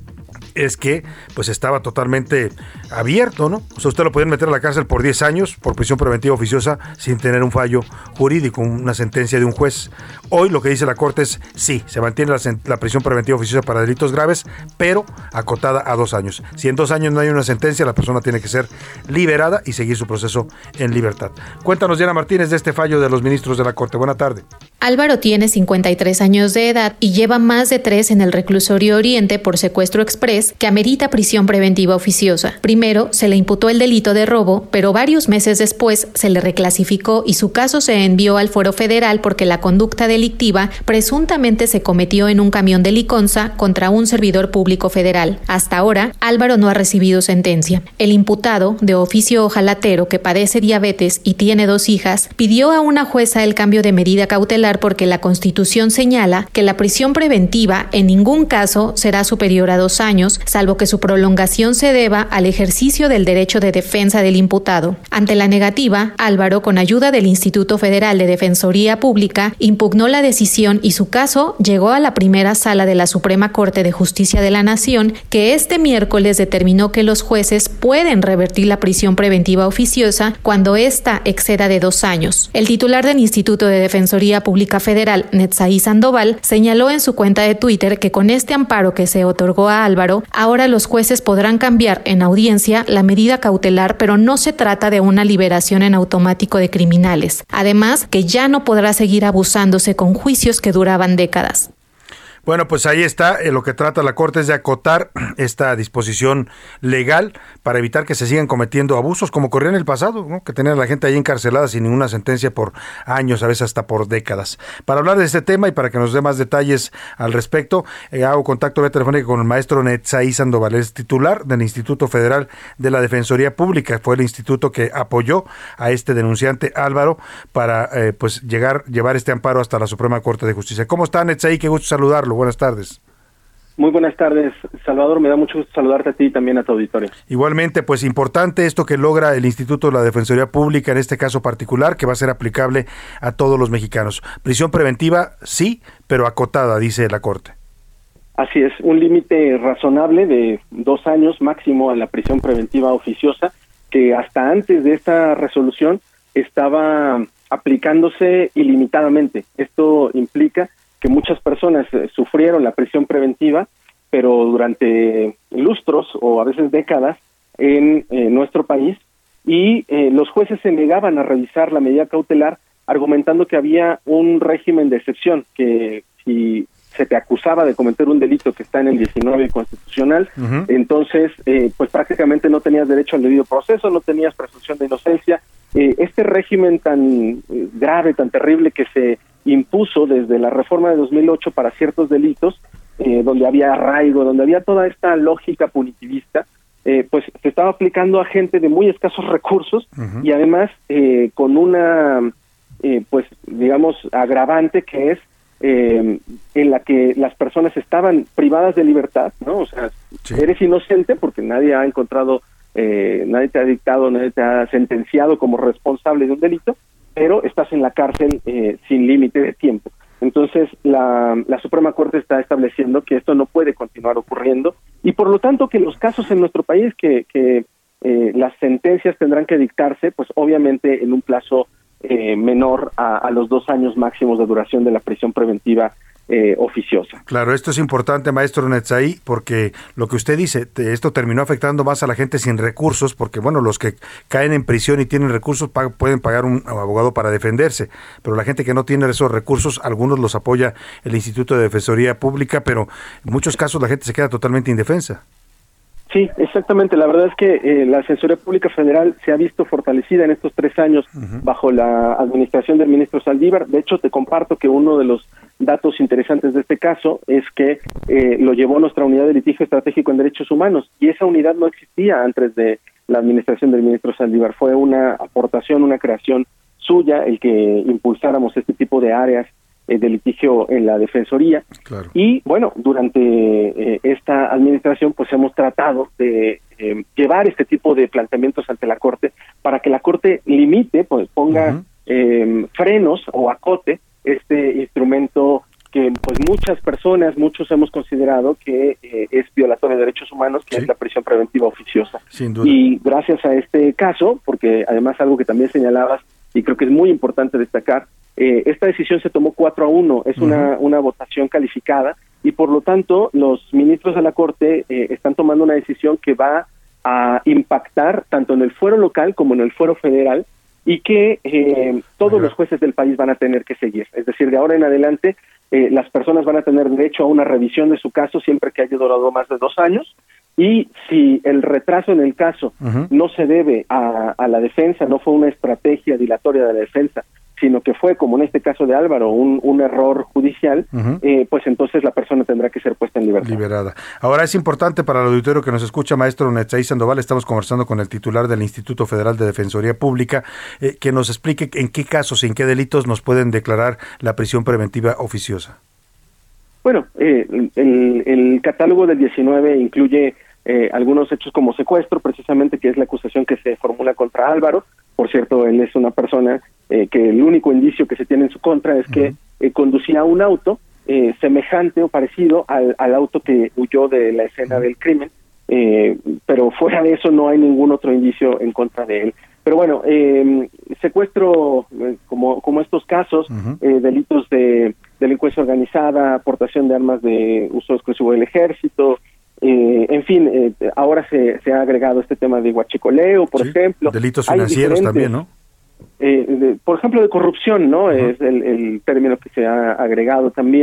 es que pues estaba totalmente abierto, ¿no? O sea, usted lo podían meter a la cárcel por diez años por prisión preventiva oficiosa sin tener un fallo jurídico, una sentencia de un juez. Hoy lo que dice la Corte es sí, se mantiene la, la prisión preventiva oficiosa para delitos graves, pero acotada a dos años. Si en dos años no hay una sentencia, la persona tiene que ser liberada y seguir su proceso en libertad. Cuéntanos, Diana Martínez, de este fallo de los ministros de la Corte. Buena tarde. Álvaro tiene cincuenta y tres años de edad y lleva más de tres en el reclusorio Oriente por secuestro exprés que amerita prisión preventiva oficiosa. Primero se le imputó el delito de robo, pero varios meses después se le reclasificó y su caso se envió al fuero federal porque la conducta delictiva presuntamente se cometió en un camión de Liconza contra un servidor público federal. Hasta ahora, Álvaro no ha recibido sentencia. El imputado, de oficio ojalatero que padece diabetes y tiene dos hijas, pidió a una jueza el cambio de medida cautelar porque la Constitución señala que la prisión preventiva en ningún caso será superior a dos años, salvo que su prolongación se deba al ejercicio del derecho de defensa del imputado. Ante la negativa, Álvaro, con ayuda del Instituto Federal de Defensoría Pública, impugnó la decisión y su caso llegó a la primera sala de la Suprema Corte de Justicia de la Nación, que este miércoles determinó que los jueces pueden revertir la prisión preventiva oficiosa cuando ésta exceda de dos años. El titular del Instituto de Defensoría Pública Federal, Netzaí Sandoval, señaló en su cuenta de Twitter que con este amparo que se otorgó a Álvaro, ahora los jueces podrán cambiar en audiencia la medida cautelar, pero no se trata de una liberación en automático de criminales. Además, que ya no podrá seguir abusándose con juicios que duraban décadas. Bueno, pues ahí está, eh, lo que trata la Corte es de acotar esta disposición legal para evitar que se sigan cometiendo abusos como ocurrió en el pasado, ¿no? Que tenían a la gente ahí encarcelada sin ninguna sentencia por años, a veces hasta por décadas. Para hablar de este tema y para que nos dé más detalles al respecto, eh, hago contacto vía telefónica con el maestro Netzaí Sandoval, es titular del Instituto Federal de la Defensoría Pública. Fue el instituto que apoyó a este denunciante Álvaro para eh, pues llegar, llevar este amparo hasta la Suprema Corte de Justicia. ¿Cómo está, Netzaí? Qué gusto saludarlo. Buenas tardes. Muy buenas tardes, Salvador. Me da mucho gusto saludarte a ti y también a tu auditorio. Igualmente, pues importante esto que logra el Instituto de la Defensoría Pública en este caso particular, que va a ser aplicable a todos los mexicanos. Prisión preventiva, sí, pero acotada, dice la Corte. Así es, un límite razonable de dos años máximo a la prisión preventiva oficiosa, que hasta antes de esta resolución estaba aplicándose ilimitadamente. Esto implica que muchas personas eh, sufrieron la prisión preventiva, pero durante lustros o a veces décadas en eh, nuestro país, y eh, los jueces se negaban a revisar la medida cautelar argumentando que había un régimen de excepción, que si se te acusaba de cometer un delito que está en el diecinueve constitucional, uh-huh. entonces eh, pues prácticamente no tenías derecho al debido proceso, no tenías presunción de inocencia. Eh, este régimen tan eh, grave, tan terrible que se impuso desde la reforma de dos mil ocho para ciertos delitos, eh, donde había arraigo, donde había toda esta lógica punitivista, eh, pues se estaba aplicando a gente de muy escasos recursos uh-huh. y además eh, con una, eh, pues digamos, agravante que es eh, en la que las personas estaban privadas de libertad, ¿no? O sea, sí. eres inocente porque nadie ha encontrado, eh, nadie te ha dictado, nadie te ha sentenciado como responsable de un delito, pero estás en la cárcel eh, sin límite de tiempo. Entonces, la, la Suprema Corte está estableciendo que esto no puede continuar ocurriendo y, por lo tanto, que los casos en nuestro país, que, que eh, las sentencias tendrán que dictarse, pues obviamente en un plazo eh, menor a, a los dos años máximos de duración de la prisión preventiva Eh, oficiosa. Claro, esto es importante, maestro Netzaí, porque lo que usted dice, te, esto terminó afectando más a la gente sin recursos, porque bueno, los que caen en prisión y tienen recursos pag- pueden pagar un abogado para defenderse, pero la gente que no tiene esos recursos, algunos los apoya el Instituto de Defensoría Pública, pero en muchos casos la gente se queda totalmente indefensa. Sí, exactamente. La verdad es que eh, la Defensoría Pública Federal se ha visto fortalecida en estos tres años uh-huh. bajo la administración del ministro Saldívar. De hecho, te comparto que uno de los datos interesantes de este caso es que eh, lo llevó nuestra unidad de litigio estratégico en derechos humanos, y esa unidad no existía antes de la administración del ministro Saldívar. Fue una aportación, una creación suya el que impulsáramos este tipo de áreas eh, de litigio en la Defensoría. Claro. Y bueno, durante eh, esta administración pues hemos tratado de eh, llevar este tipo de planteamientos ante la Corte para que la Corte limite, pues ponga uh-huh. eh, frenos o acote este instrumento que pues muchas personas, muchos hemos considerado que eh, es violatorio de derechos humanos, que sí. es la prisión preventiva oficiosa. Sin duda. Y gracias a este caso, porque además algo que también señalabas y creo que es muy importante destacar, eh, esta decisión se tomó cuatro a uno, es uh-huh. una, una votación calificada, y por lo tanto los ministros de la Corte eh, están tomando una decisión que va a impactar tanto en el fuero local como en el fuero federal, y que eh, todos Ajá. los jueces del país van a tener que seguir. Es decir, de ahora en adelante, eh, las personas van a tener derecho a una revisión de su caso siempre que haya durado más de dos años, y si el retraso en el caso uh-huh. no se debe a, a la defensa, no fue una estrategia dilatoria de la defensa, sino que fue, como en este caso de Álvaro, un, un error judicial, uh-huh. eh, pues entonces la persona tendrá que ser puesta en libertad. Liberada. Ahora es importante para el auditorio que nos escucha, maestro Netzaí Sandoval, estamos conversando con el titular del Instituto Federal de Defensoría Pública, eh, que nos explique en qué casos y en qué delitos nos pueden declarar la prisión preventiva oficiosa. Bueno, eh, el, el catálogo del diecinueve incluye eh, algunos hechos como secuestro, precisamente, que es la acusación que se formula contra Álvaro. Por cierto, él es una persona eh, que el único indicio que se tiene en su contra es que eh, conducía un auto eh, semejante o parecido al, al auto que huyó de la escena del crimen, eh, pero fuera de eso no hay ningún otro indicio en contra de él. Pero bueno, eh, secuestro, eh, como, como estos casos, uh-huh. eh, delitos de delincuencia organizada, aportación de armas de uso exclusivo del ejército, eh, en fin, eh, ahora se, se ha agregado este tema de huachicoleo, por sí, ejemplo. Delitos financieros también, ¿no? Eh, de, por ejemplo, de corrupción, ¿no? Uh-huh. Es el, el término que se ha agregado también.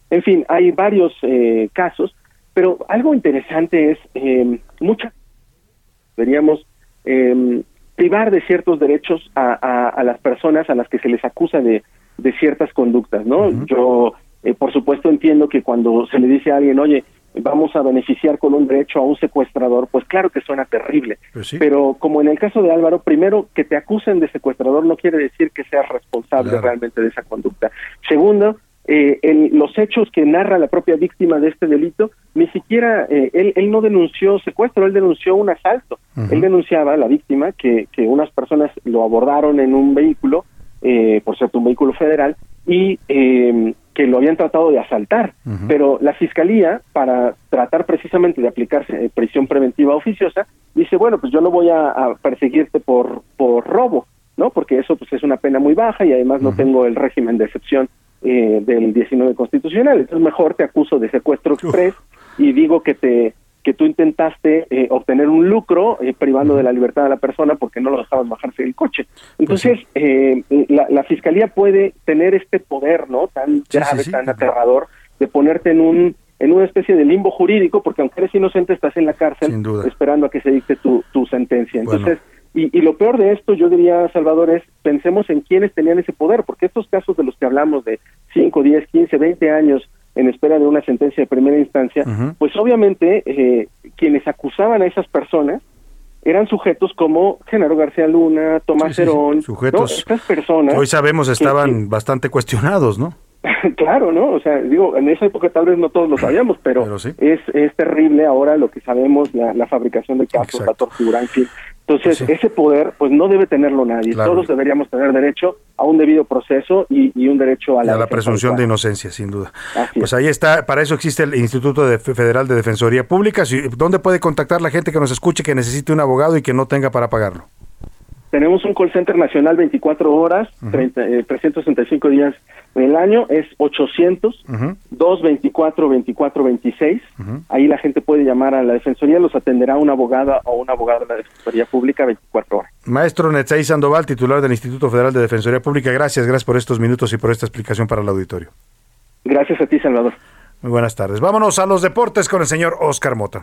En fin, hay varios eh, casos, pero algo interesante es, eh, muchas deberíamos eh, privar de ciertos derechos a, a, a las personas a las que se les acusa de, de ciertas conductas, ¿no? Uh-huh. Yo, eh, por supuesto, entiendo que cuando se le dice a alguien, oye, vamos a beneficiar con un derecho a un secuestrador, pues claro que suena terrible, pues sí. Pero como en el caso de Álvaro, primero, que te acusen de secuestrador no quiere decir que seas responsable claro. realmente de esa conducta. Segundo, eh, en los hechos que narra la propia víctima de este delito, ni siquiera, eh, él, él no denunció secuestro, él denunció un asalto. Uh-huh. Él denunciaba, la víctima, que, que unas personas lo abordaron en un vehículo, eh, por cierto, un vehículo federal, y eh, que lo habían tratado de asaltar, uh-huh. pero la Fiscalía, para tratar precisamente de aplicarse eh, prisión preventiva oficiosa, dice, bueno, pues yo no voy a, a perseguirte por por robo, ¿no? Porque eso pues es una pena muy baja y además no uh-huh. tengo el régimen de excepción eh, del diecinueve constitucional, entonces mejor te acuso de secuestro express uh-huh. y digo que te que tú intentaste eh, obtener un lucro eh, privando uh-huh. de la libertad a la persona porque no lo dejabas bajarse del coche. Entonces, pues sí. eh, la, la Fiscalía puede tener este poder, ¿no? Tan sí, grave, sí, sí. tan aterrador, de ponerte en un en una especie de limbo jurídico, porque aunque eres inocente estás en la cárcel esperando a que se dicte tu, tu sentencia. Entonces, bueno. y, y lo peor de esto, yo diría, Salvador, es pensemos en quienes tenían ese poder, porque estos casos de los que hablamos de cinco, diez, quince, veinte años en espera de una sentencia de primera instancia, uh-huh. pues obviamente eh, quienes acusaban a esas personas eran sujetos como Genaro García Luna, Tomás sí, sí, Herón, sí. sujetos ¿no? Estas personas hoy sabemos estaban que, que, bastante cuestionados, ¿no? Claro, ¿no? O sea, digo, en esa época tal vez no todos lo sabíamos, pero, pero sí. es, es terrible ahora lo que sabemos, la, la fabricación de casos, la tortura, en fin. Entonces, sí. ese poder, pues no debe tenerlo nadie. Claro. Todos deberíamos tener derecho a un debido proceso y, y un derecho a la, a la presunción de inocencia, sin duda. Así pues es. ahí está, para eso existe el Instituto de Federal de Defensoría Pública. ¿Dónde puede contactar la gente que nos escuche, que necesite un abogado y que no tenga para pagarlo? Tenemos un call center nacional veinticuatro horas, uh-huh. treinta, eh, trescientos sesenta y cinco días del año, es ochocientos, doscientos veinticuatro, veinticuatro veintiséis. Uh-huh. Ahí la gente puede llamar a la Defensoría, los atenderá una abogada o un abogado de la Defensoría Pública veinticuatro horas. Maestro Netzaí Sandoval, titular del Instituto Federal de Defensoría Pública, gracias, gracias por estos minutos y por esta explicación para el auditorio. Gracias a ti, Salvador. Muy buenas tardes. Vámonos a los deportes con el señor Oscar Mota.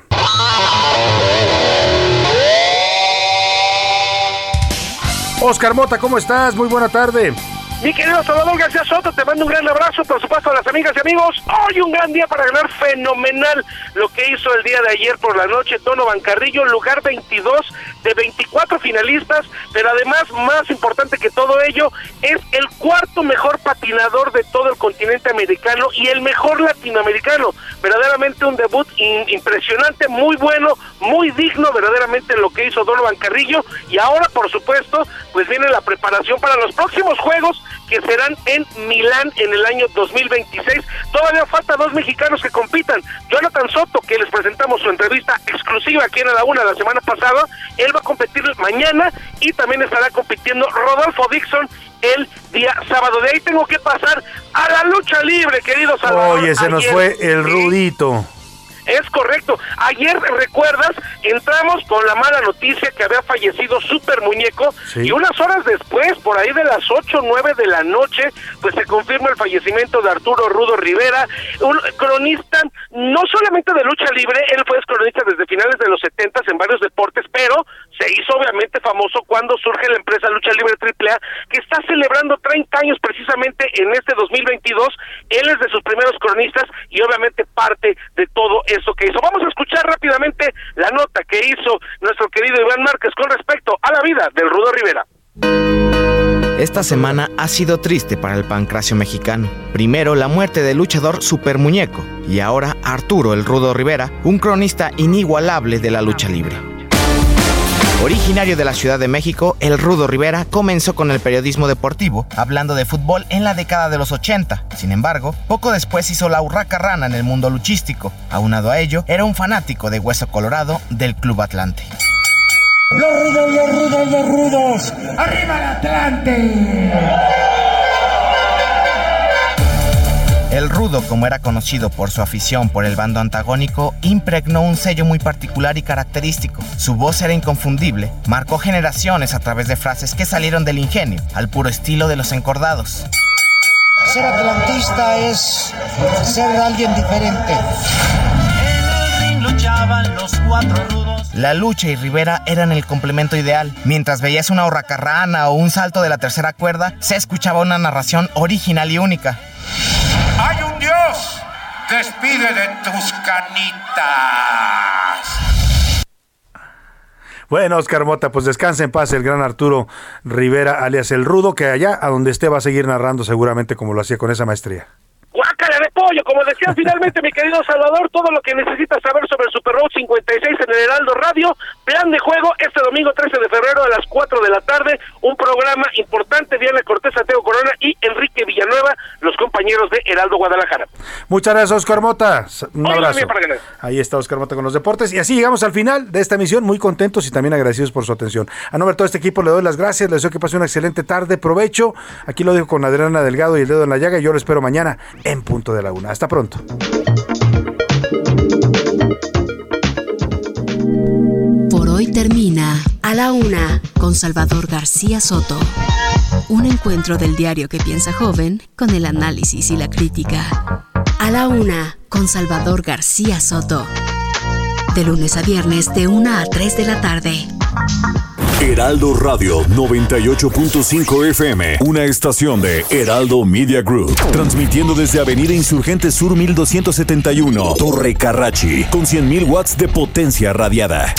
Oscar Mota, ¿cómo estás? Muy buena tarde. Mi querido Salvador García Soto, te mando un gran abrazo, por supuesto, a las amigas y amigos. Hoy un gran día para ganar, fenomenal lo que hizo el día de ayer por la noche Donovan Carrillo, lugar veintidós de veinticuatro finalistas, pero además, más importante que todo ello, es el cuarto mejor patinador de todo el continente americano y el mejor latinoamericano. Verdaderamente un debut in- impresionante, muy bueno, muy digno verdaderamente lo que hizo Donovan Carrillo, y ahora, por supuesto, pues viene la preparación para los próximos Juegos, que serán en Milán en el año dos mil veintiséis. Todavía falta dos mexicanos que compitan. Jonathan Soto, que les presentamos su entrevista exclusiva aquí en A la Una la semana pasada, él va a competir mañana y también estará compitiendo Rodolfo Dixon el día sábado. De ahí tengo que pasar a la lucha libre, querido Salvador. Oye, se Ayer, nos fue el Rudito. Es correcto. Ayer, ¿recuerdas? Entramos con la mala noticia que había fallecido Super Muñeco, sí. y unas horas después, por ahí de las ocho o nueve de la noche, pues se confirma el fallecimiento de Arturo Rudo Rivera, un cronista no solamente de lucha libre, él fue cronista desde finales de los setentas en varios deportes, pero se hizo obviamente famoso cuando surge la empresa Lucha Libre triple A, que está celebrando treinta años precisamente en este dos mil veintidós. Él es de sus primeros cronistas y obviamente parte de todo eso que hizo. Vamos a escuchar rápidamente la nota que hizo nuestro querido Iván Márquez con respecto a la vida del Rudo Rivera. Esta semana ha sido triste para el pancracio mexicano. Primero, la muerte del luchador Super Muñeco, y ahora Arturo el Rudo Rivera, un cronista inigualable de la lucha libre. Originario de la Ciudad de México, el Rudo Rivera comenzó con el periodismo deportivo, hablando de fútbol en la década de los ochenta. Sin embargo, poco después hizo la urraca rana en el mundo luchístico. Aunado a ello, era un fanático de Hueso Colorado del Club Atlante. ¡Los rudos, los rudos, los rudos! ¡Arriba el Atlante! El Rudo, como era conocido por su afición por el bando antagónico, impregnó un sello muy particular y característico. Su voz era inconfundible, marcó generaciones a través de frases que salieron del ingenio, al puro estilo de los encordados. ser atlantista es ser alguien diferente. En el ring luchaban los cuatro rudos. La lucha y Rivera eran el complemento ideal. Mientras veías una hurracarrana o un salto de la tercera cuerda, se escuchaba una narración original y única. ¡Hay un Dios! ¡Despide de tus canitas! Bueno, Oscar Mota, pues descansa en paz el gran Arturo Rivera, alias El Rudo, que allá a donde esté va a seguir narrando seguramente como lo hacía con esa maestría. ¡Guácala de pollo! Como decía finalmente mi querido Salvador, todo lo que necesitas saber sobre el Super Bowl cincuenta y seis en el Heraldo Radio. Plan de juego este domingo trece de febrero a las cuatro de la tarde. Un programa importante, Diana Cortés, Santiago Corona y Enrique Villanueva, los compañeros de Heraldo Guadalajara. Muchas gracias, Oscar Mota. Un Hoy abrazo. para ganar. Ahí está Oscar Mota con los deportes. Y así llegamos al final de esta emisión, muy contentos y también agradecidos por su atención. A nombre de todo este equipo le doy las gracias, les deseo que pase una excelente tarde, provecho. Aquí lo dejo con Adriana Delgado y el dedo en la llaga y yo lo espero mañana en punto de la una. Hasta pronto. Por hoy termina A la Una con Salvador García Soto. Un encuentro del diario que piensa joven con el análisis y la crítica. A la Una con Salvador García Soto. De lunes a viernes de una a tres de la tarde. Heraldo Radio noventa y ocho punto cinco F M, una estación de Heraldo Media Group, transmitiendo desde Avenida Insurgente Sur mil doscientos setenta y uno, Torre Carrachi, con cien mil watts de potencia radiada.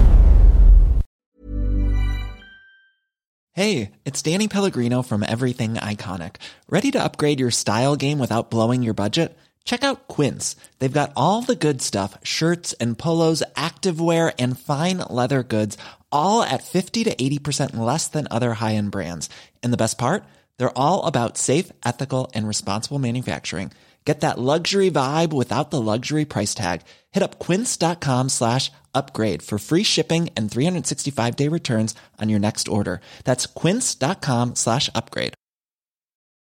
Hey, it's Danny Pellegrino from Everything Iconic. Ready to upgrade your style game without blowing your budget? Check out Quince. They've got all the good stuff, shirts and polos, activewear, and fine leather goods, all at fifty to eighty percent less than other high-end brands. And the best part? They're all about safe, ethical, and responsible manufacturing. Get that luxury vibe without the luxury price tag. Hit up quince.com slash upgrade for free shipping and three sixty-five day returns on your next order. That's quince.com slash upgrade.